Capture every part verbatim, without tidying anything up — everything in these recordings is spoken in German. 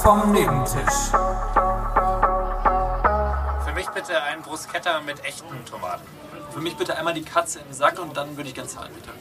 vom Nebentisch. Für mich bitte ein Bruschetta mit echten Tomaten. Für mich bitte einmal die Katze im Sack und dann würde ich ganz zahlen, bitte.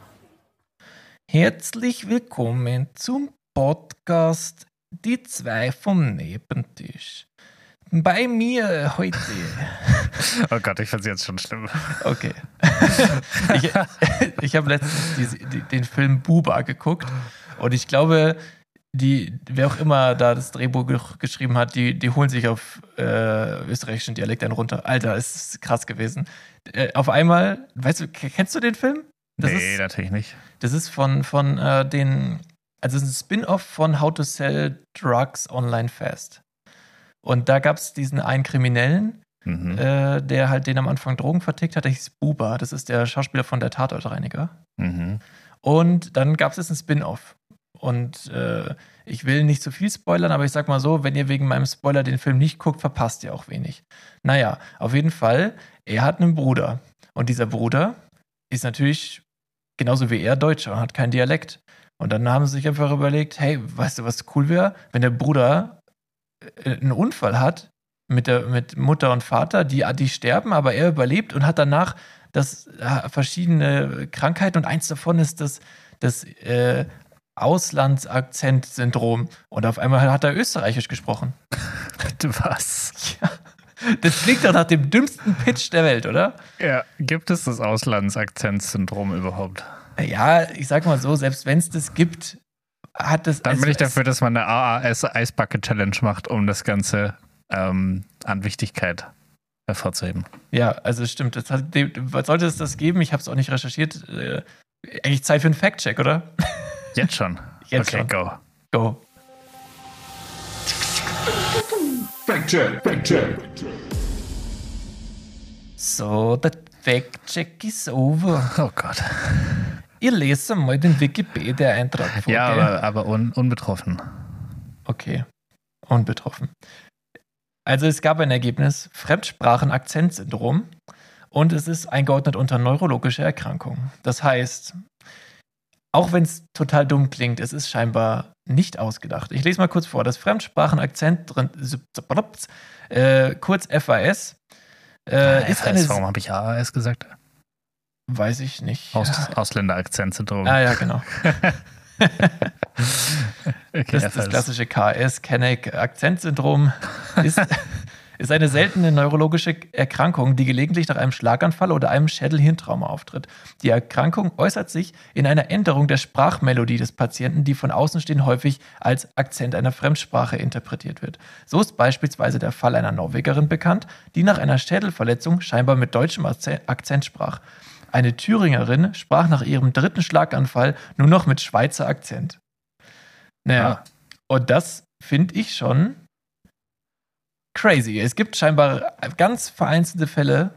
Herzlich willkommen zum Podcast Die zwei vom Nebentisch. Bei mir heute. Oh Gott, ich find's jetzt schon schlimm. Okay. Ich, ich habe letztens die, die, den Film Buba geguckt und ich glaube, die, wer auch immer da das Drehbuch geschrieben hat, die, die holen sich auf äh, österreichischen Dialekt einen runter. Alter, ist krass gewesen. Äh, auf einmal, weißt du, kennst du den Film? Das nee, ist, natürlich nicht. Das ist von, von äh, den, also es ist ein Spin-off von How to Sell Drugs Online Fast. Und da gab es diesen einen Kriminellen, mhm. äh, der halt den am Anfang Drogen vertickt hat, der hieß Buba. Das ist der Schauspieler von der Tatortreiniger. Mhm. Und dann gab es jetzt ein Spin-off. Und äh, ich will nicht zu viel spoilern, aber ich sag mal so, wenn ihr wegen meinem Spoiler den Film nicht guckt, verpasst ihr auch wenig. Naja, auf jeden Fall, er hat einen Bruder. Und dieser Bruder ist natürlich genauso wie er Deutscher und hat keinen Dialekt. Und dann haben sie sich einfach überlegt, hey, weißt du, was cool wäre, wenn der Bruder einen Unfall hat mit, der, mit Mutter und Vater, die, die sterben, aber er überlebt und hat danach das, äh, verschiedene Krankheiten und eins davon ist das, das äh, Auslandsakzent-Syndrom. Und auf einmal hat er Österreichisch gesprochen. Was? Ja. Das klingt doch nach dem dümmsten Pitch der Welt, oder? Ja, gibt es das Auslandsakzent-Syndrom überhaupt? Ja, ich sag mal so, selbst wenn es das gibt, hat das... Dann also bin ich dafür, dass man eine A A S-Eisbucket-Challenge macht, um das Ganze ähm, an Wichtigkeit hervorzuheben. Ja, also stimmt. Das hat, sollte es das geben? Ich habe es auch nicht recherchiert. Äh, eigentlich Zeit für einen Fact-Check, oder? Jetzt schon? Jetzt okay, schon. go. Go. Fact-Check, Fact-Check. So, der Fact-Check ist over. Oh Gott. Ihr lest mal den Wikipedia-Eintrag vor. Ja, gell? aber, aber un, unbetroffen. Okay, unbetroffen. Also es gab ein Ergebnis, Fremdsprachen-Akzent-Syndrom, und es ist eingeordnet unter neurologische Erkrankungen. Das heißt, auch wenn es total dumm klingt, es ist scheinbar nicht ausgedacht. Ich lese mal kurz vor. Das Fremdsprachen-Akzent, äh, kurz F A S, äh, F A S, ist eine... warum habe ich A A S gesagt? Weiß ich nicht. Aus, Ausländerakzent-Syndrom. Ah ja, genau. Okay, das, das klassische K S, Kenneck-Akzentsyndrom, ist, ist eine seltene neurologische Erkrankung, die gelegentlich nach einem Schlaganfall oder einem Schädelhirntrauma auftritt. Die Erkrankung äußert sich in einer Änderung der Sprachmelodie des Patienten, die von Außenstehenden häufig als Akzent einer Fremdsprache interpretiert wird. So ist beispielsweise der Fall einer Norwegerin bekannt, die nach einer Schädelverletzung scheinbar mit deutschem Akzent sprach. Eine Thüringerin sprach nach ihrem dritten Schlaganfall nur noch mit Schweizer Akzent. Naja, ah. Und das finde ich schon crazy. Es gibt scheinbar ganz vereinzelte Fälle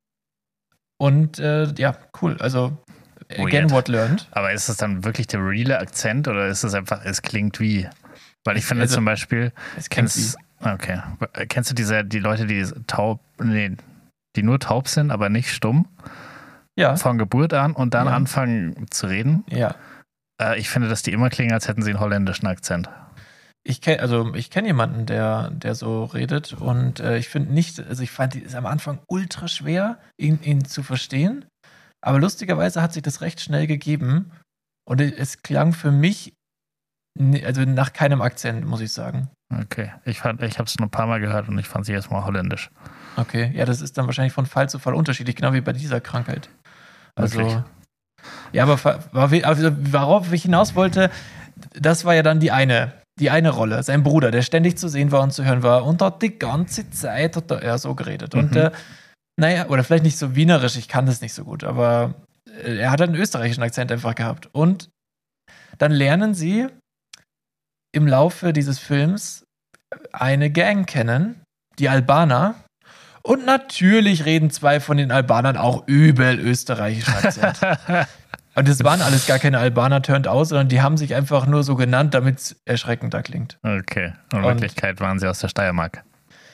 und äh, ja, cool. Also, again, Weird. What learned. Aber ist das dann wirklich der reale Akzent oder ist das einfach, es klingt wie? Weil ich finde also, zum Beispiel, es klingt kennst, wie. Okay. Kennst du diese, die Leute, die taub, nee, die nur taub sind, aber nicht stumm? Ja. Von Geburt an und dann ja. anfangen zu reden. Ja. Äh, ich finde, dass die immer klingen, als hätten sie einen holländischen Akzent. Ich kenne also ich kenne jemanden, der, der so redet und äh, ich finde nicht, also ich fand es am Anfang ultra schwer, ihn, ihn zu verstehen, aber lustigerweise hat sich das recht schnell gegeben und es klang für mich also nach keinem Akzent, muss ich sagen. Okay, ich, fand, ich habe es nur ein paar Mal gehört und ich fand sie erstmal holländisch. Okay, ja, das ist dann wahrscheinlich von Fall zu Fall unterschiedlich, genau wie bei dieser Krankheit. Also, Wirklich? Ja, aber also, worauf ich hinaus wollte, das war ja dann die eine, die eine Rolle, sein Bruder, der ständig zu sehen war und zu hören war und dort die ganze Zeit hat er ja so geredet. Mhm. Und äh, naja, oder vielleicht nicht so wienerisch, ich kann das nicht so gut, aber äh, er hat einen österreichischen Akzent einfach gehabt. Und dann lernen sie im Laufe dieses Films eine Gang kennen, die Albaner. Und natürlich reden zwei von den Albanern auch übel österreichischen Akzent. Und es waren alles gar keine Albaner turned out, sondern die haben sich einfach nur so genannt, damit es erschreckender klingt. Okay. Und in Wirklichkeit waren sie aus der Steiermark.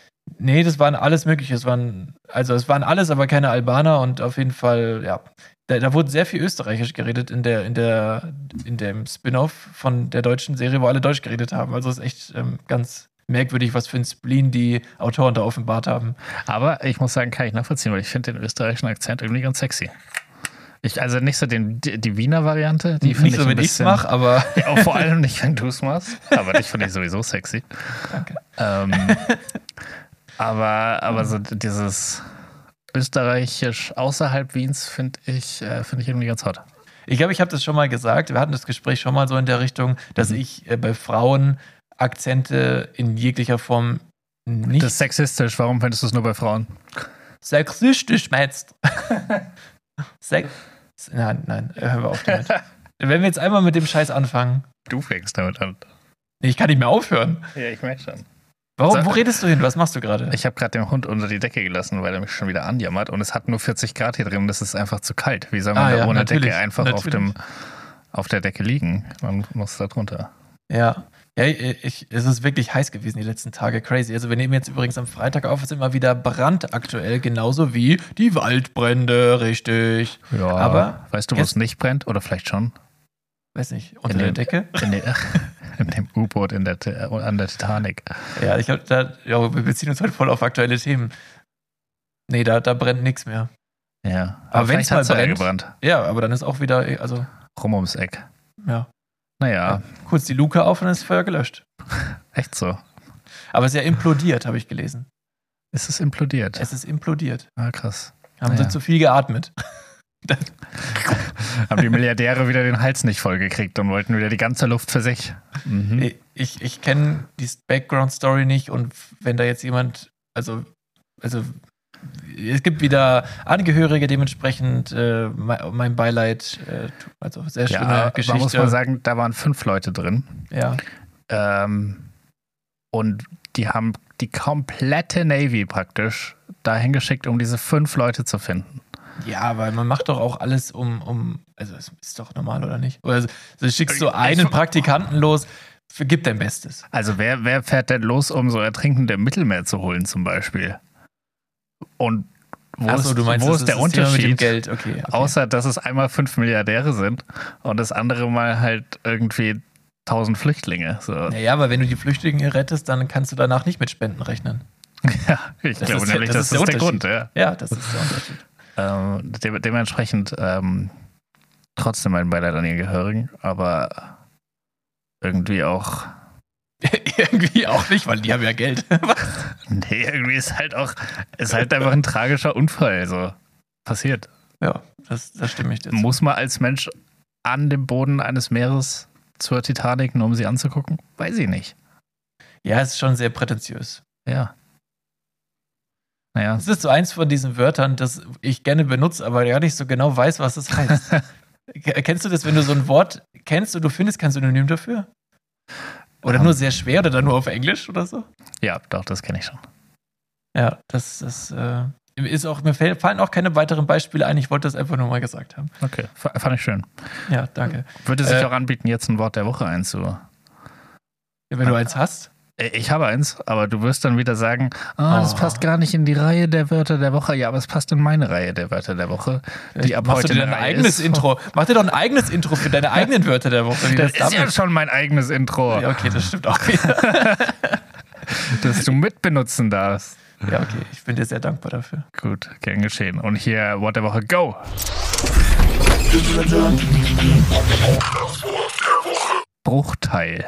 Nee, das waren alles Mögliche. Es waren, also es waren alles, aber keine Albaner und auf jeden Fall, ja. Da, da wurde sehr viel Österreichisch geredet in der, in der, in dem Spin-off von der deutschen Serie, wo alle Deutsch geredet haben. Also es ist echt ähm, ganz merkwürdig, was für ein Spleen die Autoren da offenbart haben. Aber ich muss sagen, kann ich nachvollziehen, weil ich finde den österreichischen Akzent irgendwie ganz sexy. Ich, also nicht so den, die, die Wiener Variante, die finde Nicht ich so, ein wenn ich es bisschen- mache, aber Ja, auch vor allem nicht, wenn du es machst. Aber dich finde ich sowieso sexy. danke. Ähm, aber, aber so dieses Österreichisch außerhalb Wiens finde ich, äh, finde ich irgendwie ganz hot. Ich glaube, ich habe das schon mal gesagt. Wir hatten das Gespräch schon mal so in der Richtung, dass Mhm. ich äh, bei Frauen Akzente in jeglicher Form nicht Das ist sexistisch, warum findest du es nur bei Frauen? sexistisch meinst. Sex. Nein, nein, hören wir auf damit. Wenn wir jetzt einmal mit dem Scheiß anfangen, Du fängst damit an. ich kann nicht mehr aufhören. Ja, ich merke schon. Warum, Sag- wo redest du hin? Was machst du gerade? Ich habe gerade den Hund unter die Decke gelassen, weil er mich schon wieder anjammert. Und es hat nur vierzig Grad hier drin. Das ist einfach zu kalt. Wie soll man Ah, da ja, ohne natürlich, Decke einfach auf, natürlich. dem, auf der Decke liegen? Man muss da drunter. Ja. Ja, ich, es ist wirklich heiß gewesen die letzten Tage. Crazy. Also wir nehmen jetzt übrigens am Freitag auf, es ist immer wieder brandaktuell, genauso wie die Waldbrände, richtig. Ja, Aber weißt du, wo es nicht brennt? Oder vielleicht schon? Weiß nicht, unter In der dem- Decke? In, der, in dem U-Boot in der, Ti- an der Titanic. Ja, ich glaube, da, ja, wir beziehen uns heute voll auf aktuelle Themen. Nee, da, da brennt nichts mehr. Ja. Aber wenn's vielleicht mal hat's ja brennt- gebrannt. Ja, aber dann ist auch wieder, also, Rum ums Eck. ja. Naja, Kurz die Luke auf und dann ist das Feuer gelöscht. echt so. Aber es ist ja implodiert, habe ich gelesen. Ist es implodiert? Es ist implodiert. Ah, krass. Haben Ja. sie zu viel geatmet. Haben die Milliardäre wieder den Hals nicht vollgekriegt und wollten wieder die ganze Luft für sich. Mhm. Ich, ich kenne die Background-Story nicht und wenn da jetzt jemand, also, also es gibt wieder Angehörige, dementsprechend äh, mein, mein Beileid, äh, also sehr schöne Ja, Geschichte. man muss mal sagen, da waren fünf Leute drin. Ja. Ähm, und die haben die komplette Navy praktisch dahin geschickt, um diese fünf Leute zu finden. Ja, aber man macht doch auch alles um, um also es ist doch normal, oder nicht? Oder so, so schickst du einen Praktikanten los, gib dein Bestes. Also wer, wer fährt denn los, um so Ertrinkende im Mittelmeer zu holen zum Beispiel? Und wo Achso, ist, du meinst, wo das ist der das Thema Unterschied? mit dem Geld? Okay, okay. Außer, dass es einmal fünf Milliardäre sind und das andere mal halt irgendwie tausend Flüchtlinge. So. Naja, aber wenn du die Flüchtlinge rettest, dann kannst du danach nicht mit Spenden rechnen. Ja, ich Das glaube ist- nämlich, das das, ist ist der der Grund. Unterschied. Ja. Ja, das ist der Unterschied. Ähm, de dementsprechend ähm, trotzdem mein Beileid an ihr Gehörigen, aber irgendwie auch, Irgendwie auch nicht, weil die haben ja Geld. nee, irgendwie ist halt auch, ist halt einfach ein tragischer Unfall, so passiert. Ja, das, das stimme ich dir zu. Muss man als Mensch an dem Boden eines Meeres zur Titanic, nur um sie anzugucken? Weiß ich nicht. Ja, es ist schon sehr prätentiös. Ja. Naja. Es ist so eins von diesen Wörtern, das ich gerne benutze, aber gar nicht so genau weiß, was es heißt. K- Kennst du das, wenn du so ein Wort kennst und du findest kein Synonym dafür? Oder Ähm. nur sehr schwer oder dann nur auf Englisch oder so? Ja, doch, das kenne ich schon. Ja, das, das äh, ist auch, mir fällt- fallen auch keine weiteren Beispiele ein. Ich wollte das einfach nur mal gesagt haben. Okay, f- fand ich schön. Ja, danke. Würde sich Äh. auch anbieten, jetzt ein Wort der Woche einzu. Wenn du eins hast. Äh, Ich habe eins, aber du wirst dann wieder sagen, ah, das Oh. passt gar nicht in die Reihe der Wörter der Woche. Ja, aber es passt in meine Reihe der Wörter der Woche, die ab Machst heute du dir eine ein Reihe eigenes ist. Intro? Mach dir doch ein eigenes Intro für deine eigenen Wörter der Woche. Wie Das das ist ja damit- schon mein eigenes Intro, Ja, okay, das stimmt auch wieder. das du mitbenutzen darfst. Ja, okay, ich bin dir sehr dankbar dafür. Gut, gern geschehen. Und hier Wort der Woche, go! Bruchteil.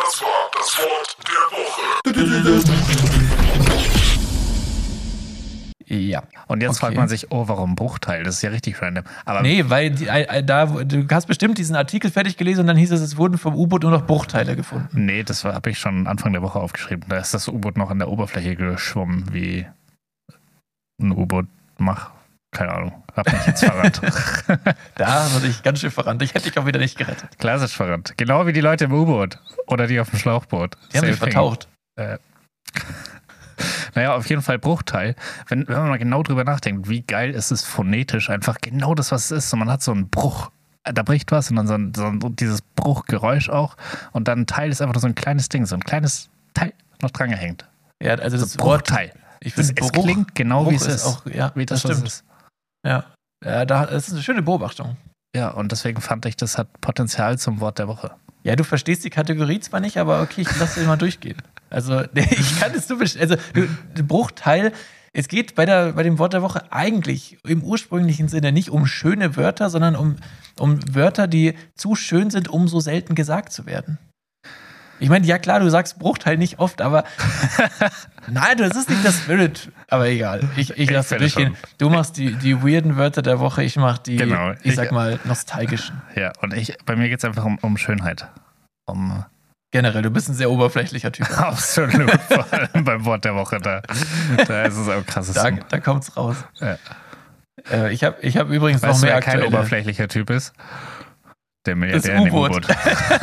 Ja. Und jetzt Okay. fragt man sich, oh, warum Bruchteil? Das ist ja richtig random. Aber Nee, weil die, äh, da, du hast bestimmt diesen Artikel fertig gelesen und dann hieß es, es wurden vom U-Boot nur noch Bruchteile gefunden. nee, das habe ich schon Anfang der Woche aufgeschrieben. Da ist das U-Boot noch an der Oberfläche geschwommen, wie ein U-Boot macht. Keine Ahnung, hab mich jetzt verrannt. Da wurde ich ganz schön verrannt. Ich hätte dich auch wieder nicht gerettet. Klassisch verrannt. Genau wie die Leute im U-Boot oder die auf dem Schlauchboot. Die haben Same sich thing. vertaucht. Äh. Naja, auf jeden Fall Bruchteil. Wenn, wenn man mal genau drüber nachdenkt, wie geil ist es phonetisch, einfach genau das, was es ist. Und man hat so einen Bruch. Da bricht was und dann so, ein, so ein, dieses Bruchgeräusch auch. Und dann ein Teil ist einfach nur so ein kleines Ding, so ein kleines Teil noch dran gehängt. Ja, also So das Wort, Bruchteil. Ich Das, finde, es klingt genau, wie es ist. Auch, ja, wie das, das was stimmt. es ist. Ja, ja da, das ist eine schöne Beobachtung. Ja, und deswegen fand ich, das hat Potenzial zum Wort der Woche. Ja, du verstehst die Kategorie zwar nicht, aber okay, ich lasse dir mal durchgehen. Also, ich kann es so also du, Bruchteil, es geht bei, der, bei dem Wort der Woche eigentlich im ursprünglichen Sinne nicht um schöne Wörter, sondern um, um Wörter, die zu schön sind, um so selten gesagt zu werden. Ich meine, ja klar, du sagst Bruchteil nicht oft, aber nein, das ist nicht das Spirit. Aber egal, ich, ich lasse durchgehen. Schon. Du machst die, die weirden Wörter der Woche, ich mach die, genau. ich, ich sag mal, nostalgischen. Ja, und ich, bei mir geht es einfach um, um Schönheit. Um Generell, du bist ein sehr oberflächlicher Typ. Absolut, vor allem beim Wort der Woche, da, da ist es am krassesten. Da, da kommt's raus. Ja. Äh, ich habe ich hab übrigens weißt noch mehr du, wer kein aktuelle. oberflächlicher Typ ist? Der Milliardär Das in dem U-Boot. U-Boot.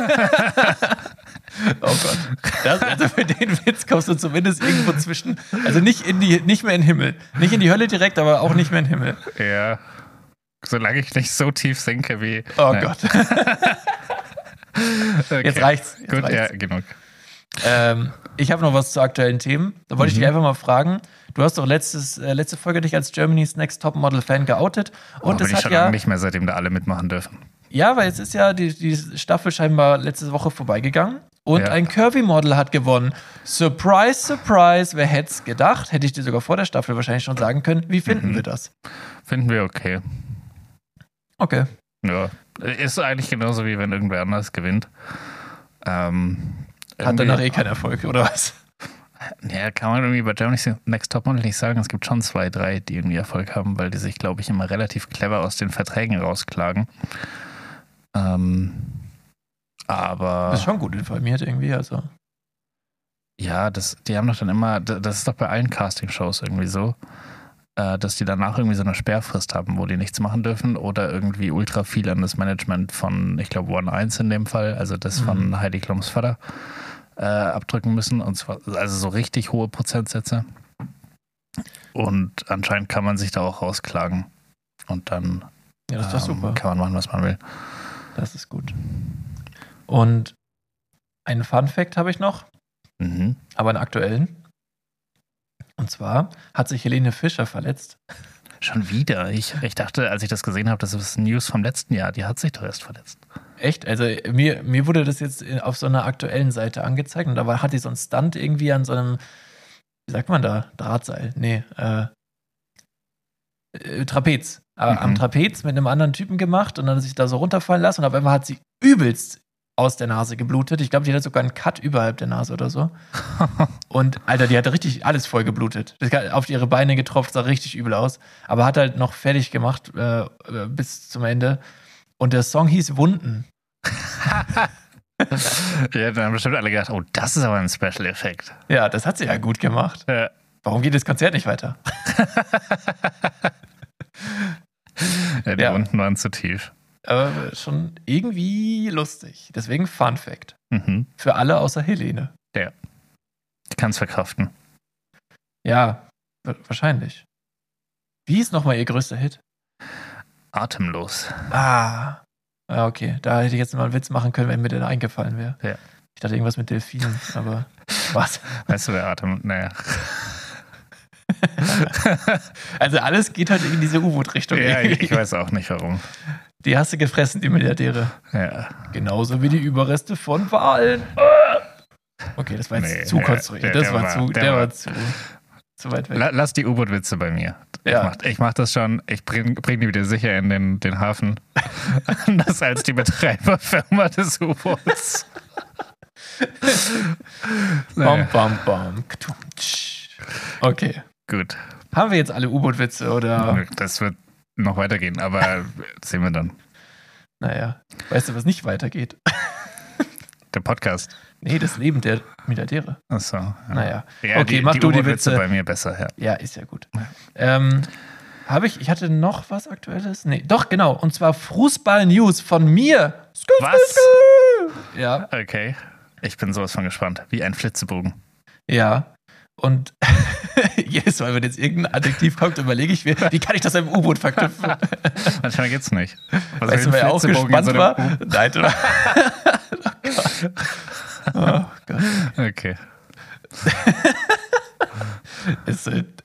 Oh Gott. Das, also für den Witz kommst du zumindest irgendwo zwischen. Also nicht, in die, nicht mehr in den Himmel. Nicht in die Hölle direkt, aber auch nicht mehr in den Himmel. Ja. Solange ich nicht so tief sinke wie. Oh Nein. Gott. Okay. Jetzt reicht's. Jetzt Gut, reicht's. ja, genug. Ähm, ich habe noch was zu aktuellen Themen. Da wollte ich Mhm. dich einfach mal fragen. Du hast doch letztes, äh, letzte Folge dich als Germany's Next Top Model Fan geoutet. Und Und das bin ich hat schon ja. lange nicht mehr, seitdem da alle mitmachen dürfen. Ja, weil jetzt ist ja die, die Staffel scheinbar letzte Woche vorbeigegangen. Und Ja. ein Curvy-Model hat gewonnen. Surprise, surprise. Wer hätte es gedacht? Hätte ich dir sogar vor der Staffel wahrscheinlich schon sagen können. Wie finden Mhm. wir das? Finden wir okay. Okay. Ja. Ist eigentlich genauso wie wenn irgendwer anders gewinnt. Ähm, Hat irgendwie- danach eh keinen Erfolg, oder was? Ja, kann man irgendwie bei Germany's Next Topmodel nicht sagen. Es gibt schon zwei, drei, die irgendwie Erfolg haben, weil die sich, glaube ich, immer relativ clever aus den Verträgen rausklagen. Ähm, aber Das ist schon gut informiert irgendwie, also. ja, das, die haben doch dann immer, das ist doch bei allen Castingshows irgendwie so, äh, dass die danach irgendwie so eine Sperrfrist haben, wo die nichts machen dürfen oder irgendwie ultra viel an das Management von, ich glaube, One eins in dem Fall, also das Mhm. von Heidi Klums Vater, äh, abdrücken müssen. Und zwar, also so richtig hohe Prozentsätze. Und anscheinend kann man sich da auch rausklagen. Und dann Ja, das ist doch ähm, super. kann man machen, was man will. Das ist gut. Und einen Fun-Fact habe ich noch, Mhm. aber einen aktuellen. Und zwar hat sich Helene Fischer verletzt. Schon wieder. Ich, ich dachte, als ich das gesehen habe, das ist News vom letzten Jahr. Die hat sich doch erst verletzt. Echt? Also mir, mir wurde das jetzt auf so einer aktuellen Seite angezeigt und da war, hat die so einen Stunt irgendwie an so einem, wie sagt man da, Drahtseil? Nee, äh, äh Trapez. Aber Mhm. am Trapez mit einem anderen Typen gemacht und dann hat sie sich da so runterfallen lassen und auf einmal hat sie übelst aus der Nase geblutet. Ich glaube, die hatte sogar einen Cut überhalb der Nase oder so. Und Alter, die hatte richtig alles voll geblutet. Das hat auf ihre Beine getropft, sah richtig übel aus. Aber hat halt noch fertig gemacht äh, bis zum Ende. Und der Song hieß Wunden. Ja, dann haben bestimmt alle gedacht, oh, das ist aber ein Special-Effekt. Ja, das hat sie ja gut gemacht. Ja. Warum geht das Konzert nicht weiter? Ja, die Ja. Wunden waren zu tief. Aber schon irgendwie lustig. Deswegen Fun Fact. Mhm. Für alle außer Helene. Ich kann es verkraften. Ja, wa- wahrscheinlich. Wie ist nochmal ihr größter Hit? Atemlos. Ah. Ah, okay. Da hätte ich jetzt mal einen Witz machen können, wenn mir der eingefallen wäre. Ja. Ich dachte irgendwas mit Delfinen, aber was? Weißt du, wer Atem... Naja. Also alles geht halt in diese U-Boot-Richtung. Ja, ich, ich weiß auch nicht, warum. Die hast du gefressen, die Milliardäre. Ja. Genauso wie die Überreste von Wahlen. Okay, das war jetzt Nee, zu der- konstruiert. der- Das der war, war- zu, der der war- war zu, zu weit weg. La- Lass die U-Boot-Witze bei mir. Ja. Ich, mach, ich mach das schon. Ich bring, bring die wieder sicher in den, den Hafen. Anders als die Betreiberfirma des U-Boots. Bam, Naja, bam, bam. Ktutsch. Okay. gut. Haben wir jetzt alle U-Boot-Witze oder? Das wird noch weitergehen, aber sehen wir dann. Naja. Weißt du, was nicht weitergeht? Der Podcast. Nee, das Leben der Milliardäre. Achso. Ja. Naja. Ja, Okay, die, mach die du die U-Boot-Witze Witze. bei mir besser, ja. Ja, ist ja gut. Ähm, habe ich, ich hatte noch was Aktuelles? Nee, doch, genau. Und zwar Fußball-News von mir. Skü, skü, Was? skü. Ja, Okay. Ich bin sowas von gespannt. Wie ein Flitzebogen. ja. Und jedes Mal, wenn jetzt irgendein Adjektiv kommt, überlege ich mir, wie kann ich das mit dem U-Boot verknüpfen? Manchmal geht's nicht. Was Weißt du, will ein wer auch Flitzebogen in gespannt so war? einem U- Nein, oder? Oh Gott. Okay. Ist, äh,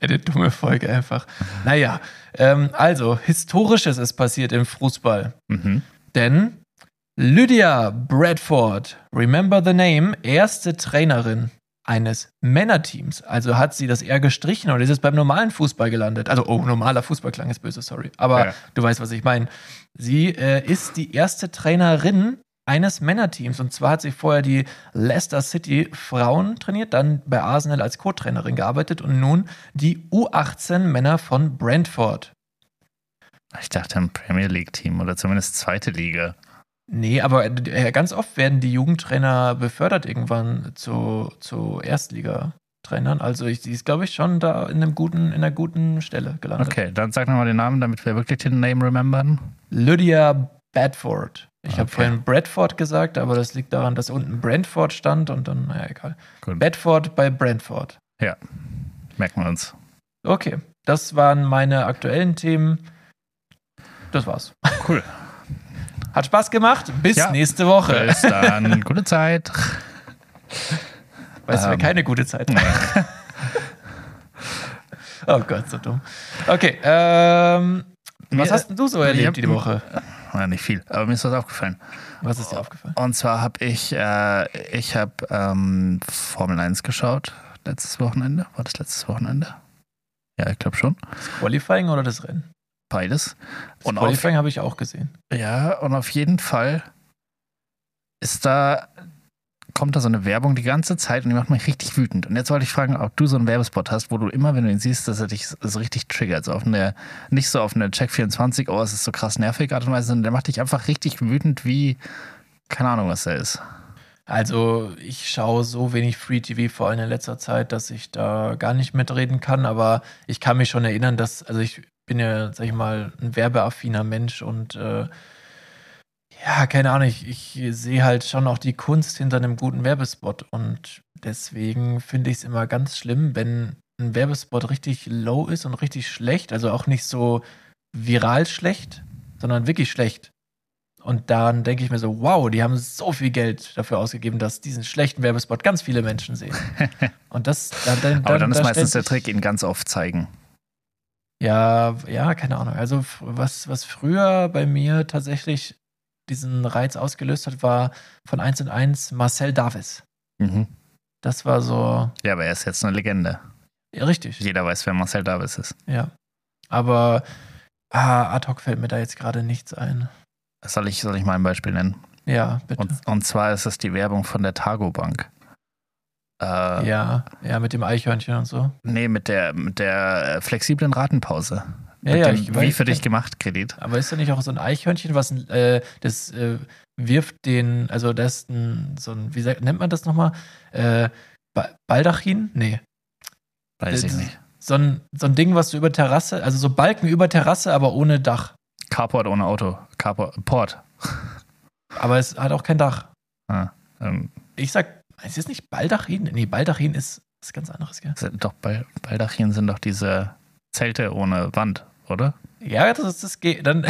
Folge einfach. Naja, ähm, also, Historisches ist passiert im Fußball. Mhm. Denn Lydia Bradford, remember the name, erste Trainerin eines Männerteams. Also hat sie das R gestrichen und ist jetzt beim normalen Fußball gelandet. Also, oh, normaler Fußball klang ist böse, sorry. Aber Ja. du weißt, was ich meine. Sie äh, ist die erste Trainerin eines Männerteams. Und zwar hat sie vorher die Leicester City Frauen trainiert, dann bei Arsenal als Co-Trainerin gearbeitet und nun die U achtzehn Männer von Brentford. Ich dachte ein Premier League-Team oder zumindest zweite Liga. Nee, aber äh, ganz oft werden die Jugendtrainer befördert irgendwann zu, zu Erstligatrainern. Also ich, sie ist, glaube ich, schon da in einem guten, in einer guten Stelle gelandet. Okay, dann sag nochmal den Namen, damit wir wirklich den Name remembern. Lydia Bradford. Ich habe Okay. vorhin Bradford gesagt, aber das liegt daran, dass unten Brentford stand und dann, naja, egal. Gut. Bedford bei Brentford. Ja, merken wir uns. Okay, das waren meine aktuellen Themen. Das war's. Cool. Hat Spaß gemacht. Bis Ja. nächste Woche. Bis dann. Gute Zeit. Weißt du, wer Ähm. keine gute Zeit hat? Oh Gott, so dumm. Okay, ähm, was Mir- hast denn du so ich erlebt hab- die Woche? Ja, nicht viel, aber mir ist was aufgefallen. Was ist dir aufgefallen? Und zwar habe ich, äh, ich habe ähm, Formel eins geschaut letztes Wochenende. War das letztes Wochenende? Ja, ich glaube schon. Das Qualifying oder das Rennen? Beides. Das Und auf, Qualifying habe ich auch gesehen. ja, und auf jeden Fall ist da, kommt da so eine Werbung die ganze Zeit und die macht mich richtig wütend. Und jetzt wollte ich fragen, ob du so einen Werbespot hast, wo du immer, wenn du ihn siehst, dass er dich so richtig triggert. So auf eine, nicht so auf eine Check vierundzwanzig, oh, es ist so krass nervig Art und Weise, sondern der macht dich einfach richtig wütend, wie, keine Ahnung, was er ist. Also ich schaue so wenig Free T V, vor allem in letzter Zeit, dass ich da gar nicht mitreden kann, aber ich kann mich schon erinnern, dass, also ich bin ja, sag ich mal, ein werbeaffiner Mensch und äh, ja, keine Ahnung, ich, ich sehe halt schon auch die Kunst hinter einem guten Werbespot und deswegen finde ich es immer ganz schlimm, wenn ein Werbespot richtig low ist und richtig schlecht, also auch nicht so viral schlecht, sondern wirklich schlecht. Und dann denke ich mir so, wow, die haben so viel Geld dafür ausgegeben, dass diesen schlechten Werbespot ganz viele Menschen sehen. Und das, dann, dann, Aber dann ist da meistens der stellt sich- Trick, ihn ganz oft zeigen. Ja, ja, keine Ahnung. Also f- was, was früher bei mir tatsächlich diesen Reiz ausgelöst hat, war von eins und eins Marcel Davis. Mhm. Das war so, Ja, aber er ist jetzt eine Legende. ja, richtig, Jeder weiß, wer Marcel Davis ist. ja. Aber ah, ad hoc fällt mir da jetzt gerade nichts ein. Soll ich, soll ich mal ein Beispiel nennen? Ja, bitte. Und, und zwar ist es die Werbung von der Targo Bank. Äh, ja, ja, mit dem Eichhörnchen und so. Nee, mit der, mit der äh, flexiblen Ratenpause. Ja, mit ja, dem ich wie weiß- für dich gemacht Kredit. Aber ist da nicht auch so ein Eichhörnchen, was äh, das äh, wirft den, also das ist ein, so ein, wie sagt, nennt man das nochmal? Äh, ba Baldachin? Nee. Weiß ich Das- nicht. So ein, so ein Ding, was du über Terrasse, also so Balken über Terrasse, aber ohne Dach. Carport ohne Auto. Carport. Port. Aber es hat auch kein Dach. Ah, ähm, Ich sag, ist es nicht Baldachin? Nee, Baldachin ist was ganz anderes, gell? sind doch Bal- Baldachien sind doch diese Zelte ohne Wand, oder? Ja, das ist das geht. Dann.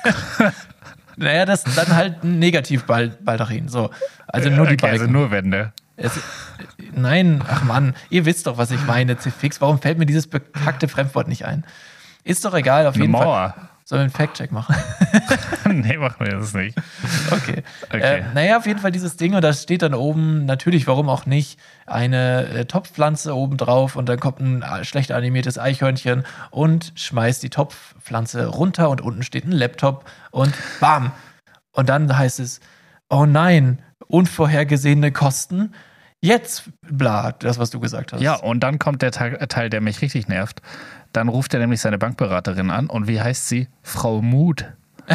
Naja, das ist dann halt ein Negativ-Baldachin. So. Also nur die okay, Balken. also nur Wände. Es, nein, ach Mann, ihr wisst doch, was ich meine, C-Fix. Warum fällt mir dieses bekackte Fremdwort nicht ein? Ist doch egal, auf Eine jeden Fall. Mauer. Sollen wir einen Fact-Check machen? Nee, machen wir das nicht. Okay. Okay. Äh, naja, auf jeden Fall dieses Ding und da steht dann oben, natürlich, warum auch nicht, eine äh, Topfpflanze oben drauf und dann kommt ein äh, schlecht animiertes Eichhörnchen und schmeißt die Topfpflanze runter und unten steht ein Laptop und bam. Und dann heißt es, oh nein, unvorhergesehene Kosten. Jetzt, bla, das, was du gesagt hast. Ja, und dann kommt der Teil, Teil, der mich richtig nervt. Dann ruft er nämlich seine Bankberaterin an und wie heißt sie? Frau Mut.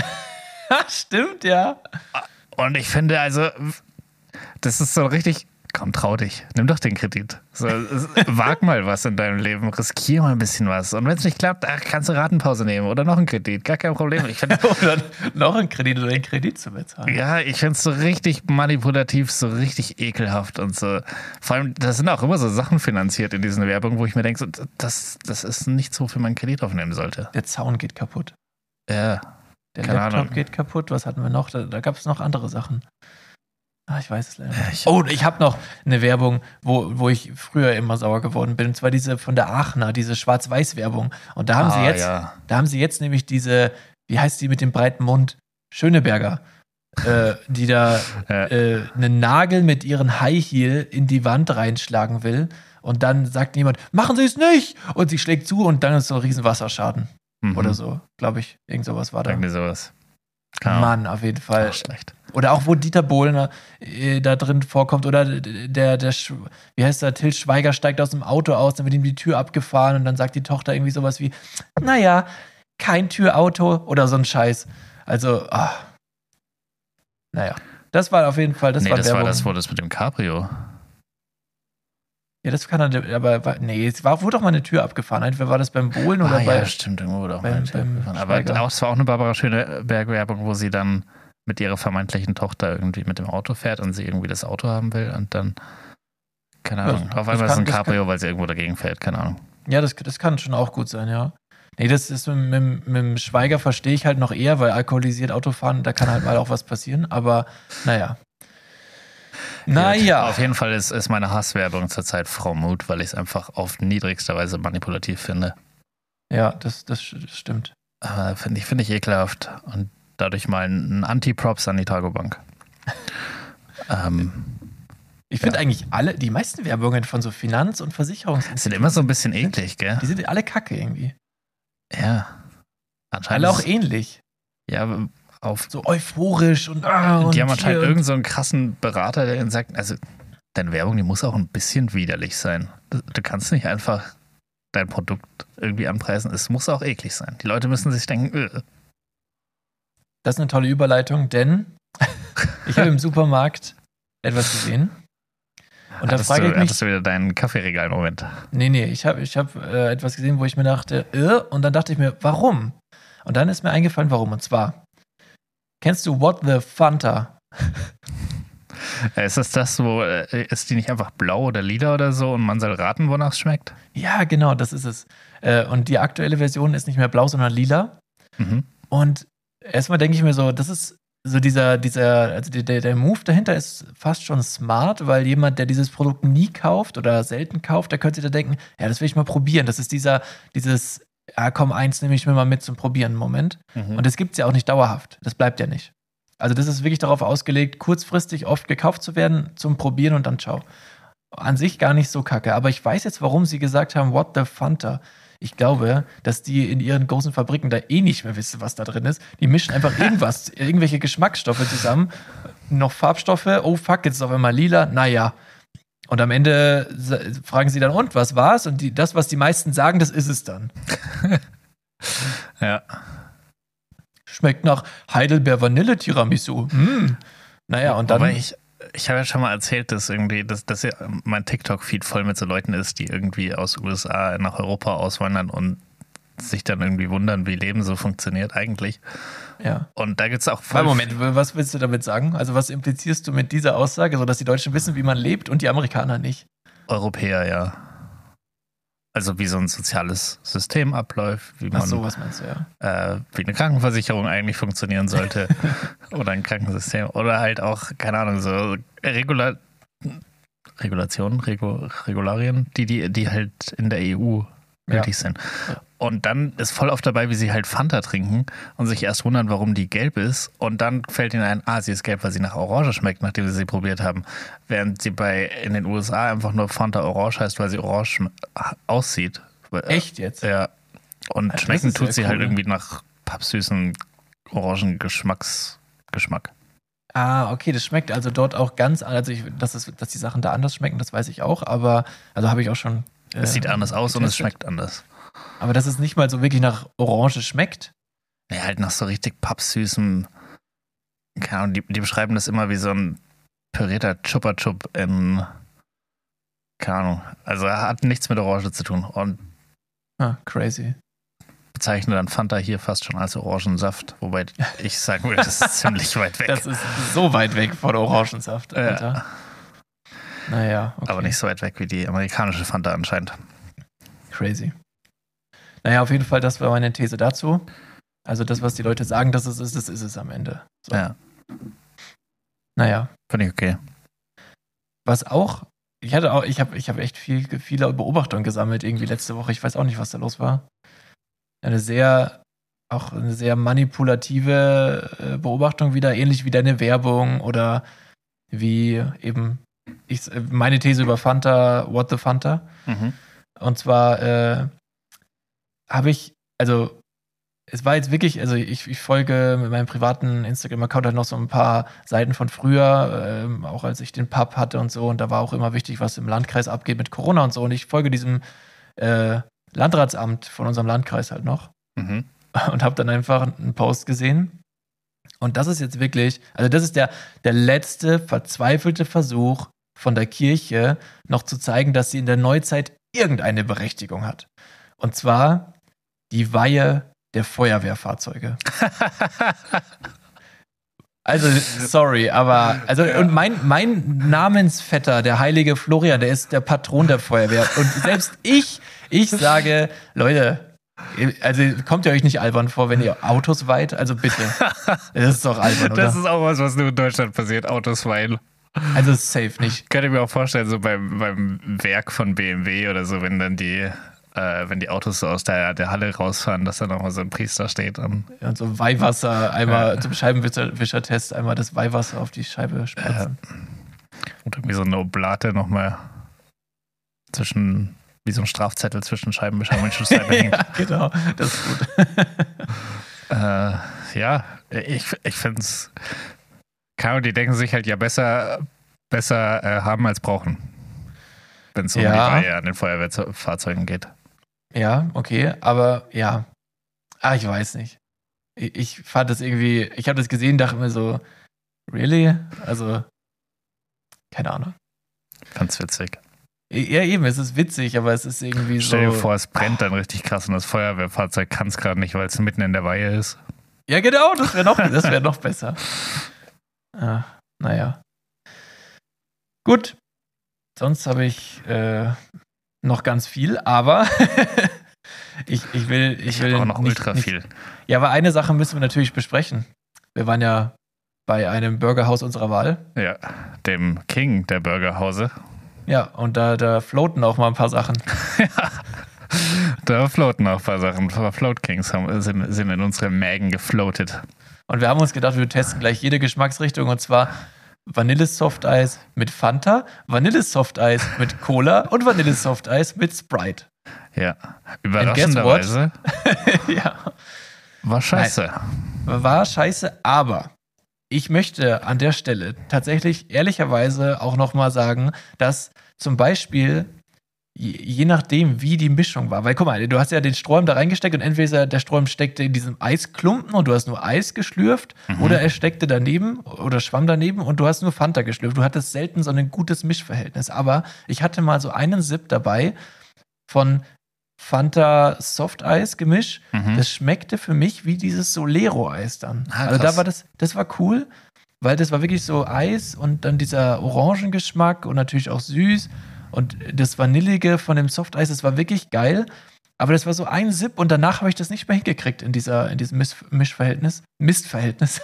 Stimmt, ja. Und ich finde also, das ist so richtig, komm, trau dich, nimm doch den Kredit. So, es- wag mal was in deinem Leben, riskier mal ein bisschen was. Und wenn es nicht klappt, ach, kannst du Ratenpause nehmen oder noch einen Kredit, gar kein Problem. Ich finde, Oder noch ein Kredit oder einen Kredit zu bezahlen. ja, ich finde es so richtig manipulativ, so richtig ekelhaft und so. Vor allem, da sind auch immer so Sachen finanziert in diesen Werbungen, wo ich mir denke, so, das, das ist nichts, wofür man einen Kredit aufnehmen sollte. Der Zaun geht kaputt. Ja, Der Keine Laptop Ahnung. geht kaputt. Was hatten wir noch? Da, da gab es noch andere Sachen. Ah, ich weiß es leider nicht. Ich- Oh, und ich habe noch eine Werbung, wo, wo ich früher immer sauer geworden bin. Und zwar diese von der Aachener, diese Schwarz-Weiß-Werbung. Und da haben Ah, sie jetzt, ja. da haben sie jetzt nämlich diese, wie heißt die mit dem breiten Mund? Schöneberger. äh, die da Ja. äh, einen Nagel mit ihren High Heel in die Wand reinschlagen will. Und dann sagt jemand, machen Sie es nicht! Und sie schlägt zu und dann ist so ein riesen Wasserschaden. Mhm. Oder so, glaube ich. Irgend sowas war da. Irgendwie sowas. Keine Ahnung. Mann, auf jeden Fall. Auch schlecht. Oder auch, wo Dieter Bohlen äh, da drin vorkommt. Oder der, der, Sch- wie heißt der, Til Schweiger steigt aus dem Auto aus, dann wird ihm die Tür abgefahren und dann sagt die Tochter irgendwie sowas wie, naja, kein Türauto oder so ein Scheiß. Also, ah. Naja. Das war auf jeden Fall, das nee, war das war Werbung. das, wo das mit dem Cabrio. Ja, das kann er, aber, war- nee, es war, wurde doch mal eine Tür abgefahren. Entweder war das beim Bohlen oder ah, bei, ja, stimmt, irgendwo wurde auch beim- mal eine Tür beim abgefahren. Aber Schweiger. auch, es war auch eine Barbara Schöneberg-Werbung, wo sie dann mit ihrer vermeintlichen Tochter irgendwie mit dem Auto fährt und sie irgendwie das Auto haben will und dann, keine Ja, Ahnung, das auf einmal ist kann- es ein das kann- Cabrio, weil sie irgendwo dagegen fährt, keine Ahnung. Ja, das, das kann schon auch gut sein, ja. Nee, das ist mit, mit, mit dem Schweiger verstehe ich halt noch eher, weil alkoholisiert Autofahren, da kann halt mal auch was passieren, aber naja. Naja. Auf jeden Fall ist, ist meine Hasswerbung zurzeit Frau Mut, weil ich es einfach auf niedrigster Weise manipulativ finde. Ja, das, das, das stimmt. Äh, finde ich, finde ich ekelhaft. Und dadurch mal ein Anti-Props an die Targobank. ähm, Ich finde eigentlich alle, die meisten Werbungen von so Finanz- und Versicherungsinstituten, sind immer so ein bisschen eklig, gell? die sind alle kacke irgendwie. Ja. Anscheinend. Alle auch ist- ähnlich. Ja, auf. So euphorisch und, ah, und Die haben anscheinend hier und- irgendeinen so einen krassen Berater, der ihnen sagt, also deine Werbung, die muss auch ein bisschen widerlich sein. Du, du kannst nicht einfach dein Produkt irgendwie anpreisen. Es muss auch eklig sein. Die Leute müssen sich denken, öh. Das ist eine tolle Überleitung, denn ich habe im Supermarkt etwas gesehen. Und da hattest, frage du, ich mich, hattest du wieder deinen Kaffeeregal-Moment. nee, nee, ich habe ich hab, äh, etwas gesehen, wo ich mir dachte, äh, und dann dachte ich mir, warum? Und dann ist mir eingefallen, warum. Und zwar, kennst du What the Fanta? Äh, Ist das das, wo, äh, ist die nicht einfach blau oder lila oder so und man soll raten, wonach es schmeckt? Ja, genau, das ist es. Äh, und die aktuelle Version ist nicht mehr blau, sondern lila. Mhm. Und erstmal denke ich mir so, das ist so dieser, dieser, also der, der Move dahinter ist fast schon smart, weil jemand, der dieses Produkt nie kauft oder selten kauft, der könnte sich da denken, ja, das will ich mal probieren. Das ist dieser, dieses, ja, komm, eins nehme ich mir mal mit zum Probieren Moment. Mhm. Und das gibt es ja auch nicht dauerhaft. Das bleibt ja nicht. Also das ist wirklich darauf ausgelegt, kurzfristig oft gekauft zu werden, zum Probieren und dann ciao. An sich gar nicht so kacke. Aber ich weiß jetzt, warum sie gesagt haben, what the Fanta. Ich glaube, dass die in ihren großen Fabriken da eh nicht mehr wissen, was da drin ist. Die mischen einfach irgendwas, irgendwelche Geschmacksstoffe zusammen, noch Farbstoffe, oh fuck, jetzt ist auf einmal lila, naja. Und am Ende sa- fragen sie dann, und, was war's? Und die, das, was die meisten sagen, das ist es dann. Ja. Schmeckt nach Heidelbeer-Vanille-Tiramisu. Hm. Naja, und dann... Aber ich, ich habe ja schon mal erzählt, dass irgendwie, dass, dass ja mein TikTok-Feed voll mit so Leuten ist, die irgendwie aus U S A nach Europa auswandern und sich dann irgendwie wundern, wie Leben so funktioniert eigentlich. ja. Und da gibt es auch voll Warte, Moment, was willst du damit sagen? Also was implizierst du mit dieser Aussage, so dass die Deutschen wissen, wie man lebt und die Amerikaner nicht? Europäer, ja. Also wie so ein soziales System abläuft, wie Ach man, so, was meinst du, ja? äh, wie eine Krankenversicherung eigentlich funktionieren sollte oder ein Krankensystem oder halt auch, keine Ahnung, so Regula Regulationen, Regu Regularien, die, die, die halt in der E U gültig sind. Ja. Und dann ist voll oft dabei, wie sie halt Fanta trinken und sich erst wundern, warum die gelb ist. Und dann fällt ihnen ein, ah, sie ist gelb, weil sie nach Orange schmeckt, nachdem sie sie probiert haben. Während sie bei in den U S A einfach nur Fanta Orange heißt, weil sie orange schm- aussieht. Echt jetzt? Ja. Und Ja, das schmecken ist tut ja sie cool. halt irgendwie nach pappsüßen Orangengeschmacksgeschmack. Ah, okay, das schmeckt also dort auch ganz anders. Also ich, dass, es, dass die Sachen da anders schmecken, das weiß ich auch, aber also habe ich auch schon. Äh, Es sieht anders aus und es getestet. schmeckt anders. Aber dass es nicht mal so wirklich nach Orange schmeckt. Ja, halt nach so richtig pappsüßem. Keine Ahnung, die, die beschreiben das immer wie so ein pürierter Chupa Chup in. Keine Ahnung. Also er hat nichts mit Orange zu tun und Ah, crazy. bezeichnen dann Fanta hier fast schon als Orangensaft, wobei ich sagen würde, das ist ziemlich weit weg. Das ist so weit weg von Orangensaft, Ja. Alter. Naja, okay. Aber nicht so weit weg wie die amerikanische Fanta anscheinend. Crazy. Naja, auf jeden Fall, das war meine These dazu. Also das, was die Leute sagen, dass es ist, das ist es am Ende. So. Ja. Naja, Fand ich okay. Was auch, ich hatte auch, ich habe ich hab echt viel, viele Beobachtungen gesammelt irgendwie letzte Woche. Ich weiß auch nicht, was da los war. Eine sehr, auch eine sehr manipulative äh, Beobachtung wieder, ähnlich wie deine Werbung oder wie eben ich, meine These über Fanta, What the Fanta. Mhm. Und zwar äh, habe ich, also es war jetzt wirklich, also ich, ich folge mit meinem privaten Instagram-Account halt noch so ein paar Seiten von früher, ähm, auch als ich den Pub hatte und so. Und da war auch immer wichtig, was im Landkreis abgeht mit Corona und so. Und ich folge diesem äh, Landratsamt von unserem Landkreis halt noch. Mhm. Und habe dann einfach einen Post gesehen. Und das ist jetzt wirklich, also das ist der, der letzte verzweifelte Versuch von der Kirche, noch zu zeigen, dass sie in der Neuzeit irgendeine Berechtigung hat. Und zwar die Weihe der Feuerwehrfahrzeuge. Also, sorry, aber, also, ja. Und mein, mein Namensvetter, der heilige Florian, der ist der Patron der Feuerwehr. Und selbst ich, ich sage, Leute, also kommt ihr euch nicht albern vor, wenn ihr Autos weiht? Also bitte. Das ist doch albern, oder? Das ist auch was, was nur in Deutschland passiert, Autos weihen. Also safe nicht. Könnte ich mir auch vorstellen, so beim, beim Werk von B M W oder so, wenn dann die Äh, wenn die Autos so aus der, der Halle rausfahren, dass da nochmal so ein Priester steht. Und, ja, und so Weihwasser, einmal ja. Zum Scheibenwischertest, einmal das Weihwasser auf die Scheibe spritzen. Äh, und irgendwie so eine Oblate nochmal zwischen, wie so ein Strafzettel zwischen Scheibenwischer und Windschutzscheibe hängt. Ja, genau, das ist gut. äh, ja, ich, ich finde es, die denken sich halt ja besser, besser äh, haben als brauchen. Wenn es um ja. die Weihe an den Feuerwehrfahrzeugen geht. Ja, okay, aber ja. Ah, ich weiß nicht. Ich, ich fand das irgendwie, ich habe das gesehen, dachte mir so, really? Also, keine Ahnung. Fand's witzig. Ja, eben, es ist witzig, aber es ist irgendwie so. Stell dir vor, es brennt dann richtig krass und das Feuerwehrfahrzeug kann es gerade nicht, weil es mitten in der Weihe ist. Ja, genau, das wäre noch, das wär noch besser. Ah, naja. Gut. Sonst habe ich äh, noch ganz viel, aber ich, ich will. Ich, ich will habe auch noch nicht, ultra nicht, viel. Ja, aber eine Sache müssen wir natürlich besprechen. Wir waren ja bei einem Burgerhaus unserer Wahl. Ja, dem King der Burgerhause. Ja, und da, da floaten auch mal ein paar Sachen. Ja, da floaten auch ein paar Sachen. Float Kings haben, sind, sind in unsere Mägen gefloatet. Und wir haben uns gedacht, wir testen gleich jede Geschmacksrichtung und zwar Vanille-Softeis mit Fanta, Vanille-Softeis mit Cola und Vanille-Softeis mit Sprite. Ja, überraschenderweise ja. war scheiße. Nein, war scheiße, aber ich möchte an der Stelle tatsächlich ehrlicherweise auch nochmal sagen, dass zum Beispiel je nachdem, wie die Mischung war. Weil, guck mal, du hast ja den Strom da reingesteckt und entweder der Strom steckte in diesem Eisklumpen und du hast nur Eis geschlürft mhm. oder er steckte daneben oder schwamm daneben und du hast nur Fanta geschlürft. Du hattest selten so ein gutes Mischverhältnis. Aber ich hatte mal so einen Sip dabei von Fanta Softeis-Gemisch. Mhm. Das schmeckte für mich wie dieses Solero-Eis dann. Ah, also da war das, das war cool, weil das war wirklich so Eis und dann dieser Orangengeschmack und natürlich auch süß. Und das Vanillige von dem Softeis, das war wirklich geil. Aber das war so ein Sip und danach habe ich das nicht mehr hingekriegt in, dieser, in diesem Misch- Mischverhältnis. Mistverhältnis.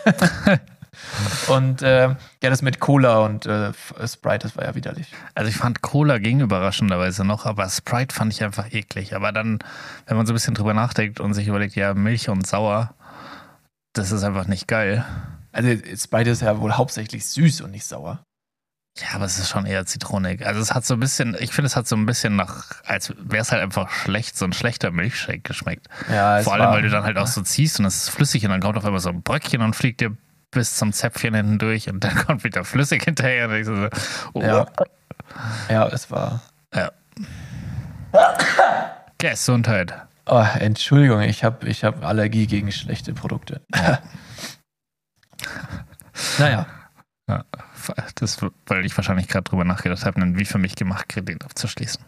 Und äh, ja, das mit Cola und äh, Sprite, das war ja widerlich. Also ich fand Cola ging überraschenderweise noch, aber Sprite fand ich einfach eklig. Aber dann, wenn man so ein bisschen drüber nachdenkt und sich überlegt, ja, Milch und sauer, das ist einfach nicht geil. Also Sprite ist ja wohl hauptsächlich süß und nicht sauer. Ja, aber es ist schon eher zitronig. Also es hat so ein bisschen, ich finde, es hat so ein bisschen nach, als wäre es halt einfach schlecht, so ein schlechter Milchshake geschmeckt. Ja, vor allem, war, weil du dann halt auch so ziehst und es ist flüssig und dann kommt auf einmal so ein Bröckchen und fliegt dir bis zum Zäpfchen hinten durch und dann kommt wieder flüssig hinterher. Und ich so, oh. Ja. Ja, es war. Ja. Gesundheit. Oh, Entschuldigung, ich habe ich hab Allergie gegen schlechte Produkte. Ja. Naja. Ja, das, weil ich wahrscheinlich gerade drüber nachgedacht habe, einen wie für mich gemacht Kredit abzuschließen.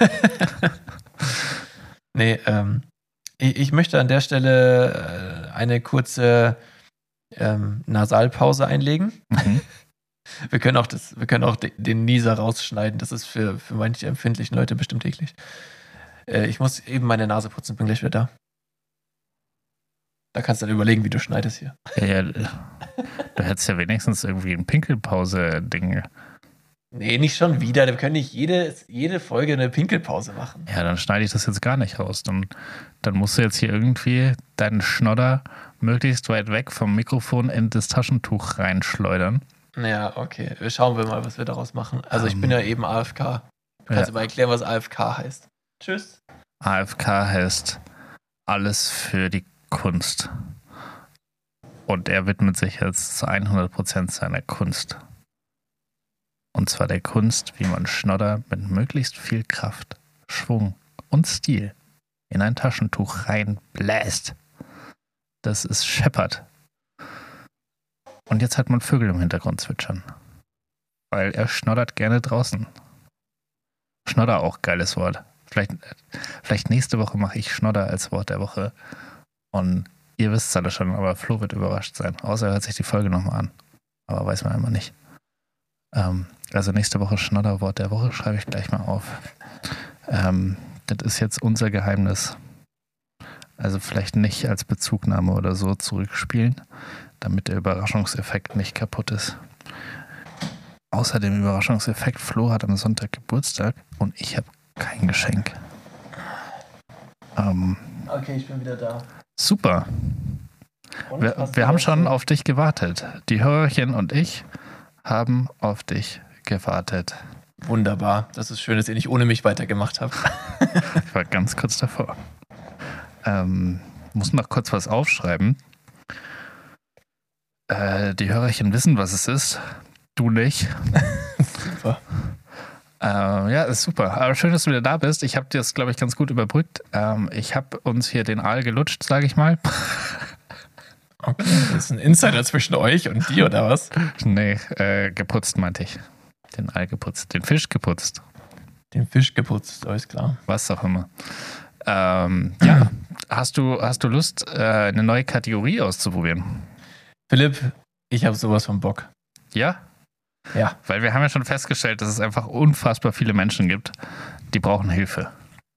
Nee, ähm, ich, ich möchte an der Stelle äh, eine kurze ähm, Nasalpause einlegen. Mhm. Wir können auch, das, wir können auch de, den Nieser rausschneiden. Das ist für, für manche empfindlichen Leute bestimmt eklig. Äh, ich muss eben meine Nase putzen, bin gleich wieder da. Da kannst du dann überlegen, wie du schneidest hier. Ja, ja, du hättest ja wenigstens irgendwie ein Pinkelpause-Ding. Nee, nicht schon wieder. Wir können nicht jede, jede Folge eine Pinkelpause machen. Ja, dann schneide ich das jetzt gar nicht raus. Dann, dann musst du jetzt hier irgendwie deinen Schnodder möglichst weit weg vom Mikrofon in das Taschentuch reinschleudern. Ja, okay. Schauen wir mal, was wir daraus machen. Also ich bin ja eben A F K. Kannst Ja. du mal erklären, was A F K heißt? Tschüss. A F K heißt alles für die Kunst. Und er widmet sich jetzt zu hundert Prozent seiner Kunst. Und zwar der Kunst, wie man Schnodder mit möglichst viel Kraft, Schwung und Stil in ein Taschentuch reinbläst. Das ist Shepard. Und jetzt hat man Vögel im Hintergrund zwitschern. Weil er schnoddert gerne draußen. Schnodder auch, geiles Wort. Vielleicht, vielleicht nächste Woche mache ich Schnodder als Wort der Woche. Und ihr wisst es alle schon, aber Flo wird überrascht sein. Außer er hört sich die Folge nochmal an. Aber weiß man immer nicht. Ähm, also nächste Woche Schnodderwort der Woche schreibe ich gleich mal auf. Ähm, das ist jetzt unser Geheimnis. Also vielleicht nicht als Bezugnahme oder so zurückspielen, damit der Überraschungseffekt nicht kaputt ist. Außer dem Überraschungseffekt, Flo hat am Sonntag Geburtstag und ich habe kein Geschenk. Ähm, Okay, ich bin wieder da. super. Und, Wir, hast du wir haben was schon so- auf dich gewartet. Die Hörerchen und ich haben auf dich gewartet. Wunderbar. Das ist schön, dass ihr nicht ohne mich weitergemacht habt. Ich war ganz kurz davor. Ähm, muss noch kurz was aufschreiben. Äh, die Hörerchen wissen, was es ist. Du nicht. Super. Ähm, ja, ist super. Aber schön, dass du wieder da bist. Ich habe dir das, glaube ich, ganz gut überbrückt. Ähm, ich habe uns hier den Aal gelutscht, sage ich mal. Okay. Das ist ein Insider zwischen euch und dir, oder was? Nee, äh, geputzt meinte ich. Den Aal geputzt. Den Fisch geputzt. Den Fisch geputzt, alles klar. Was auch immer. Ähm, ja, hast du, hast du Lust, äh, eine neue Kategorie auszuprobieren? Philipp, ich habe sowas von Bock. Ja? Ja. Weil wir haben ja schon festgestellt, dass es einfach unfassbar viele Menschen gibt, die brauchen Hilfe.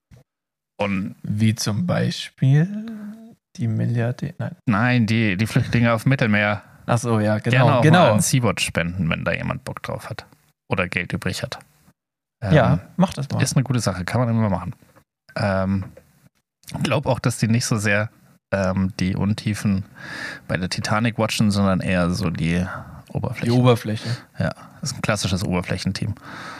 Und Wie zum Beispiel die Milliardäre. Nein. nein, die, die Flüchtlinge auf dem Mittelmeer. Ach so, ja, Gerne genau. auch mal genau. an Sea-Watch spenden, wenn da jemand Bock drauf hat. Oder Geld übrig hat. Ähm, Ja, mach das mal. Ist eine gute Sache, kann man immer machen. Ähm, ich glaube auch, dass die nicht so sehr ähm, die Untiefen bei der Titanic watchen, sondern eher so die Oberfläche. Die Oberfläche. Ja, das ist ein klassisches Oberflächenteam.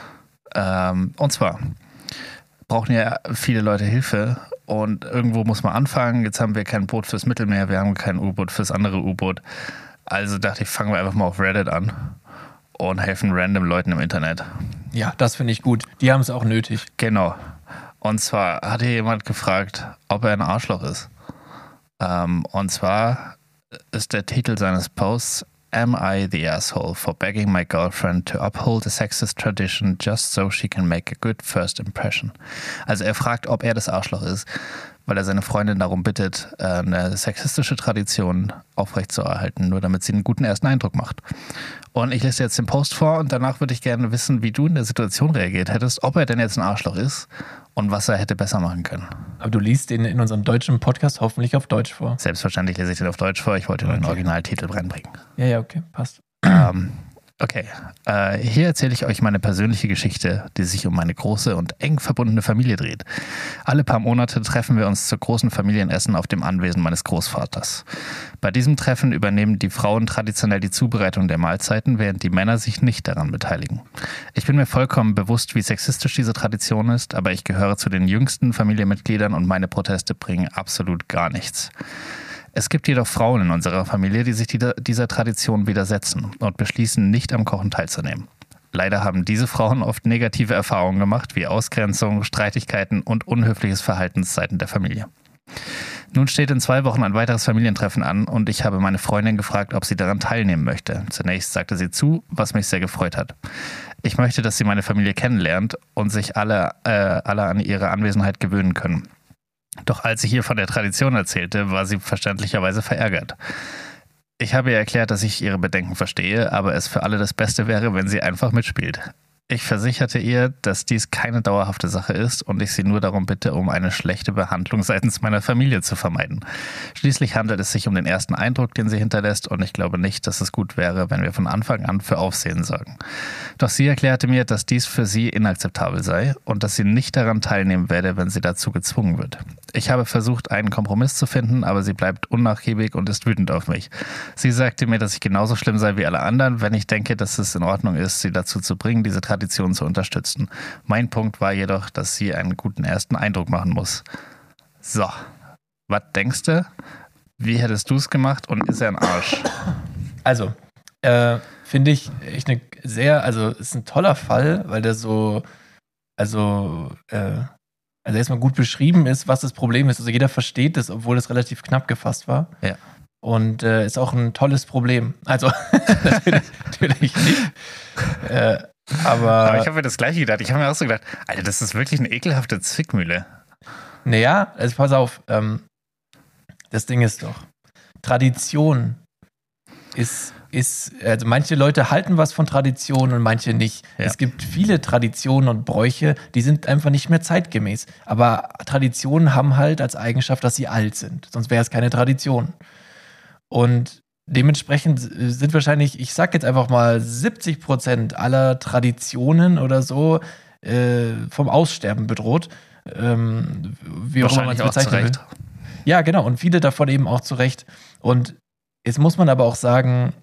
Ähm, und zwar brauchen ja viele Leute Hilfe und irgendwo muss man anfangen. Jetzt haben wir kein Boot fürs Mittelmeer, wir haben kein U-Boot fürs andere U-Boot. Also dachte ich, fangen wir einfach mal auf Reddit an und helfen random Leuten im Internet. Ja, das finde ich gut. Die haben es auch nötig. Genau. Und zwar hatte jemand gefragt, ob er ein Arschloch ist. Ähm, und zwar ist der Titel seines Posts: Am I the asshole for begging my girlfriend to uphold a sexist tradition just so she can make a good first impression? Also er fragt, ob er das Arschloch ist, weil er seine Freundin darum bittet, eine sexistische Tradition aufrechtzuerhalten, nur damit sie einen guten ersten Eindruck macht. Und ich lese jetzt den Post vor und danach würde ich gerne wissen, wie du in der Situation reagiert hättest, ob er denn jetzt ein Arschloch ist und was er hätte besser machen können. Aber du liest den in unserem deutschen Podcast hoffentlich auf Deutsch vor. Selbstverständlich lese ich den auf Deutsch vor, ich wollte nur den Okay. Originaltitel reinbringen. Ja, ja, okay, passt. Ähm, okay, äh, hier erzähle ich euch meine persönliche Geschichte, die sich um meine große und eng verbundene Familie dreht. Alle paar Monate treffen wir uns zur großen Familienessen auf dem Anwesen meines Großvaters. Bei diesem Treffen übernehmen die Frauen traditionell die Zubereitung der Mahlzeiten, während die Männer sich nicht daran beteiligen. Ich bin mir vollkommen bewusst, wie sexistisch diese Tradition ist, aber ich gehöre zu den jüngsten Familienmitgliedern und meine Proteste bringen absolut gar nichts. Es gibt jedoch Frauen in unserer Familie, die sich dieser Tradition widersetzen und beschließen, nicht am Kochen teilzunehmen. Leider haben diese Frauen oft negative Erfahrungen gemacht, wie Ausgrenzung, Streitigkeiten und unhöfliches Verhalten seitens der Familie. Nun steht in zwei Wochen ein weiteres Familientreffen an und ich habe meine Freundin gefragt, ob sie daran teilnehmen möchte. Zunächst sagte sie zu, was mich sehr gefreut hat. Ich möchte, dass sie meine Familie kennenlernt und sich alle, äh, alle an ihre Anwesenheit gewöhnen können. Doch als ich ihr von der Tradition erzählte, war sie verständlicherweise verärgert. Ich habe ihr erklärt, dass ich ihre Bedenken verstehe, aber es für alle das Beste wäre, wenn sie einfach mitspielt. Ich versicherte ihr, dass dies keine dauerhafte Sache ist und ich sie nur darum bitte, um eine schlechte Behandlung seitens meiner Familie zu vermeiden. Schließlich handelt es sich um den ersten Eindruck, den sie hinterlässt, und ich glaube nicht, dass es gut wäre, wenn wir von Anfang an für Aufsehen sorgen. Doch sie erklärte mir, dass dies für sie inakzeptabel sei und dass sie nicht daran teilnehmen werde, wenn sie dazu gezwungen wird. Ich habe versucht, einen Kompromiss zu finden, aber sie bleibt unnachgiebig und ist wütend auf mich. Sie sagte mir, dass ich genauso schlimm sei wie alle anderen, wenn ich denke, dass es in Ordnung ist, sie dazu zu bringen, diese Tradition zu unterstützen. Mein Punkt war jedoch, dass sie einen guten ersten Eindruck machen muss. So, was denkst du? Wie hättest du es gemacht und ist er ein Arsch? Also, äh, finde ich echt eine sehr, also ist ein toller Fall, weil der so, also, äh, also erstmal gut beschrieben ist, was das Problem ist. Also jeder versteht das, obwohl es relativ knapp gefasst war. Ja. Und äh, ist auch ein tolles Problem. Also natürlich, natürlich nicht. Äh, aber, Aber ich habe mir das Gleiche gedacht. Ich habe mir auch so gedacht, Alter, das ist wirklich eine ekelhafte Zwickmühle. Naja, also pass auf. Ähm, das Ding ist doch, Tradition ist, ist, also manche Leute halten was von Tradition und manche nicht. Ja. Es gibt viele Traditionen und Bräuche, die sind einfach nicht mehr zeitgemäß. Aber Traditionen haben halt als Eigenschaft, dass sie alt sind. Sonst wäre es keine Tradition. Und dementsprechend sind wahrscheinlich, ich sag jetzt einfach mal, siebzig Prozent aller Traditionen oder so äh, vom Aussterben bedroht. Ähm, wie auch immer man es bezeichnen will. Ja, genau. Und viele davon eben auch zu Recht. Und jetzt muss man aber auch sagen,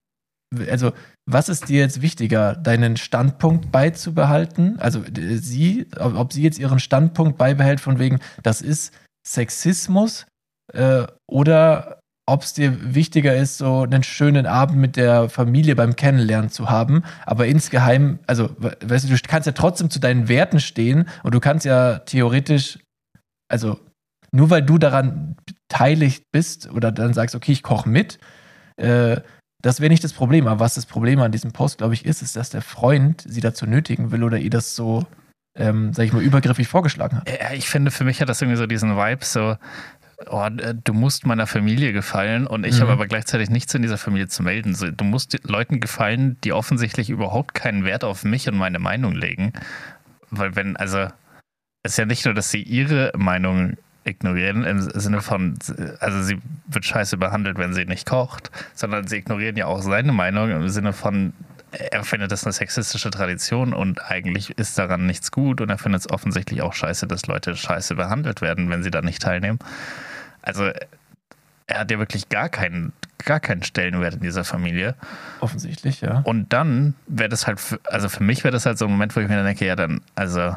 also was ist dir jetzt wichtiger, deinen Standpunkt beizubehalten? Also sie, ob sie jetzt ihren Standpunkt beibehält von wegen, das ist Sexismus äh, oder ob es dir wichtiger ist, so einen schönen Abend mit der Familie beim Kennenlernen zu haben, aber insgeheim, also weißt du, du kannst ja trotzdem zu deinen Werten stehen und du kannst ja theoretisch, also nur weil du daran beteiligt bist oder dann sagst, okay, ich koche mit, äh, das wäre nicht das Problem. Aber was das Problem an diesem Post, glaube ich, ist, ist, dass der Freund sie dazu nötigen will oder ihr das so, ähm, sag ich mal, übergriffig vorgeschlagen hat. Ja, ich finde, für mich hat das irgendwie so diesen Vibe, so, oh, du musst meiner Familie gefallen und ich mhm. habe aber gleichzeitig nichts in dieser Familie zu melden. So, du musst Leuten gefallen, die offensichtlich überhaupt keinen Wert auf mich und meine Meinung legen. Weil wenn, also, es ist ja nicht nur, dass sie ihre Meinung ignorieren, im Sinne von, also sie wird scheiße behandelt, wenn sie nicht kocht, sondern sie ignorieren ja auch seine Meinung im Sinne von, er findet das eine sexistische Tradition und eigentlich ist daran nichts gut und er findet es offensichtlich auch scheiße, dass Leute scheiße behandelt werden, wenn sie da nicht teilnehmen. Also er hat ja wirklich gar keinen, gar keinen Stellenwert in dieser Familie. Offensichtlich, ja. Und dann wäre das halt, für, also für mich wäre das halt so ein Moment, wo ich mir dann denke, ja dann, also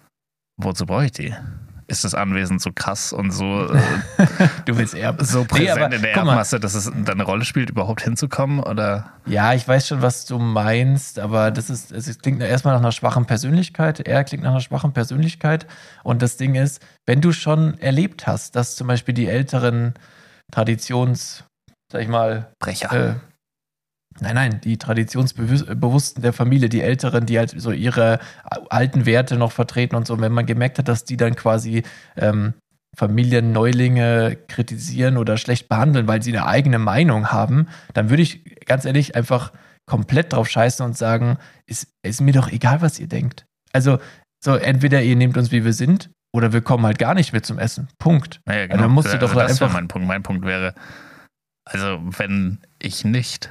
wozu brauche ich die? Ist das Anwesen so krass und so, äh, du willst erben. so präsent nee, aber, in der Erbmasse, dass es dann eine Rolle spielt, überhaupt hinzukommen? Oder? Ja, ich weiß schon, was du meinst, aber das ist, es klingt erstmal nach einer schwachen Persönlichkeit. Er klingt nach einer schwachen Persönlichkeit. Und das Ding ist, wenn du schon erlebt hast, dass zum Beispiel die älteren Traditions, sag ich mal, Brecher. Äh, Nein, nein, die Traditionsbewussten der Familie, die Älteren, die halt so ihre alten Werte noch vertreten und so. Und wenn man gemerkt hat, dass die dann quasi ähm, Familienneulinge kritisieren oder schlecht behandeln, weil sie eine eigene Meinung haben, dann würde ich ganz ehrlich einfach komplett drauf scheißen und sagen, ist, ist mir doch egal, was ihr denkt. Also, so entweder ihr nehmt uns, wie wir sind, oder wir kommen halt gar nicht mit zum Essen. Punkt. Naja, genau. Also, dann musst du also doch das einfach. wäre mein Punkt. Mein Punkt wäre, also wenn ich nicht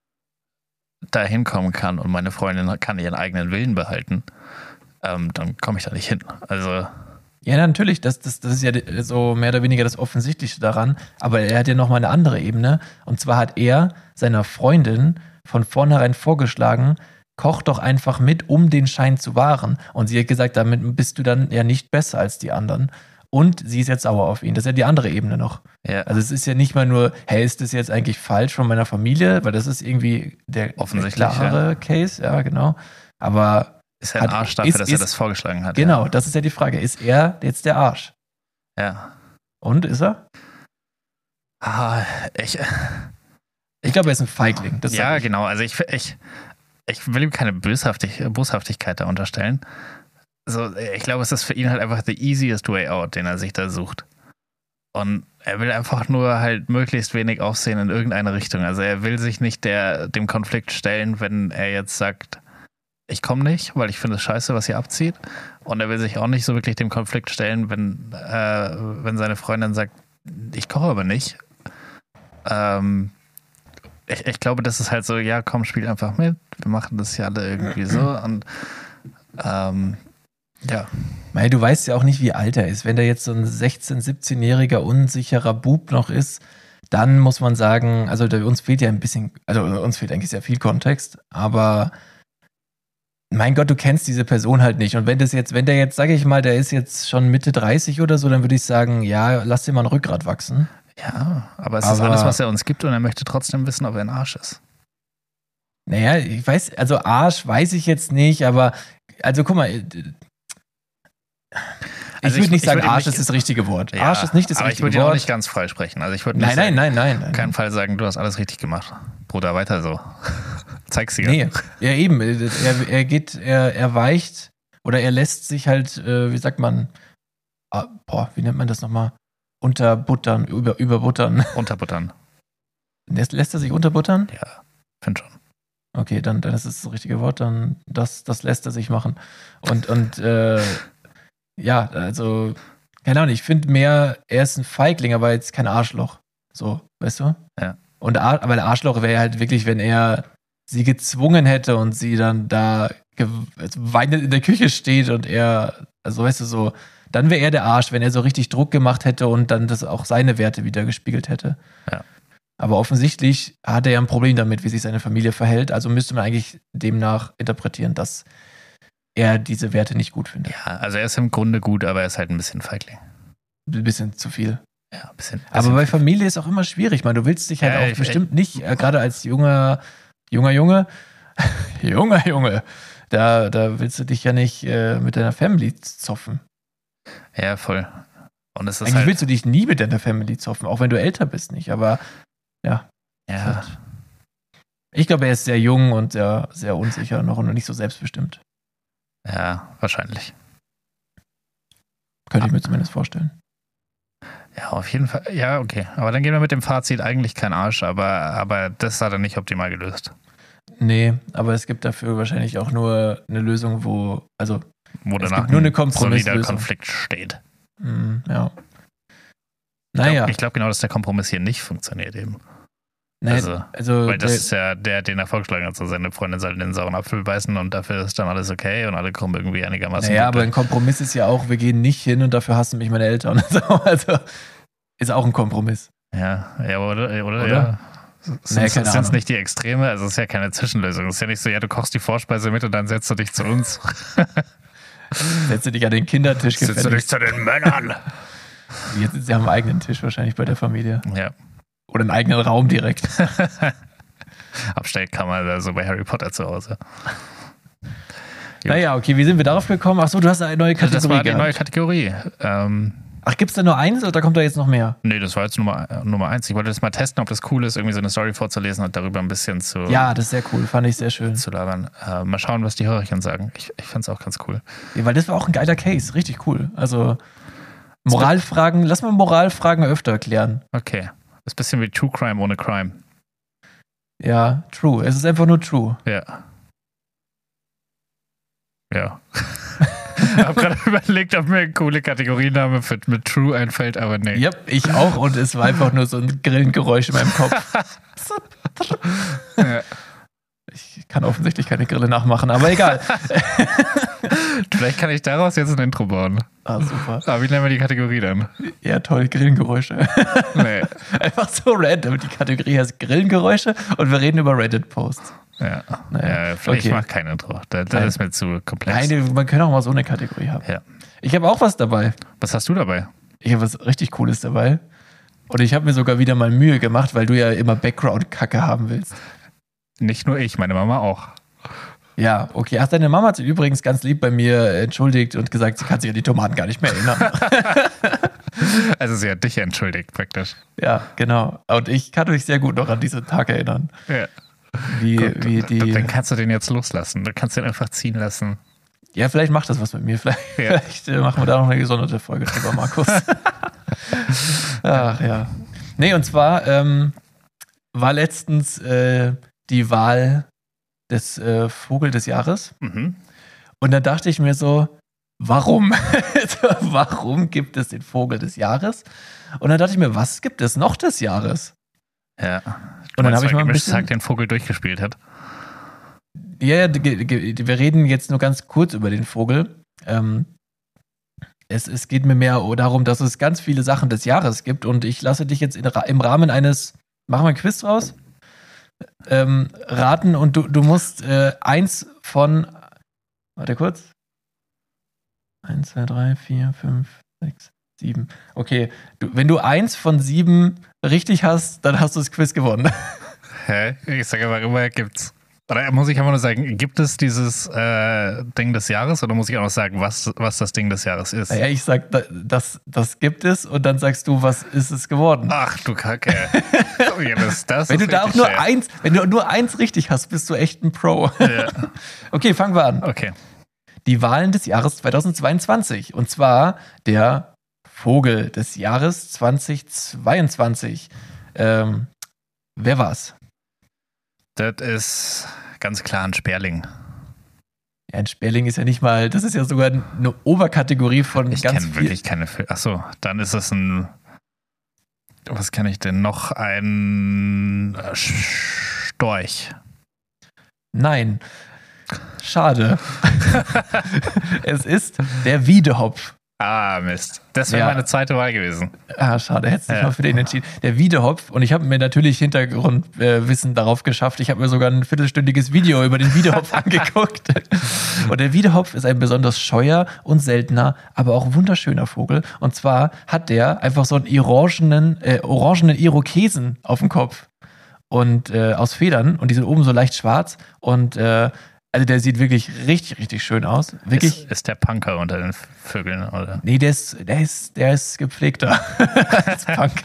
da hinkommen kann und meine Freundin kann ihren eigenen Willen behalten, ähm, dann komme ich da nicht hin. Also ja, natürlich, das, das, das ist ja so mehr oder weniger das Offensichtliche daran, aber er hat ja nochmal eine andere Ebene, und zwar hat er seiner Freundin von vornherein vorgeschlagen, koch doch einfach mit, um den Schein zu wahren, und sie hat gesagt, damit bist du dann ja nicht besser als die anderen. Und sie ist jetzt sauer auf ihn. Das ist ja die andere Ebene noch. Ja. Also es ist ja nicht mal nur, hey, ist das jetzt eigentlich falsch von meiner Familie? Weil das ist irgendwie der, der klarere ja. Case, ja, genau. Aber ist er ein Arsch dafür, ist, dass er das vorgeschlagen hat? Genau, ja. Das ist ja die Frage. Ist er jetzt der Arsch? Ja. Und, ist er? Ah, ich... Ich glaube, er ist ein Feigling. Das ja, genau. Also ich, ich, ich will ihm keine Böshaftig, Boshaftigkeit da unterstellen. So, ich glaube, es ist für ihn halt einfach the easiest way out, den er sich da sucht. Und er will einfach nur halt möglichst wenig Aufsehen in irgendeine Richtung. Also er will sich nicht der, dem Konflikt stellen, wenn er jetzt sagt, ich komme nicht, weil ich finde es scheiße, was ihr abzieht. Und er will sich auch nicht so wirklich dem Konflikt stellen, wenn, äh, wenn seine Freundin sagt, ich koche aber nicht. Ähm, ich, ich glaube, das ist halt so, ja, komm, spiel einfach mit. Wir machen das ja alle irgendwie so. Und ähm, ja. Mei, du weißt ja auch nicht, wie alt er ist. Wenn der jetzt so ein sechzehn-, siebzehnjähriger unsicherer Bub noch ist, dann muss man sagen, also da, uns fehlt ja ein bisschen, also uns fehlt eigentlich sehr viel Kontext, aber mein Gott, du kennst diese Person halt nicht. Und wenn das jetzt, wenn der jetzt, sage ich mal, der ist jetzt schon Mitte dreißig oder so, dann würde ich sagen, ja, lass dir mal ein Rückgrat wachsen. Ja, aber es Aber- ist alles, was er uns gibt und er möchte trotzdem wissen, ob er ein Arsch ist. Naja, ich weiß, also Arsch weiß ich jetzt nicht, aber also guck mal, ich Also würde ich- nicht ich sagen, würd ihm Arsch nicht- ist das richtige Wort. Ja, Arsch ist nicht das aber ich richtige würde ihn auch Wort. nicht ganz freisprechen. Also ich würde Nein, nicht nein, sagen, nein, nein. auf keinen Fall sagen, du hast alles richtig gemacht. Bruder, weiter so. Zeig's dir. Nee, ja eben. Er, er geht, er, er weicht oder er lässt sich halt, äh, wie sagt man, ah, boah, wie nennt man das nochmal? Unterbuttern, über, überbuttern. Unterbuttern. Lässt, lässt er sich unterbuttern? Ja, find schon. Okay, dann, dann ist es das richtige Wort, dann das, das lässt er sich machen. Und, und äh, ja, also, keine Ahnung, ich finde mehr, er ist ein Feigling, aber jetzt kein Arschloch. So, weißt du? Ja. Und Ar- aber der Arschloch wäre halt wirklich, wenn er sie gezwungen hätte und sie dann da ge- weinend in der Küche steht und er, also weißt du, so, dann wäre er der Arsch, wenn er so richtig Druck gemacht hätte und dann das auch seine Werte wieder gespiegelt hätte. Ja. Aber offensichtlich hat er ja ein Problem damit, wie sich seine Familie verhält. Also müsste man eigentlich demnach interpretieren, dass er diese Werte nicht gut findet. Ja, also er ist im Grunde gut, aber er ist halt ein bisschen Feigling. Ein bisschen zu viel. Ja, ein bisschen. Aber bei Familie ist auch immer schwierig. Man, du willst dich halt Ja, auch ich- bestimmt nicht, äh, gerade als junger, junger Junge, junger Junge, da, da willst du dich ja nicht äh, mit deiner Family zoffen. Ja, voll. Und es ist Eigentlich halt, willst du dich nie mit deiner Family zoffen, auch wenn du älter bist, nicht. Aber ja, ja, ich glaube, er ist sehr jung und sehr, sehr unsicher noch und nicht so selbstbestimmt. ja, wahrscheinlich. Könnte ich mir zumindest vorstellen. Ja, auf jeden Fall. Ja, okay. Aber dann gehen wir mit dem Fazit eigentlich kein Arsch, aber, aber das hat er nicht optimal gelöst. Nee, aber es gibt dafür wahrscheinlich auch nur eine Lösung, wo, also, Wo Es danach gibt nur eine ein solider Kompromisslösung. Konflikt steht. mh, ja. Ich Naja, glaube glaub genau, dass der Kompromiss hier nicht funktioniert eben. nee, also, also, Weil das der, ist ja der, den er vorgeschlagen hat. So seine Freundin soll den sauren Apfel beißen und dafür ist dann alles okay und alle kommen irgendwie einigermaßen naja, gut aber durch. ein Kompromiss ist ja auch, wir gehen nicht hin und dafür hassen mich meine Eltern. So, also, ist auch ein Kompromiss. Ja, ja, oder? Oder? Oder? Ja. Nee, Sind keine es Ahnung. nicht die Extreme? Also es ist ja keine Zwischenlösung. Es ist ja nicht so, ja, du kochst die Vorspeise mit und dann setzt du dich zu uns. Setze dich an den Kindertisch Setzt du dich gefälligst. zu den Männern. Jetzt, sie haben einen eigenen Tisch wahrscheinlich bei der Familie. Ja. Oder einen eigenen Raum direkt. Abstellkammer, also bei Harry Potter zu Hause. Naja, okay, wie sind wir darauf gekommen? Achso, du hast eine neue Kategorie Das war die gehabt. neue Kategorie. Ähm, Ach, gibt's da nur eins oder kommt da jetzt noch mehr? nee, das war jetzt Nummer, äh, Nummer eins. Ich wollte das mal testen, ob das cool ist, irgendwie so eine Story vorzulesen und darüber ein bisschen zu, Ja, das ist sehr cool, fand ich sehr schön. zu labern. Äh, mal schauen, was die Hörerchen sagen. Ich, ich fand es auch ganz cool. Ja, weil das war auch ein geiler Case, richtig cool. Also Moralfragen, lass mal Moralfragen öfter klären. Okay. Ist ein bisschen wie True Crime ohne Crime. Ja, true. Es ist einfach nur true. Ja. Ja. Ich habe gerade überlegt, ob mir ein cooler Kategoriename für, mit True einfällt, aber nee. Ja, ich auch und es war einfach nur so ein Grillengeräusch in meinem Kopf. Ja. Ich kann offensichtlich keine Grille nachmachen, aber egal. Vielleicht kann ich daraus jetzt ein Intro bauen. Ah, super. Aber wie nennen wir die Kategorie dann? Ja, toll, Grillengeräusche. Nee. Einfach so random. Die Kategorie heißt Grillengeräusche und wir reden über Reddit-Posts. Ja. Naja, ja vielleicht okay. mache kein Intro. Das, das Nein. ist mir zu komplex. Nein, man kann auch mal so eine Kategorie haben. Ja. Ich habe auch was dabei. Was hast du dabei? Ich habe was richtig Cooles dabei. Und ich habe mir sogar wieder mal Mühe gemacht, weil du ja immer Background-Kacke haben willst. Nicht nur ich, meine Mama auch. Ja, okay. Ach, deine Mama hat sich übrigens ganz lieb bei mir entschuldigt und gesagt, sie kann sich an die Tomaten gar nicht mehr erinnern. Also sie hat dich entschuldigt praktisch. Ja, genau. Und ich kann mich sehr gut noch an diesen Tag erinnern. Ja. Wie, Gut, wie die. dann kannst du den jetzt loslassen. Du kannst den einfach ziehen lassen. Ja, vielleicht macht das was mit mir. Vielleicht, Ja. vielleicht äh, machen wir da noch eine gesonderte Folge drüber, Markus. Ach ja. Nee, und zwar ähm, war letztens äh, die Wahl des äh, Vogel des Jahres. Mhm. Und dann dachte ich mir so, warum? Warum gibt es den Vogel des Jahres? Und dann dachte ich mir, was gibt es noch des Jahres? Ja. Und dann habe ich mal ein bisschen... Tag den Vogel durchgespielt hat. Ja, ja, ge- ge- wir reden jetzt nur ganz kurz über den Vogel. Ähm, es, es geht mir mehr darum, dass es ganz viele Sachen des Jahres gibt und ich lasse dich jetzt in, im Rahmen eines, machen wir ein Quiz draus, ähm, raten und du, du musst äh, eins von, warte kurz, eins, zwei, drei, vier, fünf, sechs, sieben. Okay, du, wenn du eins von sieben richtig hast, dann hast du das Quiz gewonnen. Hä? Ich sage aber immer, gibt's. Oder muss ich einfach nur sagen, gibt es dieses äh, Ding des Jahres oder muss ich auch noch sagen, was, was das Ding des Jahres ist? Naja, ich sag, da- das, das gibt es und dann sagst du, was ist es geworden? Ach du Kacke. Oh, ja, das, das wenn du ist da auch richtig nur schwer. eins, wenn du nur eins richtig hast, bist du echt ein Pro. Ja. Okay, fangen wir an. Okay. Die Wahlen des Jahres zweitausendzweiundzwanzig. Und zwar der Vogel des Jahres zweitausendzweiundzwanzig. Ähm, wer war's? Das ist ganz klar ein Sperling. Ja, ein Sperling ist ja nicht mal, das ist ja sogar eine Oberkategorie von Ich ganz kenne viel. wirklich keine Vögel. Achso, dann ist es ein. Was kenne ich denn noch? Ein äh, Storch. Nein. Schade. Es ist der Wiedehopf. Ah, Mist. Das wäre Ja. meine zweite Wahl gewesen. Ah, schade, hättest du dich Ja. mal für den entschieden. Der Wiedehopf, und ich habe mir natürlich Hintergrundwissen äh, darauf geschafft. Ich habe mir sogar ein viertelstündiges Video über den Wiedehopf angeguckt. Und der Wiedehopf ist ein besonders scheuer und seltener, aber auch wunderschöner Vogel. Und zwar hat der einfach so einen orangenen, äh, orangenen Irokesen auf dem Kopf. Und äh, aus Federn. Und die sind oben so leicht schwarz. Und äh, also der sieht wirklich richtig, richtig schön aus. Wirklich. Ist, ist der Punker unter den Vögeln, oder? Nee, der ist, der ist, der ist gepflegter als Punk.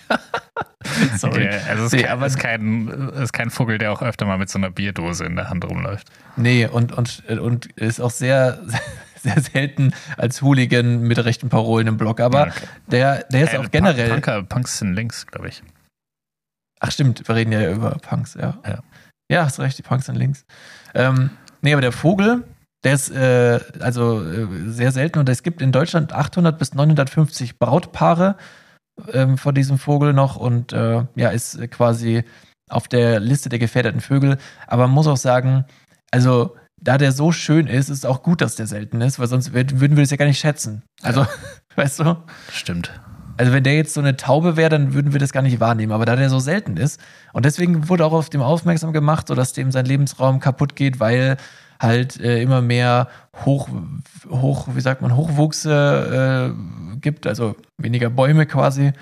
Sorry. Okay, also es ist, Nee, kein, aber- ist, kein, ist kein Vogel, der auch öfter mal mit so einer Bierdose in der Hand rumläuft. Nee, und, und, und ist auch sehr, sehr selten als Hooligan mit rechten Parolen im Blog. Aber Okay. der, der ist Äh, auch generell. Punker, Punks sind links, glaube ich. Ach, stimmt, wir reden ja über Punks, ja. Ja. Ja, hast recht, die Punks sind links. Ähm, nee, aber der Vogel, der ist äh, also äh, sehr selten und es gibt in Deutschland achthundert bis neunhundertfünfzig Brautpaare ähm, von diesem Vogel noch und äh, ja, ist äh, quasi auf der Liste der gefährdeten Vögel. Aber man muss auch sagen, also da der so schön ist, ist es auch gut, dass der selten ist, weil sonst wär- würden wir das ja gar nicht schätzen. Also, weißt du? Stimmt. Also wenn der jetzt so eine Taube wäre, dann würden wir das gar nicht wahrnehmen. Aber da der so selten ist und deswegen wurde auch auf dem aufmerksam gemacht, so dass dem sein Lebensraum kaputt geht, weil halt äh, immer mehr hoch, hoch, wie sagt man, Hochwuchse äh, gibt, also weniger Bäume quasi.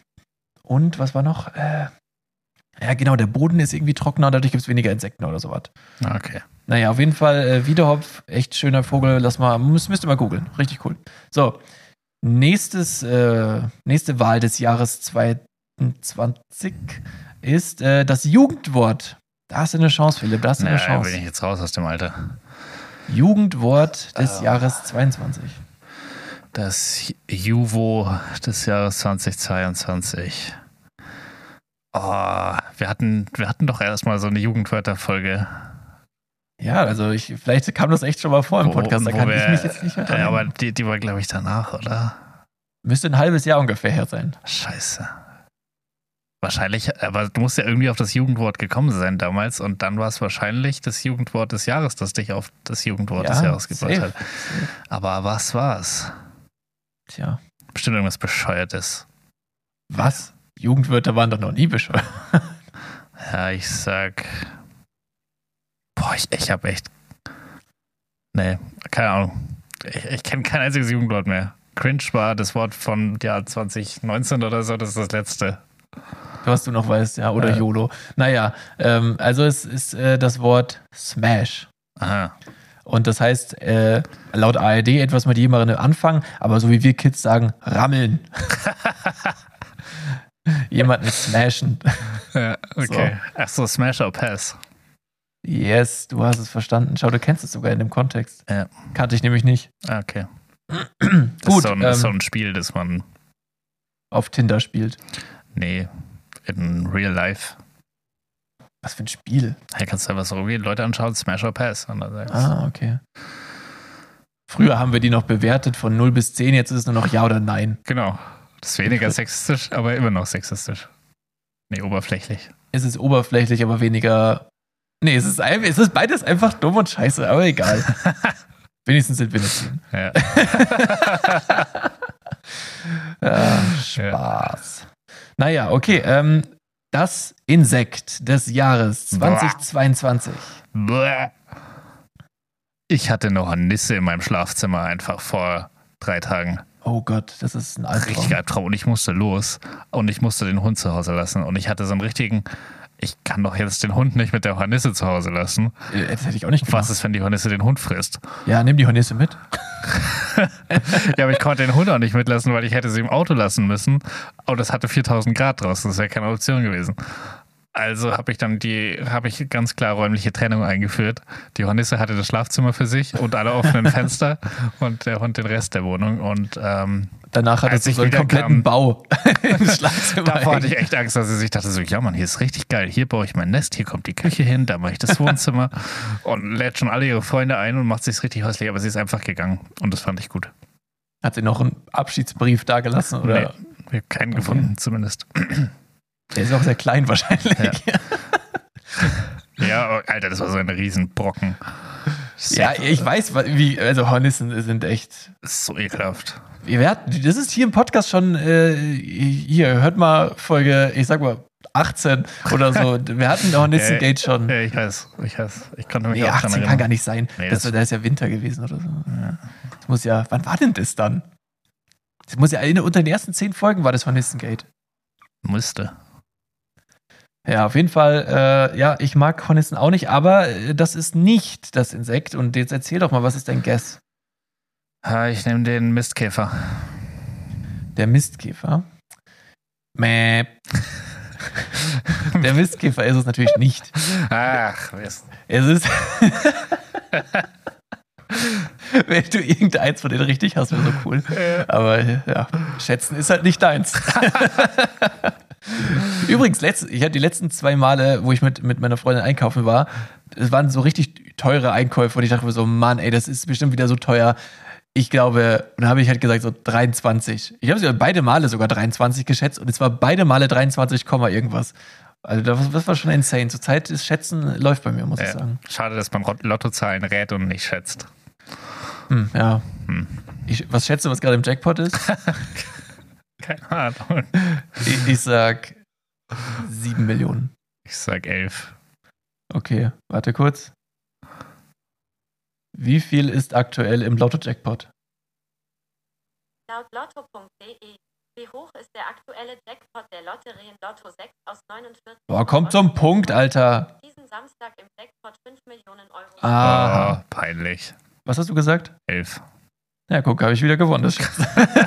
Und was war noch? Äh, ja genau, der Boden ist irgendwie trockener, dadurch gibt es weniger Insekten oder sowas. Okay. Naja, auf jeden Fall äh, Wiedehopf, echt schöner Vogel. Lass mal, müsst, müsst ihr mal googeln. Richtig cool. So, nächstes, äh, nächste Wahl des Jahres zweitausendzwanzig ist äh, das Jugendwort. Da hast du eine Chance, Philipp, da hast du eine Naja, bin Chance. ich jetzt raus aus dem Alter. Jugendwort des Jahres zweiundzwanzig. Das Juvo des Jahres zweitausendzweiundzwanzig. Oh, wir hatten, wir hatten doch erstmal so eine Jugendwörterfolge. Ja, also ich, vielleicht kam das echt schon mal vor im Wo- Podcast, da wo kann wir- ich mich jetzt nicht mehr dran Ja, aber erinnern. die, die war, glaube ich, danach, oder? Müsste ein halbes Jahr ungefähr her sein. Scheiße. Wahrscheinlich, aber du musst ja irgendwie auf das Jugendwort gekommen sein damals und dann war es wahrscheinlich das Jugendwort des Jahres, das dich auf das Jugendwort des Ja, Jahres gebracht safe. hat. Aber was war's? Tja, Bestimmt irgendwas Bescheuertes. was? Jugendwörter waren doch noch nie bescheuert. Ja, ich sag. Boah, ich, ich hab echt. Nee, keine Ahnung. Ich, ich kenne kein einziges Jugendwort mehr. Cringe war das Wort von Jahr zwanzig neunzehn oder so, das ist das letzte. Was du noch weißt, ja, oder Ja. YOLO. Naja, ähm, also es ist äh, das Wort Smash. Aha. Und das heißt, äh, laut A R D etwas mit jemandem anfangen, aber so wie wir Kids sagen, rammeln. Jemanden smashen. Ja, okay. Ach so, Smash or Pass. Yes, du hast es verstanden. Schau, du kennst es sogar in dem Kontext. Ja. Kannte ich nämlich nicht. Ah, okay. Das Gut, ist so ein, ähm, so ein Spiel, das man. auf Tinder spielt. Nee, in real life. Was für ein Spiel? Hey, kannst du einfach so irgendwie Leute anschauen, Smash or Pass. Und dann sagst, Ah, okay. Früher haben wir die noch bewertet von null bis zehn, jetzt ist es nur noch Ja oder Nein. genau. Das ist weniger sexistisch, aber immer noch sexistisch. Nee, oberflächlich. Es ist oberflächlich, aber weniger. Nee, es ist, ein, es ist beides einfach dumm und scheiße, aber egal. Wenigstens sind wir nicht ziehen. Ja. Ja, Spaß. Naja, okay. Ähm, das Insekt des Jahres zweitausendzweiundzwanzig. Bäh. Ich hatte noch eine Nisse in meinem Schlafzimmer einfach vor drei Tagen. Oh Gott, das ist ein Albtraum. Richtig Albtraum. Und ich musste los. Und ich musste den Hund zu Hause lassen. Und ich hatte so einen richtigen, ich kann doch jetzt den Hund nicht mit der Hornisse zu Hause lassen. Äh, Das hätte ich auch nicht gemacht. Was ist, wenn die Hornisse den Hund frisst? Ja, nimm die Hornisse mit. Ja, aber ich konnte den Hund auch nicht mitlassen, weil ich hätte sie im Auto lassen müssen. Und es hatte viertausend Grad draußen. Das wäre keine Option gewesen. Also habe ich dann die, habe ich ganz klar räumliche Trennung eingeführt. Die Hornisse hatte das Schlafzimmer für sich und alle offenen Fenster und der Hund den Rest der Wohnung. Und ähm, Danach hattest Als du ich so einen wieder kompletten kam- Bau im Schlafzimmer. davor hatte hängen. ich echt Angst, dass sie sich dachte so, ja Mann, hier ist richtig geil. Hier baue ich mein Nest, hier kommt die Küche hin, da mache ich das Wohnzimmer und lädt schon alle ihre Freunde ein und macht sich's richtig häuslich. Aber sie ist einfach gegangen und das fand ich gut. Hat sie noch einen Abschiedsbrief dagelassen? Oder? Nee, ich habe keinen gefunden zumindest. Der ist auch sehr klein wahrscheinlich. Ja. Ja, oh, Alter, das war so ein Riesenbrocken. Ja, ich weiß, wie, also Hornissen sind echt. Das ist so ekelhaft. Wir hatten, das ist hier im Podcast schon, äh, hier, hört mal Folge, ich sag mal, achtzehn oder so. Wir hatten Hornissen-Gate schon. Ja, ich weiß, ich weiß. Ich konnte mich Nee, auch dran achtzehn kann erinnern. gar nicht sein. Nee, das, das- da ist ja Winter gewesen oder so. Das muss ja, wann war denn das dann? Das muss ja, in, unter den ersten zehn Folgen war das Hornissen-Gate. Müsste. Ja, auf jeden Fall, äh, ja, ich mag Hornissen auch nicht, aber äh, das ist nicht das Insekt. Und jetzt erzähl doch mal, was ist dein Guess? Ha, ich nehme den Mistkäfer. Der Mistkäfer. Mäh. Der Mistkäfer ist es natürlich nicht. Ach, Mist. Es ist. Wenn du irgendeins von denen richtig hast, wäre so cool. Aber ja, schätzen ist halt nicht deins. Übrigens, letzt, ich hatte die letzten zwei Male, wo ich mit, mit meiner Freundin einkaufen war, es waren so richtig teure Einkäufe und ich dachte mir so, Mann, ey, das ist bestimmt wieder so teuer. Ich glaube, und dann habe ich halt gesagt, so dreiundzwanzig. Ich habe sie beide Male sogar dreiundzwanzig geschätzt und es war beide Male dreiundzwanzig, irgendwas. Also das, das war schon insane. Zurzeit ist Schätzen läuft bei mir, muss ich Ja. sagen. Schade, dass man Lottozahlen rät und nicht schätzt. Hm, ja. Hm. Ich, was schätzt du, was gerade im Jackpot ist? Keine Ahnung. ich, ich sag sieben Millionen. Ich sag elf. Okay, warte kurz. Wie viel ist aktuell im Lotto-Jackpot? Laut lotto punkt de. Wie hoch ist der aktuelle Jackpot der Lotterien Lotto sechs aus neunundvierzig? Boah, kommt zum Punkt, Alter. Diesen Samstag im Jackpot fünf Millionen Euro. Ah, Oh, peinlich. was hast du gesagt? elf. Ja, guck, habe ich wieder gewonnen. Das, Schatz.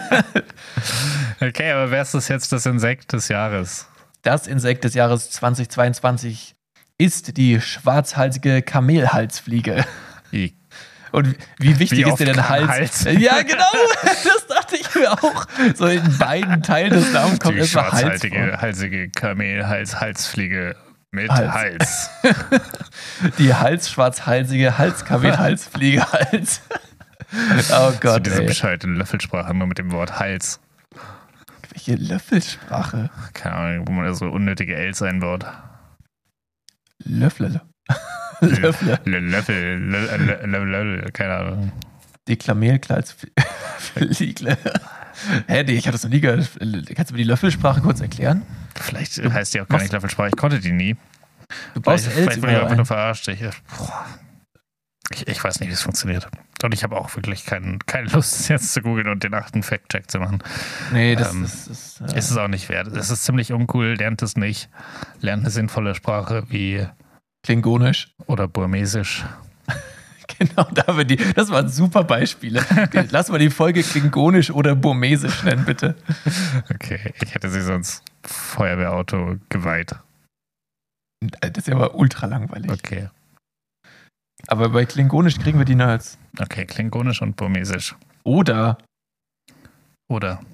Okay, aber wer ist das jetzt das Insekt des Jahres? das Insekt des Jahres zweitausendzweiundzwanzig ist die schwarzhalsige Kamelhalsfliege. I. Und wie wichtig Wie ist oft dir denn kann Hals? Hals? Ja, genau. Das dachte ich mir auch. So in beiden Teilen des Namens kommt Die erstmal Hals schwarzhaltige, vor. halsige Kamelhals, Halsfliege mit Hals. Hals. Die halsschwarzhalsige Halskamelhalsfliege Hals. Oh So Gott, diese ey. bescheuerte Löffelsprache nur mit dem Wort Hals. Welche Löffelsprache? Keine Ahnung, wo man da so unnötige Ls einbaut. Löffle. Löffle. L Löffel, Lö- Lö- Lö- Lö- keine Ahnung. Die Klamelhalsfliege. Hä, nee, ich habe das noch nie gehört. Kannst du mir die Löffelsprache kurz erklären? Vielleicht heißt die auch gar nicht Löffelsprache. Ich konnte die nie. Du baust Vielleicht, Ls vielleicht wurde ich überall einfach nur ein. verarscht. Ich, boah. ich, ich weiß nicht, wie es funktioniert. Und ich habe auch wirklich kein, keine Lust, jetzt zu googeln und den achten Fact-Check zu machen. Nee, das Ähm, ist... Das, äh, Ist es auch nicht wert. Es ist ziemlich uncool. Lernt es nicht. Lernt eine sinnvolle Sprache wie klingonisch. oder Burmesisch. Genau, da haben wir die. Das waren super Beispiele. Lass mal die Folge klingonisch oder burmesisch nennen, bitte. Okay, ich hätte sie sonst Feuerwehrauto geweiht. Das ist ja aber ultra langweilig. Okay. Aber bei klingonisch kriegen wir die Nerds. Okay, klingonisch und burmesisch. Oder Oder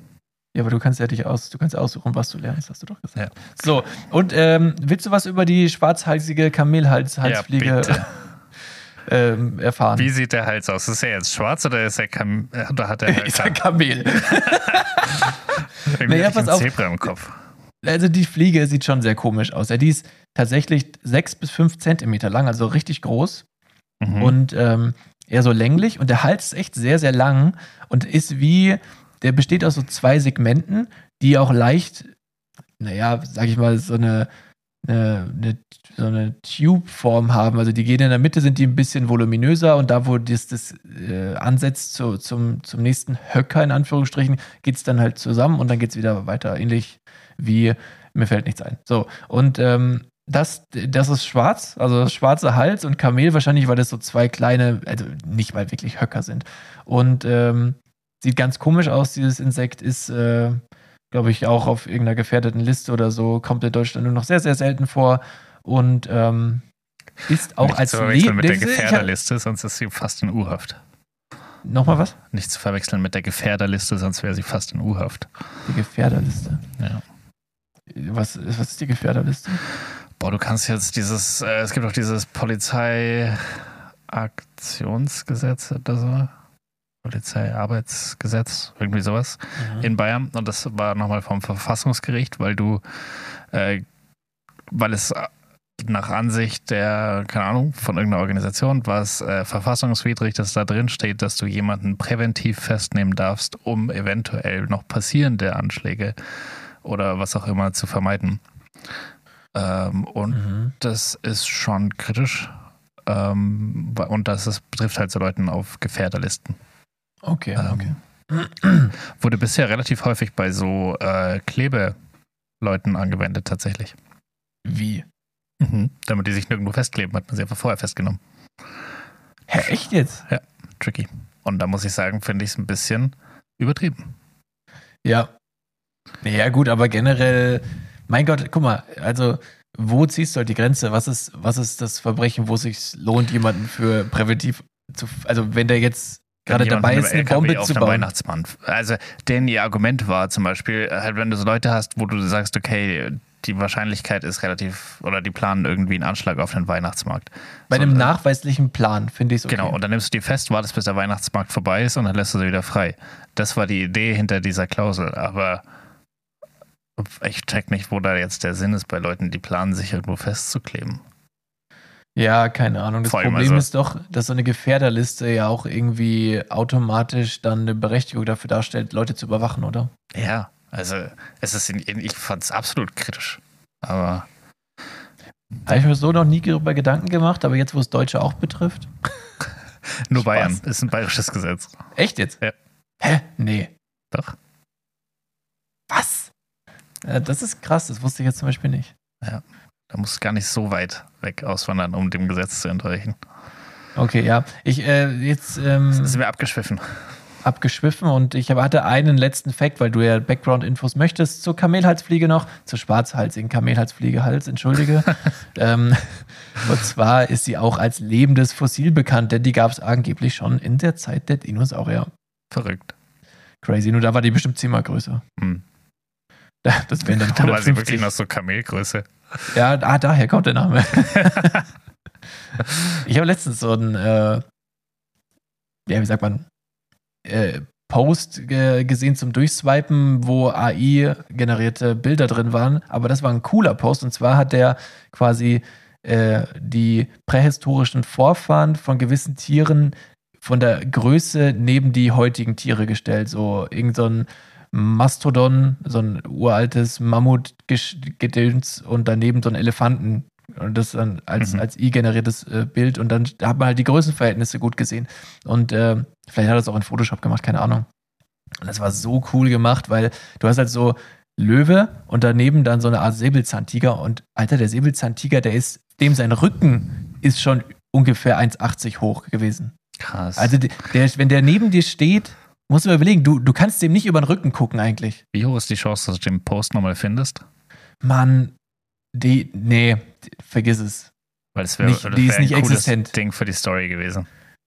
Ja, aber du kannst ja dich aus, du kannst aussuchen, was du lernst, hast du doch gesagt. Ja. So, und ähm, willst du was über die schwarzhalsige Kamelhalsfliege Ja, bitte. ähm, erfahren? Wie sieht der Hals aus? Ist er jetzt schwarz oder ist er Kam oder hat er Ist ein Kamel. irgendwie Naja, hatte ich pass einen auf. Zebra im Kopf? Also die Fliege sieht schon sehr komisch aus. Ja, die ist tatsächlich sechs bis fünf Zentimeter lang, also richtig groß Mhm. und ähm, eher so länglich. Und der Hals ist echt sehr, sehr lang und ist wie, der besteht aus so zwei Segmenten, die auch leicht, naja, sag ich mal, so eine, eine, eine so eine Tube-Form haben. Also die gehen in der Mitte, sind die ein bisschen voluminöser und da, wo das, das äh, ansetzt zu, zum, zum nächsten Höcker, in Anführungsstrichen, geht es dann halt zusammen und dann geht es wieder weiter. Ähnlich wie, mir fällt nichts ein. So, und ähm, das, das ist schwarz, also schwarzer Hals und Kamel wahrscheinlich, weil das so zwei kleine, also nicht mal wirklich Höcker sind. Und ähm, sieht ganz komisch aus, dieses Insekt ist, äh, glaube ich, auch auf irgendeiner gefährdeten Liste oder so, kommt in Deutschland nur noch sehr, sehr selten vor und ähm, ist auch Nicht als zu verwechseln mit der Leb- Ich hab- Gefährderliste, sonst ist sie fast in U-Haft. Nochmal was? Nicht zu verwechseln mit der Gefährderliste, sonst wäre sie fast in U-Haft. Die Gefährderliste. Ja. Was, was ist die Gefährderliste? Boah, du kannst jetzt dieses, äh, es gibt auch dieses Polizeiaktionsgesetz oder so. Polizeiarbeitsgesetz, irgendwie sowas Mhm. in Bayern. Und das war nochmal vom Verfassungsgericht, weil du, äh, weil es nach Ansicht der, keine Ahnung, von irgendeiner Organisation, was äh, verfassungswidrig, dass da drin steht, dass du jemanden präventiv festnehmen darfst, um eventuell noch passierende Anschläge oder was auch immer zu vermeiden. Ähm, und Mhm. das ist schon kritisch. Ähm, und das ist, betrifft halt so Leuten auf Gefährderlisten. Okay, Ähm, okay. Wurde bisher relativ häufig bei so äh, Klebeleuten angewendet, tatsächlich. Wie? Mhm. Damit die sich nirgendwo festkleben, hat man sie einfach vorher festgenommen. Hä, echt jetzt? Tricky. Und da muss ich sagen, finde ich es ein bisschen übertrieben. Ja. Ja, gut, aber generell, mein Gott, guck mal, also wo ziehst du halt die Grenze? Was ist, was ist das Verbrechen, wo es sich lohnt, jemanden für präventiv zu, also wenn der jetzt gerade Wenn jemand dabei mit ist, einem eine L K W Bombe auf zu den bauen. Weihnachtsmann. Also, denen ihr Argument war zum Beispiel, halt, wenn du so Leute hast, wo du sagst, okay, die Wahrscheinlichkeit ist relativ, oder die planen irgendwie einen Anschlag auf den Weihnachtsmarkt. Bei So, einem äh, nachweislichen Plan finde ich es okay. Genau, und dann nimmst du die fest, wartest, bis der Weihnachtsmarkt vorbei ist und dann lässt du sie wieder frei. Das war die Idee hinter dieser Klausel, aber ich check nicht, wo da jetzt der Sinn ist bei Leuten, die planen, sich irgendwo festzukleben. Ja, keine Ahnung. Das Vor allem Problem also- ist doch, dass so eine Gefährderliste ja auch irgendwie automatisch dann eine Berechtigung dafür darstellt, Leute zu überwachen, oder? Ja, also es ist, in, ich fand es absolut kritisch, aber Habe ich mir so noch nie darüber Gedanken gemacht, aber jetzt, wo es Deutsche auch betrifft. nur Spaß. Bayern ist ein bayerisches Gesetz. Echt jetzt? Ja. Hä? Nee. Doch. Was? Ja, das ist krass, das wusste ich jetzt zum Beispiel nicht. Da muss gar nicht so weit weg auswandern, um dem Gesetz zu entweichen. Okay, ja. Ich, äh, jetzt ähm, Sind wir abgeschwiffen. abgeschwiffen und ich hab- hatte einen letzten Fact, weil du ja Background-Infos möchtest, zur Kamelhalsfliege noch, zur schwarzhalsigen Kamelhalsfliegehals, entschuldige. ähm, und zwar ist sie auch als lebendes Fossil bekannt, denn die gab es angeblich schon in der Zeit der Dinosaurier. Verrückt. Crazy, nur da war die bestimmt zehnmal größer. Hm. Das wären dann Da war sie hundertfünfzig. wirklich noch so Kamelgröße. Ja, ah, daher kommt der Name. Ich habe letztens so einen, äh, ja, wie sagt man, äh, Post ge gesehen zum Durchswipen, wo A I-generierte Bilder drin waren. Aber das war ein cooler Post. Und zwar hat der quasi äh, die prähistorischen Vorfahren von gewissen Tieren von der Größe neben die heutigen Tiere gestellt. So irgend so ein Mastodon, so ein uraltes Mammutgedöns und daneben so ein Elefanten. Und das dann als, Mhm. als I generiertes äh, Bild. Und dann hat man halt die Größenverhältnisse gut gesehen. Und äh, vielleicht hat er es auch in Photoshop gemacht, keine Ahnung. Und das war so cool gemacht, weil du hast halt so Löwe und daneben dann so eine Art Säbelzahntiger. Und Alter, der Säbelzahntiger, der ist, dem sein Rücken ist schon ungefähr eins achtzig hoch gewesen. Krass. Also der, wenn der neben dir steht, musst du mal überlegen, du, du kannst dem nicht über den Rücken gucken eigentlich. Wie hoch ist die Chance, dass du den Post nochmal findest? Mann, die, nee, vergiss es. Weil es wäre Nicht- die ist nicht ein cooles existent. Ding für die Story gewesen.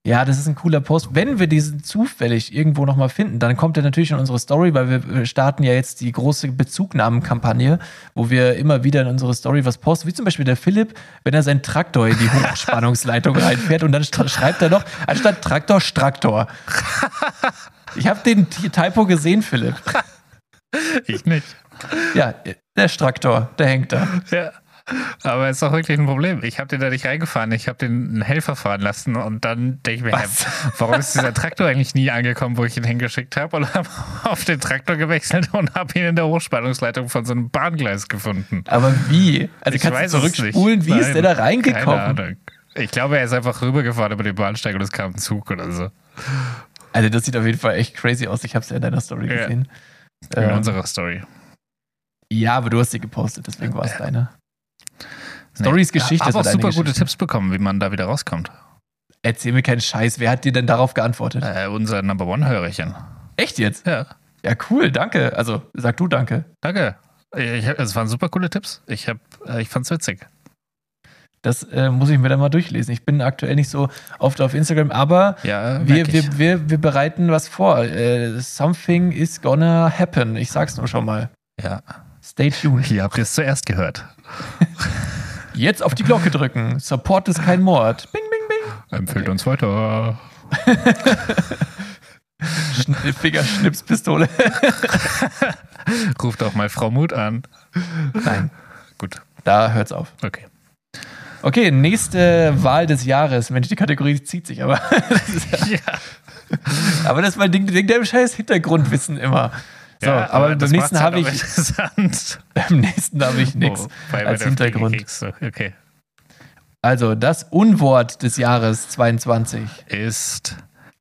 Ja, das ist ein cooler Post. Wenn wir diesen zufällig irgendwo nochmal finden, dann kommt er natürlich in unsere Story, weil wir starten ja jetzt die große Bezugnahmenkampagne, wo wir immer wieder in unsere Story was posten, wie zum Beispiel der Philipp, wenn er seinen Traktor in die Hochspannungsleitung reinfährt und dann st- schreibt er noch, anstatt Traktor, Straktor. Ich habe den T- Typo gesehen, Philipp. Ich nicht. Ja, der Straktor, der hängt da. Ja. Aber es ist auch wirklich ein Problem. Ich habe den da nicht reingefahren. Ich habe den einen Helfer fahren lassen und dann denke ich mir, Was? warum ist dieser Traktor eigentlich nie angekommen, wo ich ihn hingeschickt habe, und habe auf den Traktor gewechselt und habe ihn in der Hochspannungsleitung von so einem Bahngleis gefunden. Aber wie? Also Ich kannst weiß du es zurückspulen, nicht. wie ist Nein, der da Keine reingekommen? Ahnung. Ich glaube, er ist einfach rübergefahren über den Bahnsteig und es kam ein Zug oder so. Also das sieht auf jeden Fall echt crazy aus. Ich habe es ja in deiner Story Ja. gesehen. In Ähm, unserer Story. Ja, aber du hast sie gepostet, deswegen war es Ja. deine. Stories Geschichte. Ich habe das auch wird eine super gute Geschichte. Tipps bekommen, wie man da wieder rauskommt. Erzähl mir keinen Scheiß. Wer hat dir denn darauf geantwortet? Äh, unser Number One-Hörerchen. Echt jetzt? Ja. Ja, cool, danke. Also, sag du danke. Danke. Ich, es waren super coole Tipps. Ich, hab, äh, ich fand's witzig. Das äh, muss ich mir dann mal durchlesen. Ich bin aktuell nicht so oft auf Instagram, aber Ja, wir, merk ich. wir, wir, wir bereiten was vor. Äh, something is gonna happen. Ich sag's nur schon mal. Ja. Stay tuned. Hier habt ihr es zuerst gehört. Jetzt auf die Glocke drücken. Support ist kein Mord. Bing, bing, bing. Empfehlt uns weiter. Schn- Fingerschnipspistole. Ruft auch mal Frau Mut an. Nein, Gut, da hört's auf. okay. Okay, nächste Wahl des Jahres. Mensch, die Kategorie zieht sich, aber das ist, Ja, aber das ist mein Ding, Ding der scheiß Hintergrundwissen immer. So, ja, aber beim das nächsten macht's habe halt ich, auch interessant. beim nächsten habe ich nichts Oh, weil als wir auf die Hintergrund. kriegst du. Okay. Also, das Unwort des Jahres zweiundzwanzig. Ist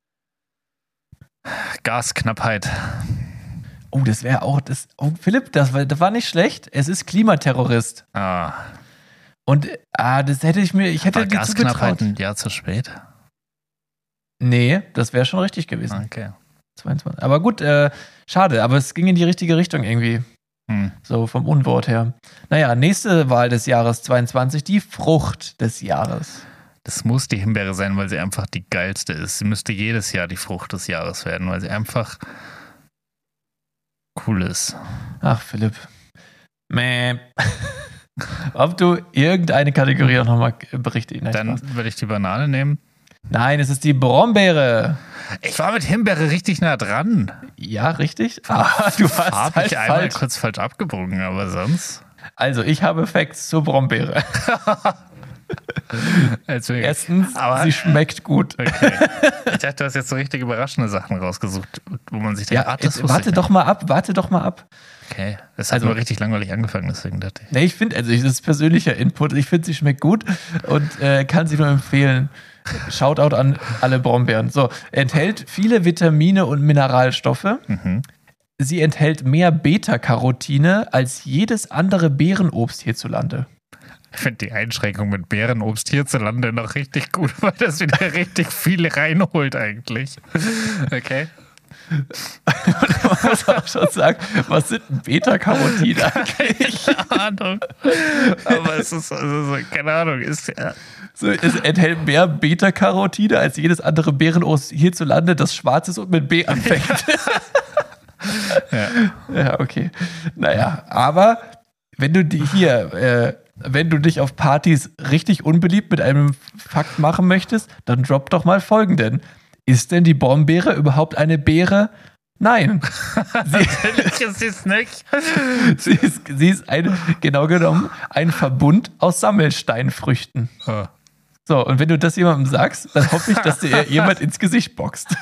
Gasknappheit. Oh, das wäre auch das. Oh, Philipp, das war, das war nicht schlecht. Es ist Klimaterrorist. Ah, Und ah, das hätte ich mir, ich hätte war dir Gasknappheit zugetraut. ein Jahr zu spät? Nee, das wäre schon richtig gewesen. Okay. zweiundzwanzig. Aber gut, äh, schade, aber es ging in die richtige Richtung irgendwie. Hm. So vom Unwort her. Naja, nächste Wahl des Jahres zweiundzwanzig, die Frucht des Jahres. Das muss die Himbeere sein, weil sie einfach die geilste ist. Sie müsste jedes Jahr die Frucht des Jahres werden, weil sie einfach cool ist. Ach, Philipp. Mäh. Ob du irgendeine Kategorie auch nochmal berichte. Nein, Dann Spaß. würde ich die Banane nehmen. Nein, es ist die Brombeere. Ich war mit Himbeere richtig nah dran. Ja, richtig. Ah, du hast Habe halt ich einmal falsch. kurz falsch abgebogen, aber sonst. Also, ich habe Facts zur Brombeere. Also, Erstens, aber, sie schmeckt gut. okay. Ich dachte, du hast jetzt so richtig überraschende Sachen rausgesucht, wo man sich denkt, Ja, ah, das jetzt, wusste warte ich doch mal ab, warte doch mal ab. nicht. Okay, es hat Also- nur richtig langweilig angefangen, deswegen dachte ich. Nee, ich finde, also das ist persönlicher Input. Ich finde, sie schmeckt gut und äh, kann sie nur empfehlen. Shoutout an alle Brombeeren. So, enthält viele Vitamine und Mineralstoffe. Mhm. Sie enthält mehr Beta-Carotine als jedes andere Beerenobst hierzulande. Ich finde die Einschränkung mit Beerenobst hierzulande noch richtig gut, weil das wieder richtig viel reinholt eigentlich. Okay. Man muss auch schon sagen, was sind denn Beta-Carotine eigentlich? Keine Ahnung. Aber es ist, also so, keine Ahnung, ist ja. So, es enthält mehr Beta-Carotine als jedes andere Beerenobst hierzulande, das schwarz ist und mit B anfängt. Ja. Ja, okay. Naja, aber wenn du die hier, äh, wenn du dich auf Partys richtig unbeliebt mit einem Fakt machen möchtest, dann drop doch mal folgenden. Ist denn die Brombeere überhaupt eine Beere? Nein. Sie, Natürlich ist es nicht. sie, ist, sie ist ein, genau genommen ein Verbund aus Sammelsteinfrüchten. Oh. So, und wenn du das jemandem sagst, dann hoffe ich, dass dir jemand ins Gesicht boxt.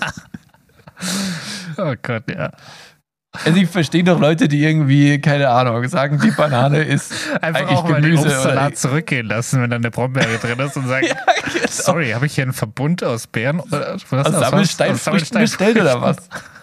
Oh Gott, ja. Also ich verstehe doch Leute, die irgendwie, keine Ahnung, sagen, die Banane ist Einfach eigentlich auch mal den Gemüse. Obstsalat Oder, zurückgehen lassen, wenn dann eine Brombeere drin ist und sagen, ja, genau. sorry, habe ich hier einen Verbund aus Beeren? Oder, was, Aus Sammelsteinfrüchten bestellt oder was?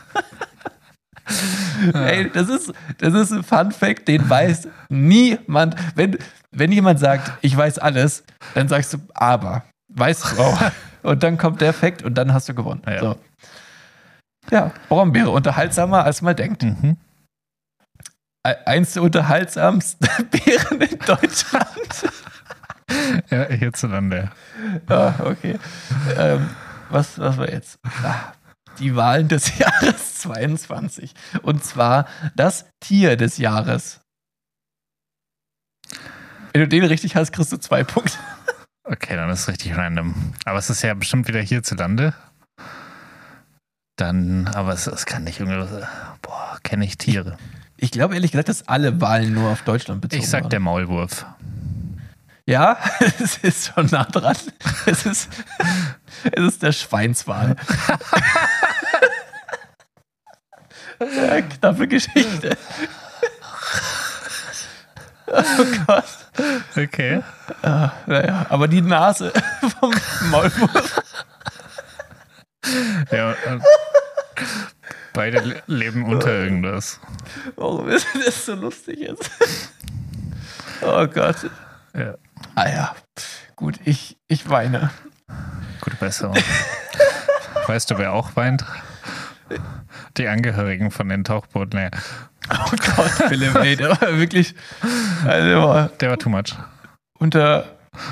Ey, das ist, das ist ein Fun-Fact, den weiß niemand. Wenn, wenn jemand sagt, ich weiß alles, dann sagst du, aber, weißt du auch. Und dann kommt der Fact und dann hast du gewonnen. Ja. So. Ja, Brombeere, unterhaltsamer als man denkt. Mhm. E- Eins der unterhaltsamsten Beeren in Deutschland. Ja, hierzulande. Ah, okay. Ähm, was, was war jetzt? Ah, die Wahlen des Jahres zweiundzwanzig. Und zwar das Tier des Jahres. Wenn du den richtig hast, kriegst du zwei Punkte. Okay, dann ist es richtig random. Aber es ist ja bestimmt wieder hierzulande. Dann, aber es, es kann nicht irgendwie. Boah, kenne ich Tiere. Ich glaube ehrlich gesagt, dass alle Wahlen nur auf Deutschland bezogen Ich sag waren. der Maulwurf. Ja, es ist schon nah dran. Es ist, es ist der Schweinswal. Ja, knappe Geschichte. Oh Gott. Okay. Ah, naja, aber die Nase vom Maulwurf. Ja, und beide le- leben unter irgendwas. Warum ist das so lustig jetzt? Oh Gott. Ja, Ah ja, gut, ich, ich weine. gute Besserung. Weißt du, wer auch weint? Die Angehörigen von den Tauchbooten. Nee, Oh Gott, Philipp, ey, der war wirklich also, der war too much. unter,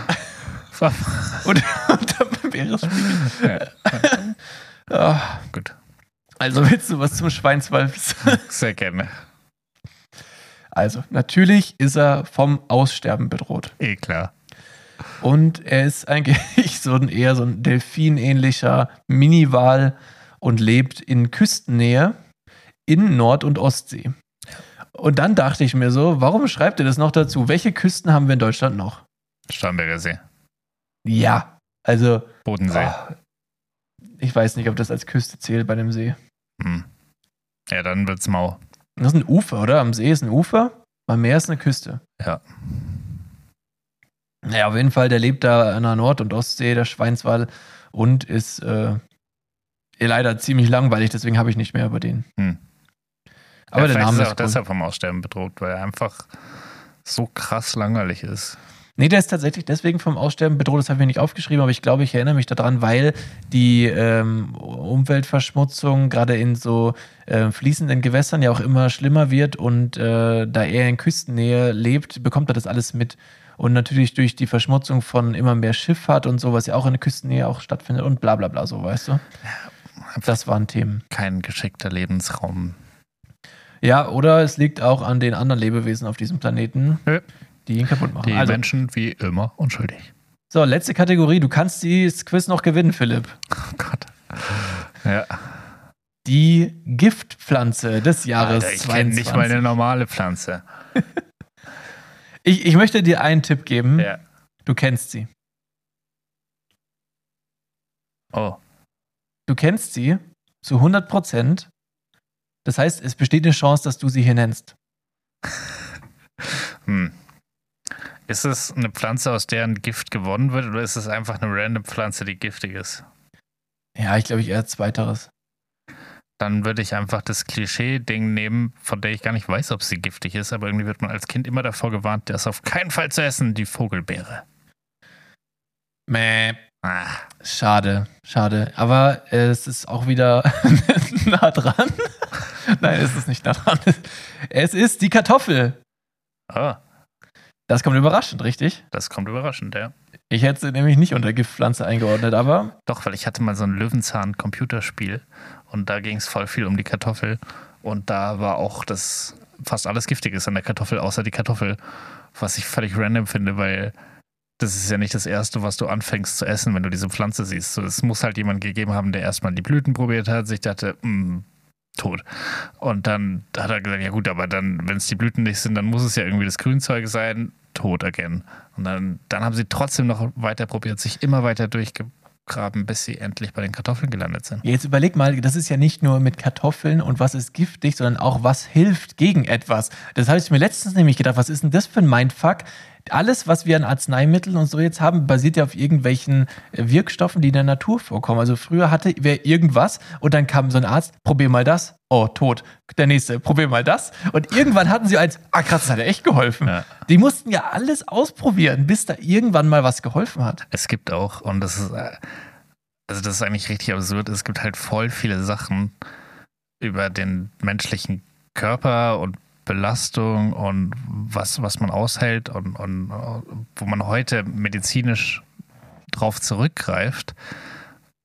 unter, unter Meeresspiegel. Ja, Ah, gut. also willst du was zum Schweinswal wissen? Sehr gerne. Also, natürlich ist er vom Aussterben bedroht. Eh klar. Und er ist eigentlich so ein eher so ein delfinähnlicher Miniwal und lebt in Küstennähe in Nord- und Ostsee. Und dann dachte ich mir so, warum schreibt ihr das noch dazu? Welche Küsten haben wir in Deutschland noch? Starnberger See. Ja, also Bodensee. oh, ich weiß nicht, ob das als Küste zählt bei dem See. Hm. Ja, dann wird's mau. Das ist ein Ufer, oder? Am See ist ein Ufer, beim Meer ist eine Küste. Ja. Naja, auf jeden Fall, der lebt da an der Nord- und Ostsee, der Schweinswal, und ist äh, leider ziemlich langweilig, deswegen habe ich nicht mehr über den. Hm. Aber ja, der vielleicht Name ist er ist auch cool. deshalb vom Aussterben bedroht, weil er einfach so krass langweilig ist. Nee, der ist tatsächlich deswegen vom Aussterben bedroht, das habe ich mir nicht aufgeschrieben, aber ich glaube, ich erinnere mich daran, weil die ähm, Umweltverschmutzung gerade in so äh, fließenden Gewässern ja auch immer schlimmer wird und äh, da er in Küstennähe lebt, bekommt er das alles mit. Und natürlich durch die Verschmutzung von immer mehr Schifffahrt und so, was ja auch in der Küstennähe auch stattfindet und bla bla bla, so, weißt du? Das waren Themen. Kein geschickter Lebensraum. Ja, oder es liegt auch an den anderen Lebewesen auf diesem Planeten, Nö. die ihn kaputt machen. Die Also, Menschen wie immer unschuldig. so, letzte Kategorie. Du kannst dieses Quiz noch gewinnen, Philipp. Oh Gott. Ja. Die Giftpflanze des Jahres Alter, ich kenne nicht mal eine normale Pflanze. Ich, ich möchte dir einen Tipp geben. Ja. Du kennst sie. Oh. Du kennst sie zu hundert Prozent. Das heißt, es besteht eine Chance, dass du sie hier nennst. Hm. Ist es eine Pflanze, aus der ein Gift gewonnen wird, oder ist es einfach eine random Pflanze, die giftig ist? Ja, ich glaube, ich eher Zweiteres. Dann würde ich einfach das Klischee-Ding nehmen, von der ich gar nicht weiß, ob sie giftig ist, aber irgendwie wird man als Kind immer davor gewarnt, das auf keinen Fall zu essen, die Vogelbeere. Mäh. Ah, Schade, schade. Aber äh, es ist auch wieder nah dran. Nein, es ist nicht nah dran. Es ist die Kartoffel. oh, Das kommt überraschend, richtig? das kommt überraschend, ja. Ich hätte sie nämlich nicht unter Giftpflanze eingeordnet, aber Doch, weil ich hatte mal so ein Löwenzahn-Computerspiel und da ging es voll viel um die Kartoffel und da war auch das fast alles Giftiges an der Kartoffel, außer die Kartoffel, was ich völlig random finde, weil das ist ja nicht das Erste, was du anfängst zu essen, wenn du diese Pflanze siehst. So, es muss halt jemand gegeben haben, der erstmal die Blüten probiert hat, sich dachte, mh, tot. Und dann hat er gesagt, ja gut, aber dann, wenn es die Blüten nicht sind, dann muss es ja irgendwie das Grünzeug sein, tot again. Und dann, dann haben sie trotzdem noch weiter probiert, sich immer weiter durchgegraben, bis sie endlich bei den Kartoffeln gelandet sind. jetzt überleg mal, das ist ja nicht nur mit Kartoffeln und was ist giftig, sondern auch was hilft gegen etwas. Das habe ich mir letztens nämlich gedacht, was ist denn das für ein Mindfuck? Alles, was wir an Arzneimitteln und so jetzt haben, basiert ja auf irgendwelchen Wirkstoffen, die in der Natur vorkommen. Also früher hatte wer irgendwas und dann kam so ein Arzt, probier mal das, oh, tot. Der nächste, probier mal das. Und irgendwann hatten sie als, ah krass, das hat ja echt geholfen. Ja. Die mussten ja alles ausprobieren, bis da irgendwann mal was geholfen hat. Es gibt auch, und das ist, äh, also das ist eigentlich richtig absurd, es gibt halt voll viele Sachen über den menschlichen Körper und Belastung und was, was man aushält und, und wo man heute medizinisch drauf zurückgreift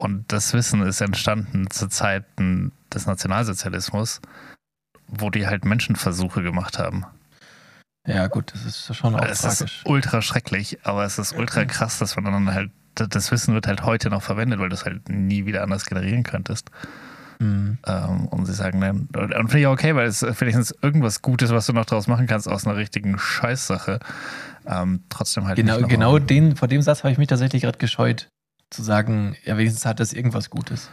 Und das Wissen ist entstanden zu Zeiten des Nationalsozialismus, wo die halt Menschenversuche gemacht haben. Ja, gut, das ist schon auch Es tragisch. ist ultra schrecklich, aber es ist ultra krass, dass man dann halt, das Wissen wird halt heute noch verwendet, weil du es halt nie wieder anders generieren könntest. Mhm. Ähm, und sie sagen dann, und finde ich auch okay, weil es wenigstens irgendwas Gutes, was du noch draus machen kannst aus einer richtigen Scheißsache. Ähm, trotzdem halt Genau, nicht noch genau den, vor dem Satz habe ich mich tatsächlich gerade gescheut, zu sagen, ja, wenigstens hat das irgendwas Gutes.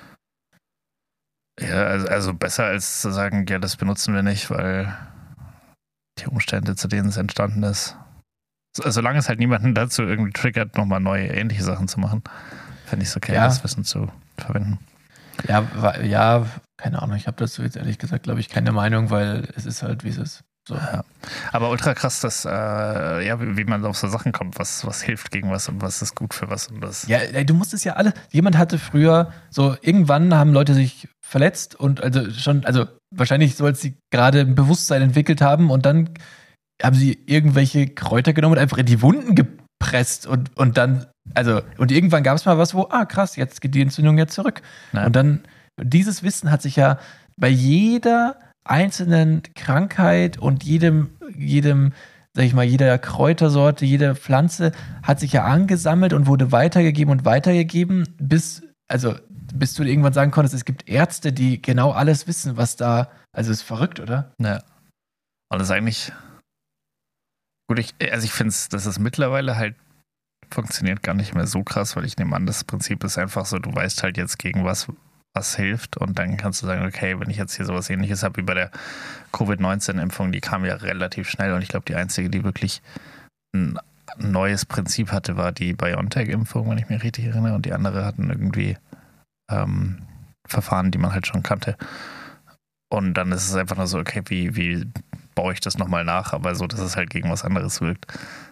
Ja, also, also besser als zu sagen, ja, das benutzen wir nicht, weil die Umstände, zu denen es entstanden ist. So, solange es halt niemanden dazu irgendwie triggert, nochmal neue, ähnliche Sachen zu machen, finde ich es okay, Ja. das Wissen zu verwenden. Ja, wa- ja, keine Ahnung, ich habe dazu jetzt ehrlich gesagt, glaube ich, keine Meinung, weil es ist halt, wie es ist. So. Ja. Aber ultra krass, dass, äh, ja, wie, wie man auf so Sachen kommt, was, was hilft gegen was und was ist gut für was und das. Ja, ey, du musstest ja alle, jemand hatte früher, so irgendwann haben Leute sich verletzt und also schon, also wahrscheinlich so, als sie gerade ein Bewusstsein entwickelt haben und dann haben sie irgendwelche Kräuter genommen und einfach in die Wunden gepresst und, und dann, also, und irgendwann gab es mal was, wo, ah krass, jetzt geht die Entzündung ja zurück. Ja. Und dann, dieses Wissen hat sich ja bei jeder einzelnen Krankheit und jedem, jedem, sag ich mal, jeder Kräutersorte, jede Pflanze hat sich ja angesammelt und wurde weitergegeben und weitergegeben, bis, also, bis du irgendwann sagen konntest, es gibt Ärzte, die genau alles wissen, was da, also ist verrückt, oder? Ja. Und das ist eigentlich, gut, ich, also ich finde es, dass es mittlerweile halt funktioniert gar nicht mehr so krass, weil ich nehme an, das Prinzip ist einfach so, du weißt halt jetzt gegen was, was hilft und dann kannst du sagen, okay, wenn ich jetzt hier sowas Ähnliches habe wie bei der Covid neunzehn Impfung, die kam ja relativ schnell und ich glaube, die einzige, die wirklich ein neues Prinzip hatte, war die BioNTech-Impfung, wenn ich mich richtig erinnere, und die andere hatten irgendwie ähm, Verfahren, die man halt schon kannte. Und dann ist es einfach nur so, okay, wie, wie baue ich das nochmal nach, aber so, dass es halt gegen was anderes wirkt.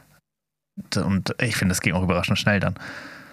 Und ich finde, es ging auch überraschend schnell dann.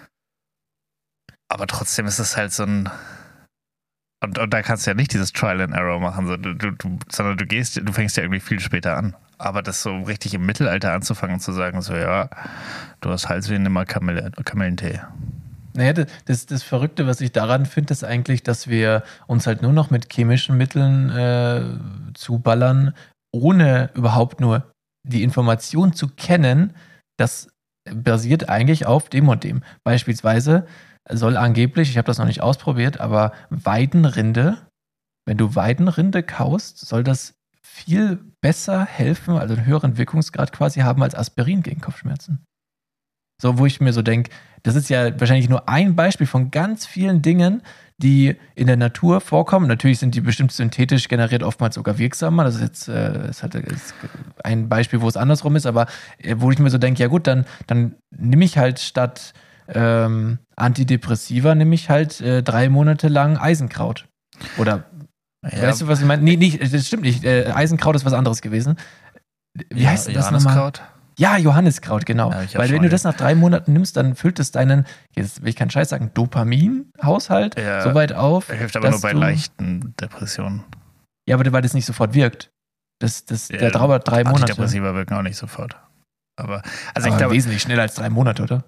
Aber trotzdem ist es halt so ein, und, und da kannst du ja nicht dieses Trial and Error machen, so, du, du, du, sondern du gehst, du fängst ja irgendwie viel später an. Aber das so richtig im Mittelalter anzufangen und zu sagen, so, ja, du hast Halsweh, nimm mal Kamille, Kamillentee. Naja, das, das, das Verrückte, was ich daran finde, ist eigentlich, dass wir uns halt nur noch mit chemischen Mitteln äh, zuballern, ohne überhaupt nur die Information zu kennen. Das basiert eigentlich auf dem und dem. Beispielsweise soll angeblich, ich habe das noch nicht ausprobiert, aber Weidenrinde, wenn du Weidenrinde kaust, soll das viel besser helfen, also einen höheren Wirkungsgrad quasi haben als Aspirin gegen Kopfschmerzen. So, wo ich mir so denke, das ist ja wahrscheinlich nur ein Beispiel von ganz vielen Dingen, die in der Natur vorkommen. Natürlich sind die bestimmt synthetisch generiert oftmals sogar wirksamer. Das ist jetzt äh, ist halt ist ein Beispiel, wo es andersrum ist, aber äh, wo ich mir so denke, ja gut, dann, dann nehme ich halt statt ähm, Antidepressiva, nehme ich halt äh, drei Monate lang Eisenkraut. Oder, Ja. weißt du, was ich meine? Nee, nicht, das stimmt nicht. Äh, Eisenkraut ist was anderes gewesen. Wie Ja, heißt denn das nochmal? Johanniskraut? Ja, Johanniskraut, genau. Ja, ich hab Weil schon wenn du mal das nach drei Monaten nimmst, dann füllt es deinen, jetzt will ich keinen Scheiß sagen, Dopamin-Haushalt Ja, so weit auf. Hilft aber dass nur bei du, leichten Depressionen. Ja, aber weil das nicht sofort wirkt. Das, das, Ja, der dauert drei Monate. Antidepressiva wirken auch nicht sofort. Aber, also Aber ich glaube, wesentlich schneller als drei Monate, oder?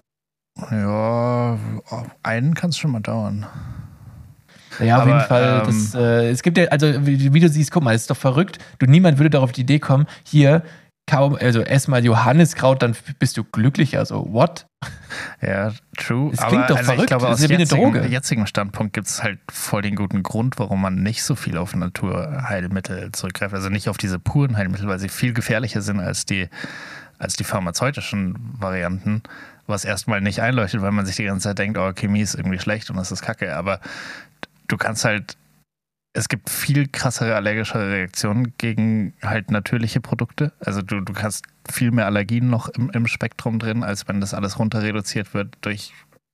ja, einen kann es schon mal dauern. Ja, auf Aber, jeden Fall. ähm, Das, äh, es gibt ja, also wie, wie du siehst, guck mal, es ist doch verrückt. Du, niemand würde doch auf die Idee kommen, hier, kaum, also ess mal Johanniskraut, dann bist du glücklicher. So, what? Ja, true. Es klingt doch Ich verrückt. glaube, Das aus ist ja wie eine jetzigen, Droge. jetzigen Standpunkt gibt es halt voll den guten Grund, warum man nicht so viel auf Naturheilmittel zurückgreift. Also nicht auf diese puren Heilmittel, weil sie viel gefährlicher sind als die, als die pharmazeutischen Varianten, was erstmal nicht einleuchtet, weil man sich die ganze Zeit denkt, oh, Chemie ist irgendwie schlecht und das ist Kacke. Aber du kannst halt, es gibt viel krassere allergische Reaktionen gegen halt natürliche Produkte. Also du, du hast viel mehr Allergien noch im, im Spektrum drin, als wenn das alles runter reduziert wird durch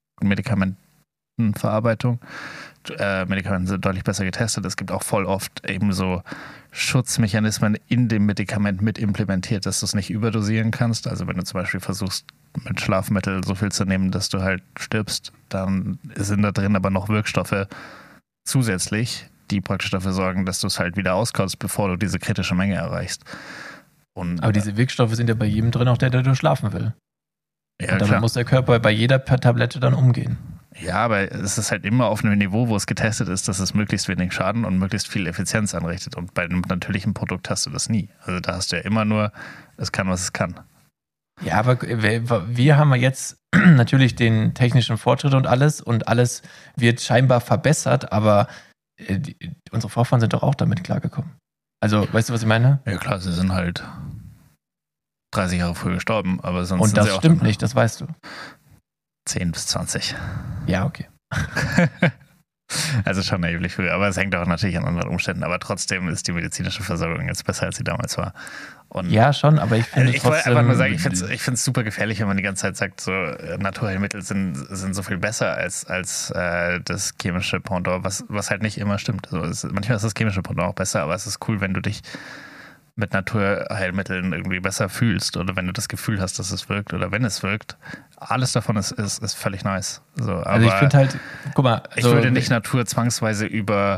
Medikamentenverarbeitung. Äh, Medikamente sind deutlich besser getestet. Es gibt auch voll oft eben so Schutzmechanismen in dem Medikament mit implementiert, dass du es nicht überdosieren kannst. Also wenn du zum Beispiel versuchst, mit Schlafmittel so viel zu nehmen, dass du halt stirbst, dann sind da drin aber noch Wirkstoffe zusätzlich, die praktisch dafür sorgen, dass du es halt wieder auskotzt, bevor du diese kritische Menge erreichst. Und, Aber diese Wirkstoffe sind ja bei jedem drin, auch der, der schlafen will. ja, Und damit klar. muss der Körper bei jeder Tablette dann umgehen. Ja, aber es ist halt immer auf einem Niveau, wo es getestet ist, dass es möglichst wenig Schaden und möglichst viel Effizienz anrichtet. Und bei einem natürlichen Produkt hast du das nie. Also da hast du ja immer nur, es kann, was es kann. Ja, aber wir wir haben ja jetzt natürlich den technischen Fortschritt und alles und alles wird scheinbar verbessert, aber äh, die, unsere Vorfahren sind doch auch damit klargekommen. Also, weißt du, was ich meine? Ja klar, sie sind halt dreißig Jahre früher gestorben, aber sonst Und sind das sie auch stimmt dann nicht, das weißt du. zehn bis zwanzig. Ja, okay. Also schon erheblich früher, aber es hängt auch natürlich an anderen Umständen. Aber trotzdem ist die medizinische Versorgung jetzt besser, als sie damals war. Und Ja, schon, aber ich finde also ich wollte trotzdem... einfach nur sagen, ich finde es ich find's super gefährlich, wenn man die ganze Zeit sagt, so äh, Naturheilmittel sind, sind so viel besser als, als äh, das chemische Pendant, was, was halt nicht immer stimmt. Also es, manchmal ist das chemische Pendant auch besser, aber es ist cool, wenn du dich mit Naturheilmitteln irgendwie besser fühlst oder wenn du das Gefühl hast, dass es wirkt oder wenn es wirkt. Alles davon ist, ist, ist völlig nice. So, aber also ich finde halt, guck mal... ich so- würde nicht Natur zwangsweise über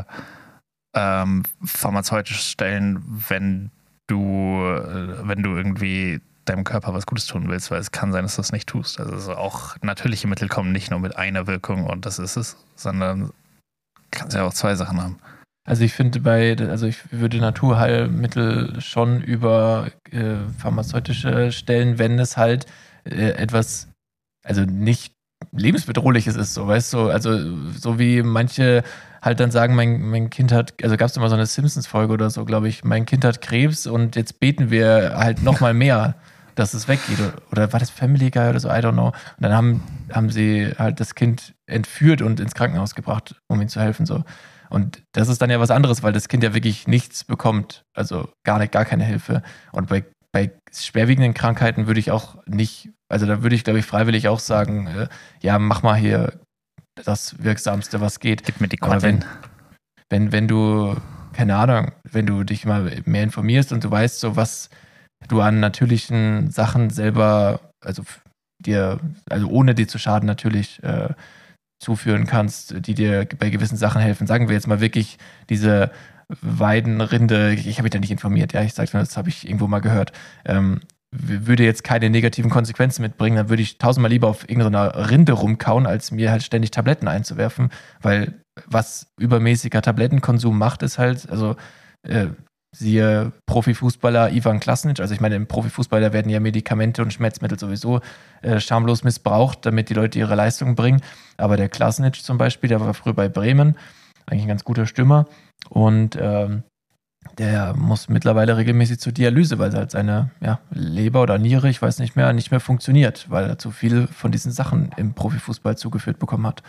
ähm, pharmazeutisch stellen, wenn du, äh, wenn du irgendwie deinem Körper was Gutes tun willst, weil es kann sein, dass du das nicht tust. Also so auch natürliche Mittel kommen nicht nur mit einer Wirkung und das ist es, sondern kannst ja auch zwei Sachen haben. Also ich finde bei, also ich würde Naturheilmittel schon über äh, pharmazeutische stellen, wenn es halt äh, etwas, also nicht lebensbedrohliches ist, so, weißt du, also so wie manche halt dann sagen, mein, mein Kind hat, also gab es immer so eine Simpsons-Folge oder so, glaube ich, mein Kind hat Krebs und jetzt beten wir halt nochmal mehr, dass es weggeht. Oder war das Family Guy oder so, I don't know. Und dann haben, haben sie halt das Kind entführt und ins Krankenhaus gebracht, um ihm zu helfen, so. Und das ist dann ja was anderes, weil das Kind ja wirklich nichts bekommt, also gar nicht, gar keine Hilfe. Und bei, bei schwerwiegenden Krankheiten würde ich auch nicht, also da würde ich, glaube ich, freiwillig auch sagen, äh, ja, mach mal hier das Wirksamste, was geht. Gib mir die Aber wenn, Quanten. wenn, wenn du, keine Ahnung, wenn du dich mal mehr informierst und du weißt, so was du an natürlichen Sachen selber, also f- dir, also ohne dir zu schaden natürlich, äh, zuführen kannst, die dir bei gewissen Sachen helfen. Sagen wir jetzt mal wirklich diese Weidenrinde, ich, ich habe mich da nicht informiert, ja, ich sage, das habe ich irgendwo mal gehört, ähm, w- würde jetzt keine negativen Konsequenzen mitbringen, dann würde ich tausendmal lieber auf irgendeiner Rinde rumkauen, als mir halt ständig Tabletten einzuwerfen, weil was übermäßiger Tablettenkonsum macht, ist halt, also äh, siehe Profifußballer Ivan Klasnic, also ich meine, im Profifußball, da werden ja Medikamente und Schmerzmittel sowieso äh, schamlos missbraucht, damit die Leute ihre Leistung bringen. Aber der Klasnic zum Beispiel, der war früher bei Bremen, eigentlich ein ganz guter Stürmer und ähm, der muss mittlerweile regelmäßig zur Dialyse, weil halt seine ja, Leber oder Niere, ich weiß nicht mehr, nicht mehr funktioniert, weil er zu viel von diesen Sachen im Profifußball zugeführt bekommen hat.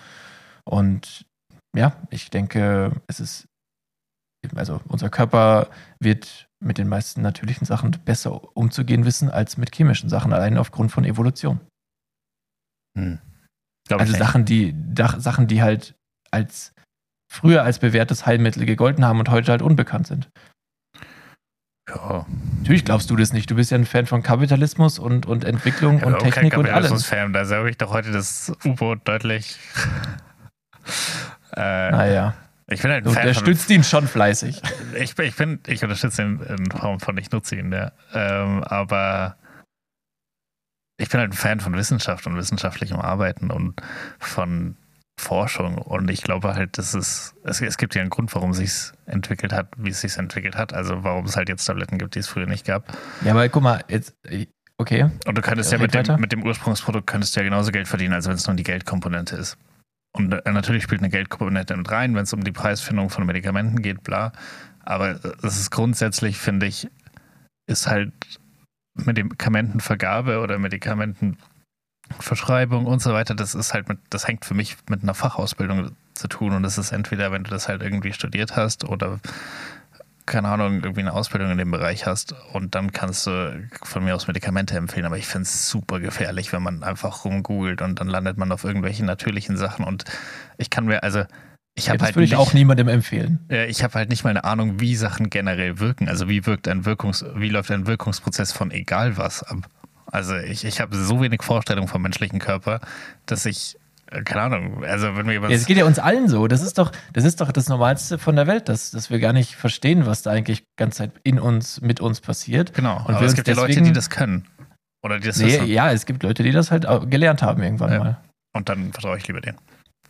Und ja, ich denke, es ist also unser Körper wird mit den meisten natürlichen Sachen besser umzugehen wissen als mit chemischen Sachen, allein aufgrund von Evolution. Hm. Glaub Also ich nicht. Sachen, die Dach- Sachen, die halt als früher als bewährtes Heilmittel gegolten haben und heute halt unbekannt sind. Ja. Natürlich glaubst du das nicht. Du bist ja ein Fan von Kapitalismus und, und Entwicklung Ja, und aber auch Technik kein und alles. Kapitalismus-Fan, da habe ich doch heute das U-Boot deutlich. äh, Naja, Ich bin halt ein du Fan von, unterstützt ihn schon fleißig. ich, bin- ich bin, ich unterstütze ihn in Form von, ich nutze ihn, ja. Ähm, aber ich bin halt ein Fan von Wissenschaft und wissenschaftlichem Arbeiten und von Forschung und ich glaube halt, dass es, es, es gibt ja einen Grund, warum es sich entwickelt hat, wie es sich entwickelt hat, also warum es halt jetzt Tabletten gibt, die es früher nicht gab. Ja, aber guck mal, jetzt, okay. Und du könntest Ja, ja mit red weiter. dem, mit dem Ursprungsprodukt könntest du ja genauso Geld verdienen, als wenn es nur die Geldkomponente ist. Und äh, natürlich spielt eine Geldkomponente mit rein, wenn es um die Preisfindung von Medikamenten geht, bla. Aber es ist grundsätzlich, finde ich, ist halt Medikamentenvergabe oder Medikamentenverschreibung und so weiter, das ist halt mit, das hängt für mich mit einer Fachausbildung zu tun. Und das ist entweder, wenn du das halt irgendwie studiert hast oder keine Ahnung, irgendwie eine Ausbildung in dem Bereich hast und dann kannst du von mir aus Medikamente empfehlen, aber ich finde es super gefährlich, wenn man einfach rumgoogelt und dann landet man auf irgendwelchen natürlichen Sachen und ich kann mir, also ich Ja, habe das halt würde ich nicht, auch niemandem empfehlen. äh, ich habe halt nicht mal eine Ahnung, wie Sachen generell wirken, also wie wirkt ein Wirkungs, wie läuft ein Wirkungsprozess von egal was ab. Also ich, ich habe so wenig Vorstellung vom menschlichen Körper, dass ich keine Ahnung, also wenn mir jemand... Ja, es geht ja uns allen so. Das ist doch das, ist doch das Normalste von der Welt, dass, dass wir gar nicht verstehen, was da eigentlich die ganze Zeit in uns, mit uns passiert. Genau, Und aber wir es uns gibt ja Leute, deswegen- die das können. Oder die das Nee, wissen. ja, es gibt Leute, die das halt auch gelernt haben irgendwann Ja. mal. Und dann vertraue ich lieber denen.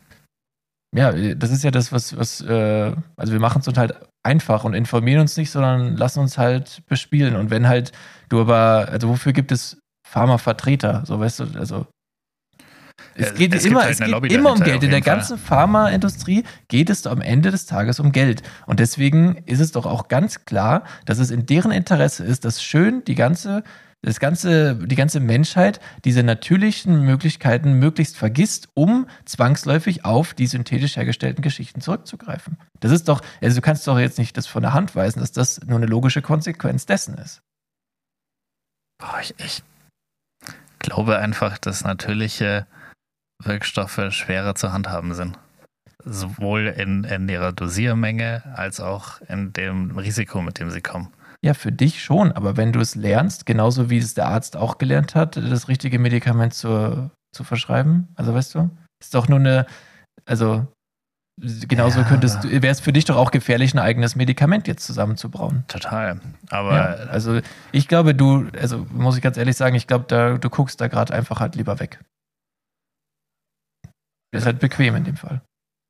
Ja, das ist ja das, was, was äh, also wir machen es uns halt einfach und informieren uns nicht, sondern lassen uns halt bespielen. Und wenn halt du aber, also wofür gibt es Pharmavertreter? So, weißt du, also es Ja, geht es gibt immer, halt es eine geht Lobby immer um dahinter, Geld. auf In der jeden Fall. ganzen Pharmaindustrie geht es am Ende des Tages um Geld. Und deswegen ist es doch auch ganz klar, dass es in deren Interesse ist, dass schön die ganze das ganze, die ganze Menschheit diese natürlichen Möglichkeiten möglichst vergisst, um zwangsläufig auf die synthetisch hergestellten Geschichten zurückzugreifen. Das ist doch, also du kannst doch jetzt nicht das von der Hand weisen, dass das nur eine logische Konsequenz dessen ist. Boah, ich, ich glaube einfach, dass natürliche Wirkstoffe schwerer zu handhaben sind. Sowohl in, in ihrer Dosiermenge als auch in dem Risiko, mit dem sie kommen. Ja, für dich schon, aber wenn du es lernst, genauso wie es der Arzt auch gelernt hat, das richtige Medikament zu, zu verschreiben, also weißt du, ist doch nur eine, also genauso Ja, könntest du, wäre es für dich doch auch gefährlich, ein eigenes Medikament jetzt zusammenzubrauen. Total. Aber Ja, also ich glaube, du, also muss ich ganz ehrlich sagen, ich glaube, da, du guckst da gerade einfach halt lieber weg. Das ist halt bequem in dem Fall.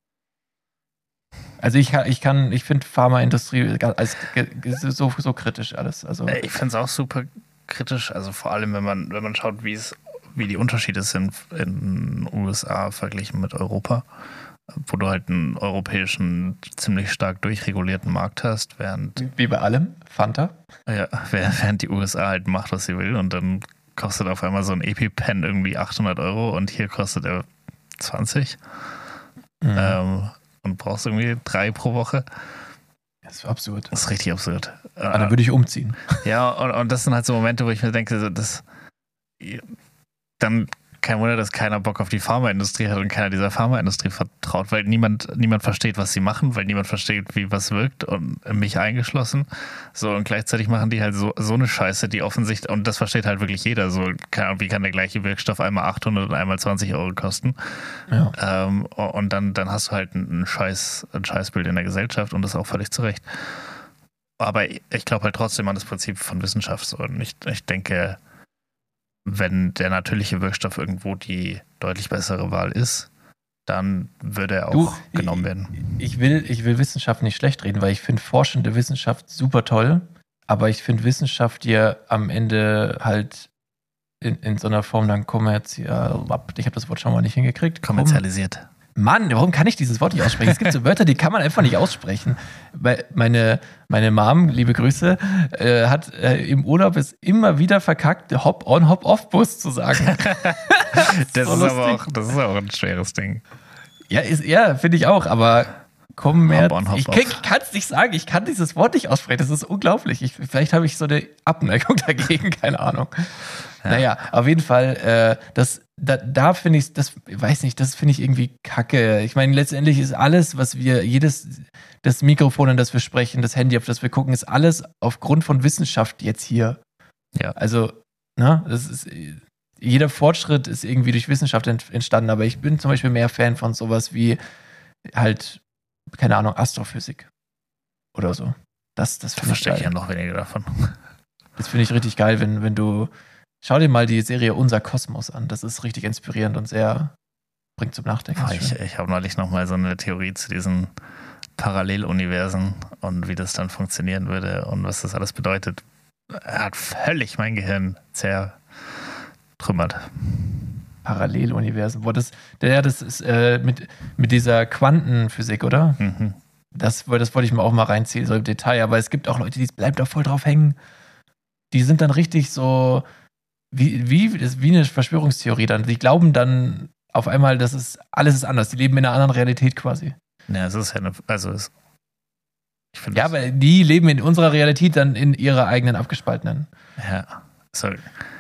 Also ich, ich kann, ich finde Pharmaindustrie als so, so kritisch alles. Also Äh, Ich finde es auch super kritisch, also vor allem, wenn man, wenn man schaut, wie es, wie die Unterschiede sind in den U S A verglichen mit Europa, wo du halt einen europäischen, ziemlich stark durchregulierten Markt hast, während, wie bei allem, Fanta. ja, während die U S A halt macht, was sie will, und dann kostet auf einmal so ein EpiPen irgendwie achthundert Euro und hier kostet er zwanzig. Mhm. Ähm, und brauchst irgendwie drei pro Woche. Das ist absurd. Das ist richtig absurd. Ah, dann würde ich umziehen. Ja, und, und das sind halt so Momente, wo ich mir denke, so, das, dann kein Wunder, dass keiner Bock auf die Pharmaindustrie hat und keiner dieser Pharmaindustrie vertraut, weil niemand, niemand versteht, was sie machen, weil niemand versteht, wie was wirkt, und mich eingeschlossen. So, und gleichzeitig machen die halt so, so eine Scheiße, die offensichtlich, und das versteht halt wirklich jeder, so, keine Ahnung, wie kann der gleiche Wirkstoff einmal achthundert und einmal zwanzig Euro kosten? Ja. Ähm, und dann, dann hast du halt ein, ein, Scheiß, ein Scheißbild in der Gesellschaft, und das auch völlig zu Recht. Aber ich glaube halt trotzdem an das Prinzip von Wissenschaft. So. Und ich, ich denke, wenn der natürliche Wirkstoff irgendwo die deutlich bessere Wahl ist, dann würde er auch Du, genommen werden. Ich will, ich will Wissenschaft nicht schlecht reden, weil ich finde forschende Wissenschaft super toll, aber ich finde Wissenschaft, die ja am Ende halt in, in so einer Form dann kommerziell, ich habe das Wort schon mal nicht hingekriegt. Kommerzialisiert. Mann, warum kann ich dieses Wort nicht aussprechen? Es gibt so Wörter, die kann man einfach nicht aussprechen. Weil meine, meine Mom, liebe Grüße, äh, hat äh, im Urlaub es immer wieder verkackt, Hop-on, Hop-off-Bus zu sagen. Das, so ist lustig. aber auch, das ist auch ein schweres Ding. Ja, ist, ja finde ich auch, aber komm mehr. Hop-on, Ich Hop-off. kann es nicht sagen, ich kann dieses Wort nicht aussprechen. Das ist unglaublich. Ich, vielleicht habe ich so eine Abneigung dagegen, keine Ahnung. Ja. Naja, auf jeden Fall, äh, das, da, da finde ich, das weiß nicht, das finde ich irgendwie kacke. Ich meine, letztendlich ist alles, was wir, jedes, das Mikrofon, an das wir sprechen, das Handy, auf das wir gucken, ist alles aufgrund von Wissenschaft jetzt hier. Ja. Also, ne, das ist, jeder Fortschritt ist irgendwie durch Wissenschaft ent, entstanden, aber ich bin zum Beispiel mehr Fan von sowas wie halt, keine Ahnung, Astrophysik oder so. Das, das Da finde ich verstehe ich ja geil. noch weniger davon. Das finde ich richtig geil, wenn, wenn du, schau dir mal die Serie Unser Kosmos an. Das ist richtig inspirierend und sehr, bringt zum Nachdenken. Ah, Ich, ich habe neulich noch mal so eine Theorie zu diesen Paralleluniversen und wie das dann funktionieren würde und was das alles bedeutet. Er hat völlig mein Gehirn zertrümmert. Paralleluniversen. Boah, das, ja, das ist äh, mit, mit dieser Quantenphysik, oder? Mhm. Das, das wollte ich mir auch mal reinziehen, so im Detail. Aber es gibt auch Leute, die bleiben da voll drauf hängen. Die sind dann richtig so, wie, wie, das ist wie eine Verschwörungstheorie dann. Die glauben dann auf einmal, das ist, alles ist anders. Die leben in einer anderen Realität quasi. Ja, es ist ja eine, also es, ich finde Ja, aber die leben in unserer Realität dann in ihrer eigenen abgespaltenen. ja, so,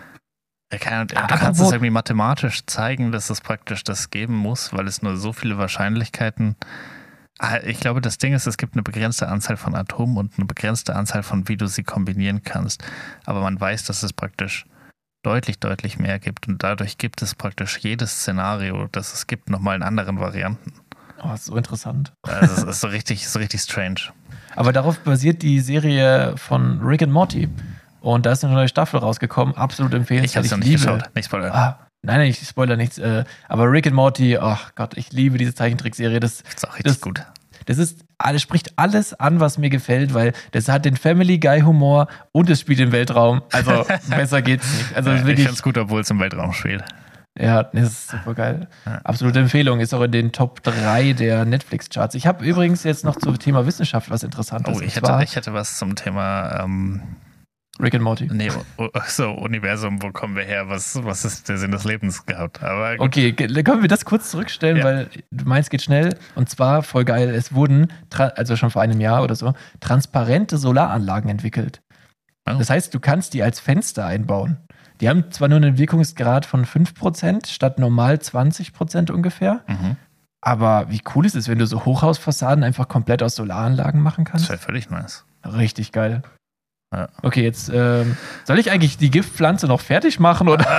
er kann, du Aber kannst wo- es irgendwie mathematisch zeigen, dass es praktisch das geben muss, weil es nur so viele Wahrscheinlichkeiten. Ah, Ich glaube, das Ding ist, es gibt eine begrenzte Anzahl von Atomen und eine begrenzte Anzahl von, wie du sie kombinieren kannst. Aber man weiß, dass es praktisch deutlich, deutlich mehr gibt. Und dadurch gibt es praktisch jedes Szenario, das es gibt, nochmal in anderen Varianten. Oh, ist so interessant. Also es ist so richtig, so richtig strange. Aber darauf basiert die Serie von Rick and Morty. Und da ist eine neue Staffel rausgekommen. Absolut empfehlenswert. Ich habe es noch nicht liebe, geschaut. Nicht spoilern. Ah, Nein, nein, ich spoiler nichts. Äh, aber Rick and Morty, ach Gott, ich liebe diese Zeichentrickserie. Das, Das ist auch richtig das, gut. Das ist, alles spricht alles an, was mir gefällt, weil das hat den Family Guy Humor und es spielt im Weltraum. Also besser geht's nicht. Also Ja, es ist ich wirklich, finde es gut, obwohl es im Weltraum spielt. ja, das ist super geil. Absolute Empfehlung, ist auch in den Top drei der Netflix-Charts. Ich habe übrigens jetzt noch zum Thema Wissenschaft was Interessantes. Oh, ich und hätte, zwar ich hätte was zum Thema ähm, Rick and Morty. nee, oh, so, Universum, wo kommen wir her? Was, was ist der Sinn des Lebens gehabt? Aber gut. Okay, ge- können wir das kurz zurückstellen, Ja. weil du meinst, geht schnell. Und zwar, voll geil, es wurden, tra- also schon vor einem Jahr oder so, transparente Solaranlagen entwickelt. Oh. Das heißt, du kannst die als Fenster einbauen. Die haben zwar nur einen Wirkungsgrad von fünf Prozent statt normal zwanzig Prozent ungefähr, Mhm. aber wie cool ist es, wenn du so Hochhausfassaden einfach komplett aus Solaranlagen machen Das kannst? wäre völlig nice. Richtig geil. Ja. Okay, jetzt ähm, soll ich eigentlich die Giftpflanze noch fertig machen oder?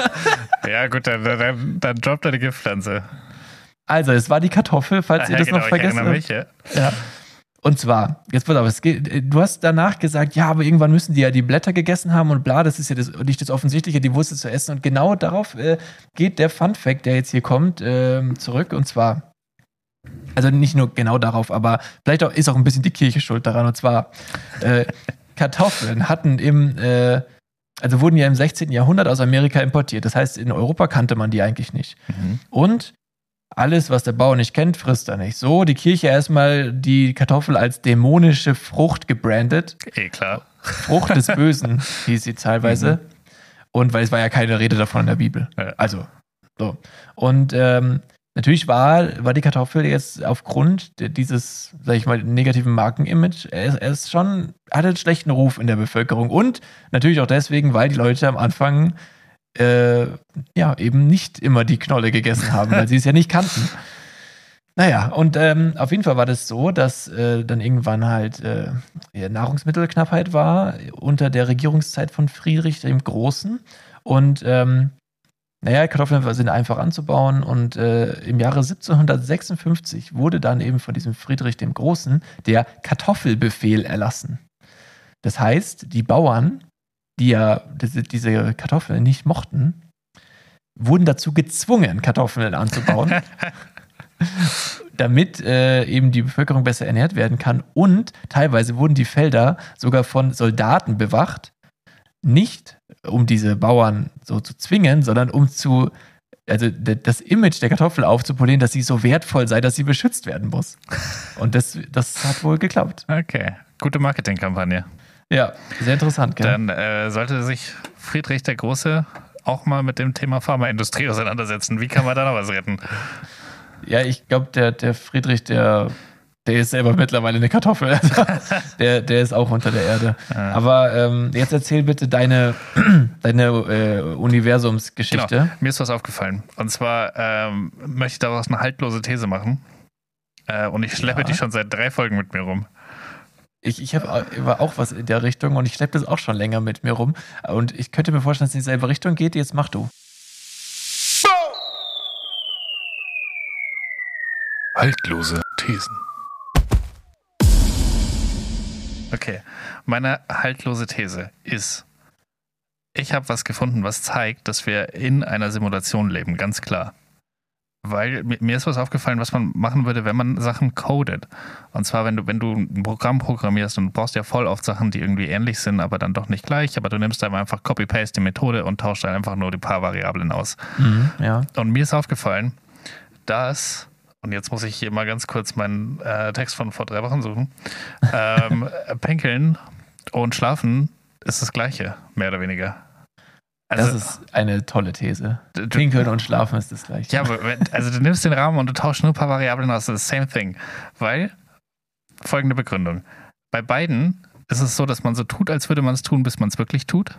Ja, gut, dann, dann, dann droppt er die Giftpflanze. Also, es war die Kartoffel, falls ihr Ja, das genau, noch ich vergessen erinnere habt. mich, ja. Ja. Und zwar, jetzt pass auf, es geht, du hast danach gesagt, ja, aber irgendwann müssen die ja die Blätter gegessen haben und bla, das ist ja das, nicht das Offensichtliche, die Wurzel zu essen. Und genau darauf äh, geht der Fun-Fact, der jetzt hier kommt, ähm, zurück. Und zwar, also nicht nur genau darauf, aber vielleicht auch, ist auch ein bisschen die Kirche schuld daran. Und zwar, äh, Kartoffeln hatten im, äh, also wurden ja im sechzehnten Jahrhundert aus Amerika importiert. Das heißt, in Europa kannte man die eigentlich nicht. Mhm. Und alles, was der Bauer nicht kennt, frisst er nicht. So, die Kirche erstmal die Kartoffel als dämonische Frucht gebrandet. Eh klar. Frucht des Bösen hieß sie teilweise. Und weil es war ja keine Rede davon in der Bibel. Ja. Also, so. Und ähm, natürlich war, war die Kartoffel jetzt aufgrund dieses, sag ich mal, negativen Markenimage, er ist, er ist schon, hat einen schlechten Ruf in der Bevölkerung. Und natürlich auch deswegen, weil die Leute am Anfang äh, ja, eben nicht immer die Knolle gegessen haben, weil sie es ja nicht kannten. Naja, und ähm, auf jeden Fall war das so, dass äh, dann irgendwann halt äh, ja, Nahrungsmittelknappheit war unter der Regierungszeit von Friedrich dem Großen. Und ähm, naja, Kartoffeln sind einfach anzubauen. Und äh, im Jahre siebzehnhundertsechsundfünfzig wurde dann eben von diesem Friedrich dem Großen der Kartoffelbefehl erlassen. Das heißt, die Bauern, die ja diese, diese Kartoffeln nicht mochten, wurden dazu gezwungen, Kartoffeln anzubauen, damit äh, eben die Bevölkerung besser ernährt werden kann. Und teilweise wurden die Felder sogar von Soldaten bewacht, nicht um diese Bauern so zu zwingen, sondern um zu, also d- das Image der Kartoffel aufzupolieren, dass sie so wertvoll sei, dass sie beschützt werden muss. Und das, das hat wohl geklappt. Okay, gute Marketingkampagne. Ja, sehr interessant, gell? Dann äh, sollte sich Friedrich der Große auch mal mit dem Thema Pharmaindustrie auseinandersetzen. Wie kann man da noch was retten? Ja, ich glaube, der, der Friedrich, der, der ist selber mittlerweile eine Kartoffel. Also, der, der ist auch unter der Erde. Ja. Aber ähm, jetzt erzähl bitte deine, deine äh, Universumsgeschichte. Genau. Mir ist was aufgefallen. Und zwar ähm, möchte ich daraus eine haltlose These machen. Äh, und ich schleppe Ja. die schon seit drei Folgen mit mir rum. Ich, ich habe auch was in der Richtung und ich schleppe das auch schon länger mit mir rum. Und ich könnte mir vorstellen, dass es in dieselbe Richtung geht. Jetzt mach du. Haltlose Thesen. Okay, meine haltlose These ist, ich habe was gefunden, was zeigt, dass wir in einer Simulation leben, ganz klar. Weil mir mir ist was aufgefallen, was man machen würde, wenn man Sachen codet. Und zwar, wenn du, wenn du ein Programm programmierst und du brauchst ja voll oft Sachen, die irgendwie ähnlich sind, aber dann doch nicht gleich, aber du nimmst dann einfach Copy-Paste die Methode und tauscht dann einfach nur die paar Variablen aus. Mhm, ja. Und mir ist aufgefallen, dass, und jetzt muss ich hier mal ganz kurz meinen äh, Text von vor drei Wochen suchen, ähm, Pinkeln und Schlafen ist das Gleiche, mehr oder weniger. Das ist eine tolle These. du- Pinkeln und Schlafen ist das gleiche. Ja, aber wenn, also du nimmst den Rahmen und du tauschst nur ein paar Variablen aus, das ist same thing. Weil, folgende Begründung. Bei beiden ist es so, dass man so tut, als würde man es tun, bis man es wirklich tut.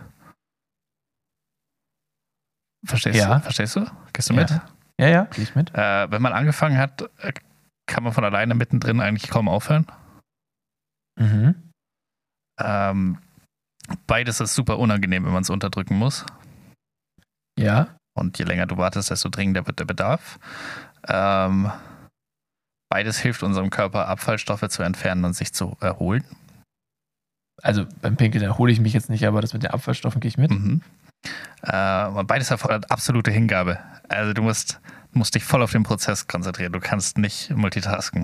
Verstehst Ja. du? Verstehst du? Gehst du Ja. mit? Ja, ja, gehe ich mit. Äh, wenn man angefangen hat, äh, kann man von alleine mittendrin eigentlich kaum aufhören. Mhm. Ähm, beides ist super unangenehm, wenn man es unterdrücken muss. Ja. Und je länger du wartest, desto dringender wird der Bedarf. Ähm, beides hilft unserem Körper, Abfallstoffe zu entfernen und sich zu erholen. Also beim Pinkeln erhole ich mich jetzt nicht, aber das mit den Abfallstoffen gehe ich mit. Mhm. Äh, und beides erfordert absolute Hingabe. Also du musst, musst dich voll auf den Prozess konzentrieren. Du kannst nicht multitasken.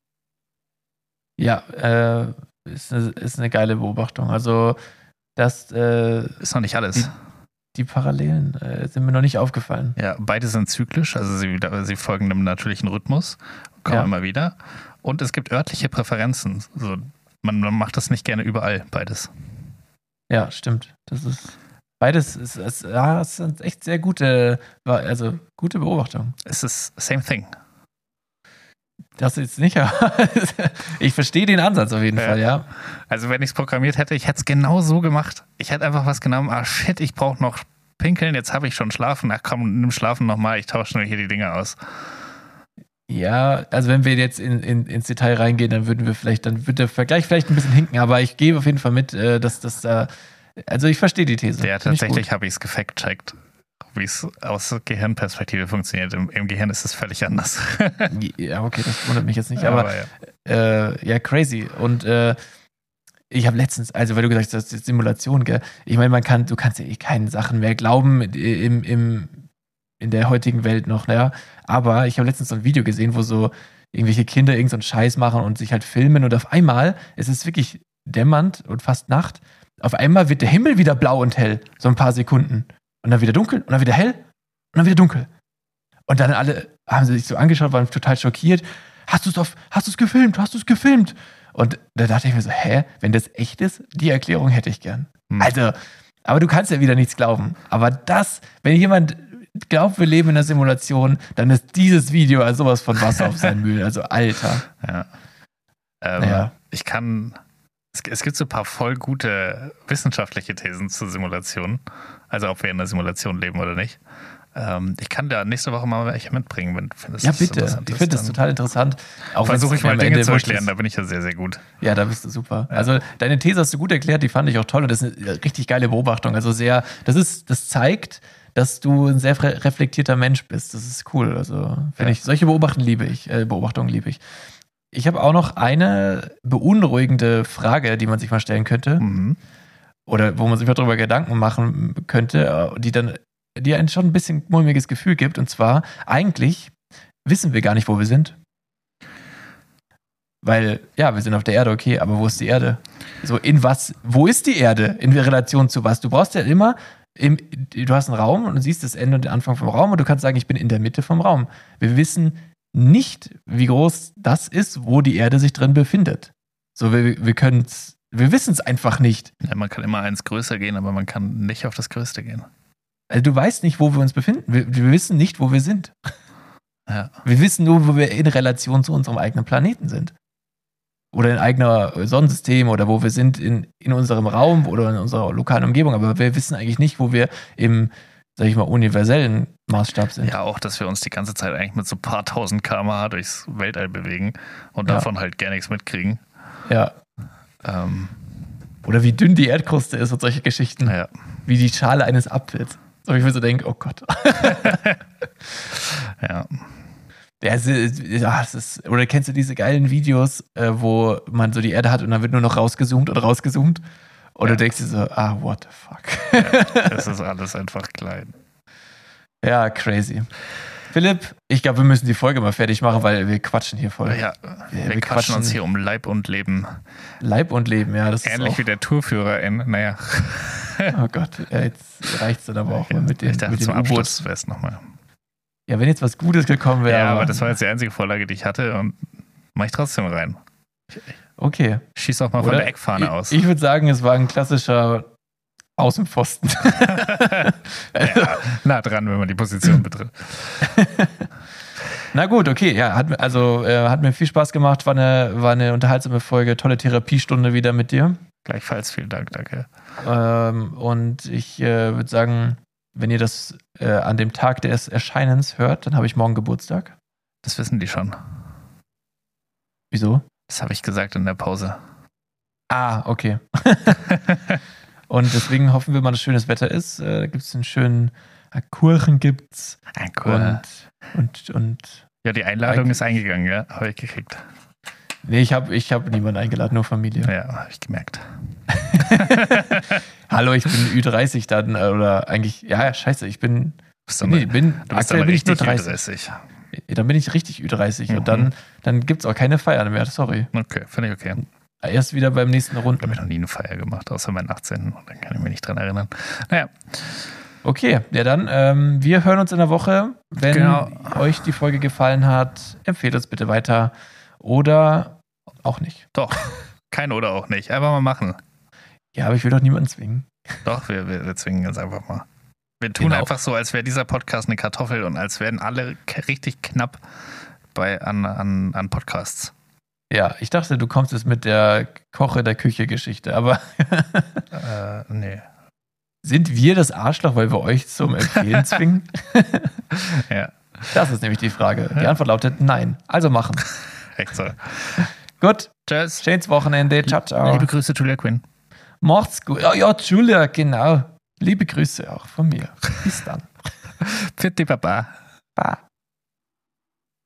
Ja, äh, ist, eine, ist eine geile Beobachtung. Also, das äh, Ist noch nicht alles. Die, die Parallelen äh, sind mir noch nicht aufgefallen. Ja, beide sind zyklisch, also sie, sie folgen einem natürlichen Rhythmus, kommen Ja. immer wieder. Und es gibt örtliche Präferenzen. Also man, man macht das nicht gerne überall, beides. Ja, stimmt. Das ist beides ist, ist, ja, es sind echt sehr gute, also gute Beobachtungen. Es ist same thing. Das ist nicht, aber ich verstehe den Ansatz auf jeden Ja. Fall, ja. Also wenn ich es programmiert hätte, ich hätte es genau so gemacht. Ich hätte einfach was genommen, ah shit, ich brauche noch pinkeln, jetzt habe ich schon schlafen. Ach komm, nimm Schlafen nochmal, ich tausche nur hier die Dinge aus. Ja, also wenn wir jetzt in, in, ins Detail reingehen, dann würden wir vielleicht, dann wird der Vergleich vielleicht ein bisschen hinken, aber ich gebe auf jeden Fall mit, äh, dass das da, also ich verstehe die These. Ja, Finde ich tatsächlich gut. habe ich es gefact-checkt, wie es aus Gehirnperspektive funktioniert. Im, Im Gehirn ist es völlig anders. Ja, okay, das wundert mich jetzt nicht, aber, Aber ja. Äh, ja, crazy. Und äh, ich habe letztens, also weil du gesagt hast, das ist Simulation, gell? Ich meine, man kann, du kannst ja eh keinen Sachen mehr glauben im, im, in der heutigen Welt noch, ja. Aber ich habe letztens so ein Video gesehen, wo so irgendwelche Kinder irgendeinen so Scheiß machen und sich halt filmen und auf einmal, es ist wirklich dämmernd und fast Nacht, auf einmal wird der Himmel wieder blau und hell, so ein paar Sekunden. Und dann wieder dunkel und dann wieder hell und dann wieder dunkel. Und dann alle haben sie sich so angeschaut, waren total schockiert. Hast du es auf, hast du es gefilmt? Hast du es gefilmt? Und da dachte ich mir so, hä, wenn das echt ist, die Erklärung hätte ich gern. Hm. Also, aber du kannst ja wieder nichts glauben. Aber das, wenn jemand glaubt, wir leben in einer Simulation, dann ist dieses Video als sowas von Wasser auf seinen Müll. Also, Alter. Ja. Ähm, Naja. Ich kann. Es, es gibt so ein paar voll gute wissenschaftliche Thesen zur Simulation. Also, ob wir in einer Simulation leben oder nicht. Ähm, ich kann da nächste Woche mal welche mitbringen, wenn du findest. Ja, das bitte. interessant Ich ist, finde das dann total interessant. Auch wenn's Versuche ich mir mal am Dinge Ende zu wurscht erklären, ist. da bin ich ja sehr, sehr gut. Ja, da bist du super. Also deine These hast du gut erklärt, die fand ich auch toll und das ist eine richtig geile Beobachtung. Also sehr, das ist, das zeigt, dass du ein sehr re- reflektierter Mensch bist. Das ist cool. Also finde Ja. ich, solche Beobachtungen liebe ich. Äh, Beobachtungen liebe ich. Ich habe auch noch eine beunruhigende Frage, die man sich mal stellen könnte Mhm. oder wo man sich mal drüber Gedanken machen könnte, äh, die dann, die einen schon ein bisschen mulmiges Gefühl gibt. Und zwar eigentlich wissen wir gar nicht, wo wir sind. Weil, ja, wir sind auf der Erde, okay, aber wo ist die Erde? So, in was, wo ist die Erde in Relation zu was? Du brauchst ja immer, im, du hast einen Raum und du siehst das Ende und den Anfang vom Raum und du kannst sagen, ich bin in der Mitte vom Raum. Wir wissen nicht, wie groß das ist, wo die Erde sich drin befindet. So, wir, wir können es, wir wissen es einfach nicht. Ja, man kann immer eins größer gehen, aber man kann nicht auf das Größte gehen. Also, du weißt nicht, wo wir uns befinden. Wir, wir wissen nicht, wo wir sind. Ja. Wir wissen nur, wo wir in Relation zu unserem eigenen Planeten sind. Oder in eigener Sonnensystem oder wo wir sind in, in unserem Raum oder in unserer lokalen Umgebung. Aber wir wissen eigentlich nicht, wo wir im, sag ich mal, universellen Maßstab sind. Ja, auch, dass wir uns die ganze Zeit eigentlich mit so ein paar tausend Kilometer pro Stunde durchs Weltall bewegen und Ja. davon halt gar nichts mitkriegen. Ja. Ähm, Oder wie dünn die Erdkruste ist und solche Geschichten. naja. Wie die Schale eines Apfels. So, ich mir so denke, oh Gott. Ja. Ja, es ist, ja, es ist, oder kennst du diese geilen Videos, äh, wo man so die Erde hat und dann wird nur noch rausgezoomt oder rausgezoomt? Und Ja. du denkst dir so, ah, what the fuck. Es ist alles einfach klein. Ja, crazy. Philipp, ich glaube, wir müssen die Folge mal fertig machen, weil wir quatschen hier voll. Ja, wir, wir quatschen quatschen- uns hier um Leib und Leben. Leib und Leben, ja, das Ähnlich ist wie der Tourführer in, naja. auch, oh Gott, ja, jetzt reicht's dann aber auch mal mit den, ich dachte, mit den zum U-Boots. Abschluss wäre es nochmal. Ja, wenn jetzt was Gutes gekommen wäre. Ja, aber das war jetzt die einzige Vorlage, die ich hatte und mach ich trotzdem rein. Okay. Schieß auch mal von Oder? der Eckfahne ich, aus. Ich würde sagen, es war ein klassischer Außenpfosten. Ja, nah dran, wenn man die Position betritt. Na gut, okay, ja, hat, mir- also äh, hat mir viel Spaß gemacht, war eine, war eine unterhaltsame Folge, tolle Therapiestunde wieder mit dir. Gleichfalls vielen Dank, danke. Ähm, und ich äh, würde sagen, wenn ihr das äh, an dem Tag des Erscheinens hört, dann habe ich morgen Geburtstag. Das wissen die schon. Wieso? Das habe ich gesagt in der Pause. Ah, okay. Und deswegen hoffen wir mal, dass schönes Wetter ist. Äh, da gibt es einen schönen äh, Kuchen gibt's. Cool. Und, und, und Ja, die Einladung Eig- ist eingegangen, ja, habe ich gekriegt. Nee, ich habe ich hab niemanden eingeladen, nur Familie. Ja, habe ich gemerkt. Hallo, ich bin Ü dreißig dann, äh, oder eigentlich, ja, scheiße, ich bin, Bist nee, aber, bin du bist aktuell aber bin ich nur richtig dreißig. Ü dreißig. Dann bin ich richtig Ü dreißig Mhm. und dann, dann gibt es auch keine Feiern mehr, sorry. Okay, finde ich okay. Erst wieder beim nächsten Ich habe Runden. noch nie eine Feier gemacht, außer meinen achtzehnten Und dann kann ich mich nicht dran erinnern. Naja, Okay, ja dann, ähm, wir hören uns in der Woche. Wenn Genau. euch die Folge gefallen hat, empfehlt uns bitte weiter oder auch nicht. doch. Kein oder auch nicht. Einfach mal machen. Ja, aber ich will doch niemanden zwingen. Doch, wir, wir, wir zwingen uns einfach mal. Wir tun Genau. einfach so, als wäre dieser Podcast eine Kartoffel und als wären alle k- richtig knapp bei, an, an, an Podcasts. Ja, ich dachte, du kommst jetzt mit der Koche der Küche-Geschichte, aber Äh, nee. sind wir das Arschloch, weil wir euch zum Empfehlen zwingen? Ja, Das ist nämlich die Frage. Die Antwort lautet nein. Also machen. echt so. Gut, Tschüss. schönes Wochenende. Ciao, ciao. Liebe Grüße, Julia Quinn. Macht's gut. Ja, ja, Julia, genau. Liebe Grüße auch von mir. Bis dann. Pfiat die Baba. Bye.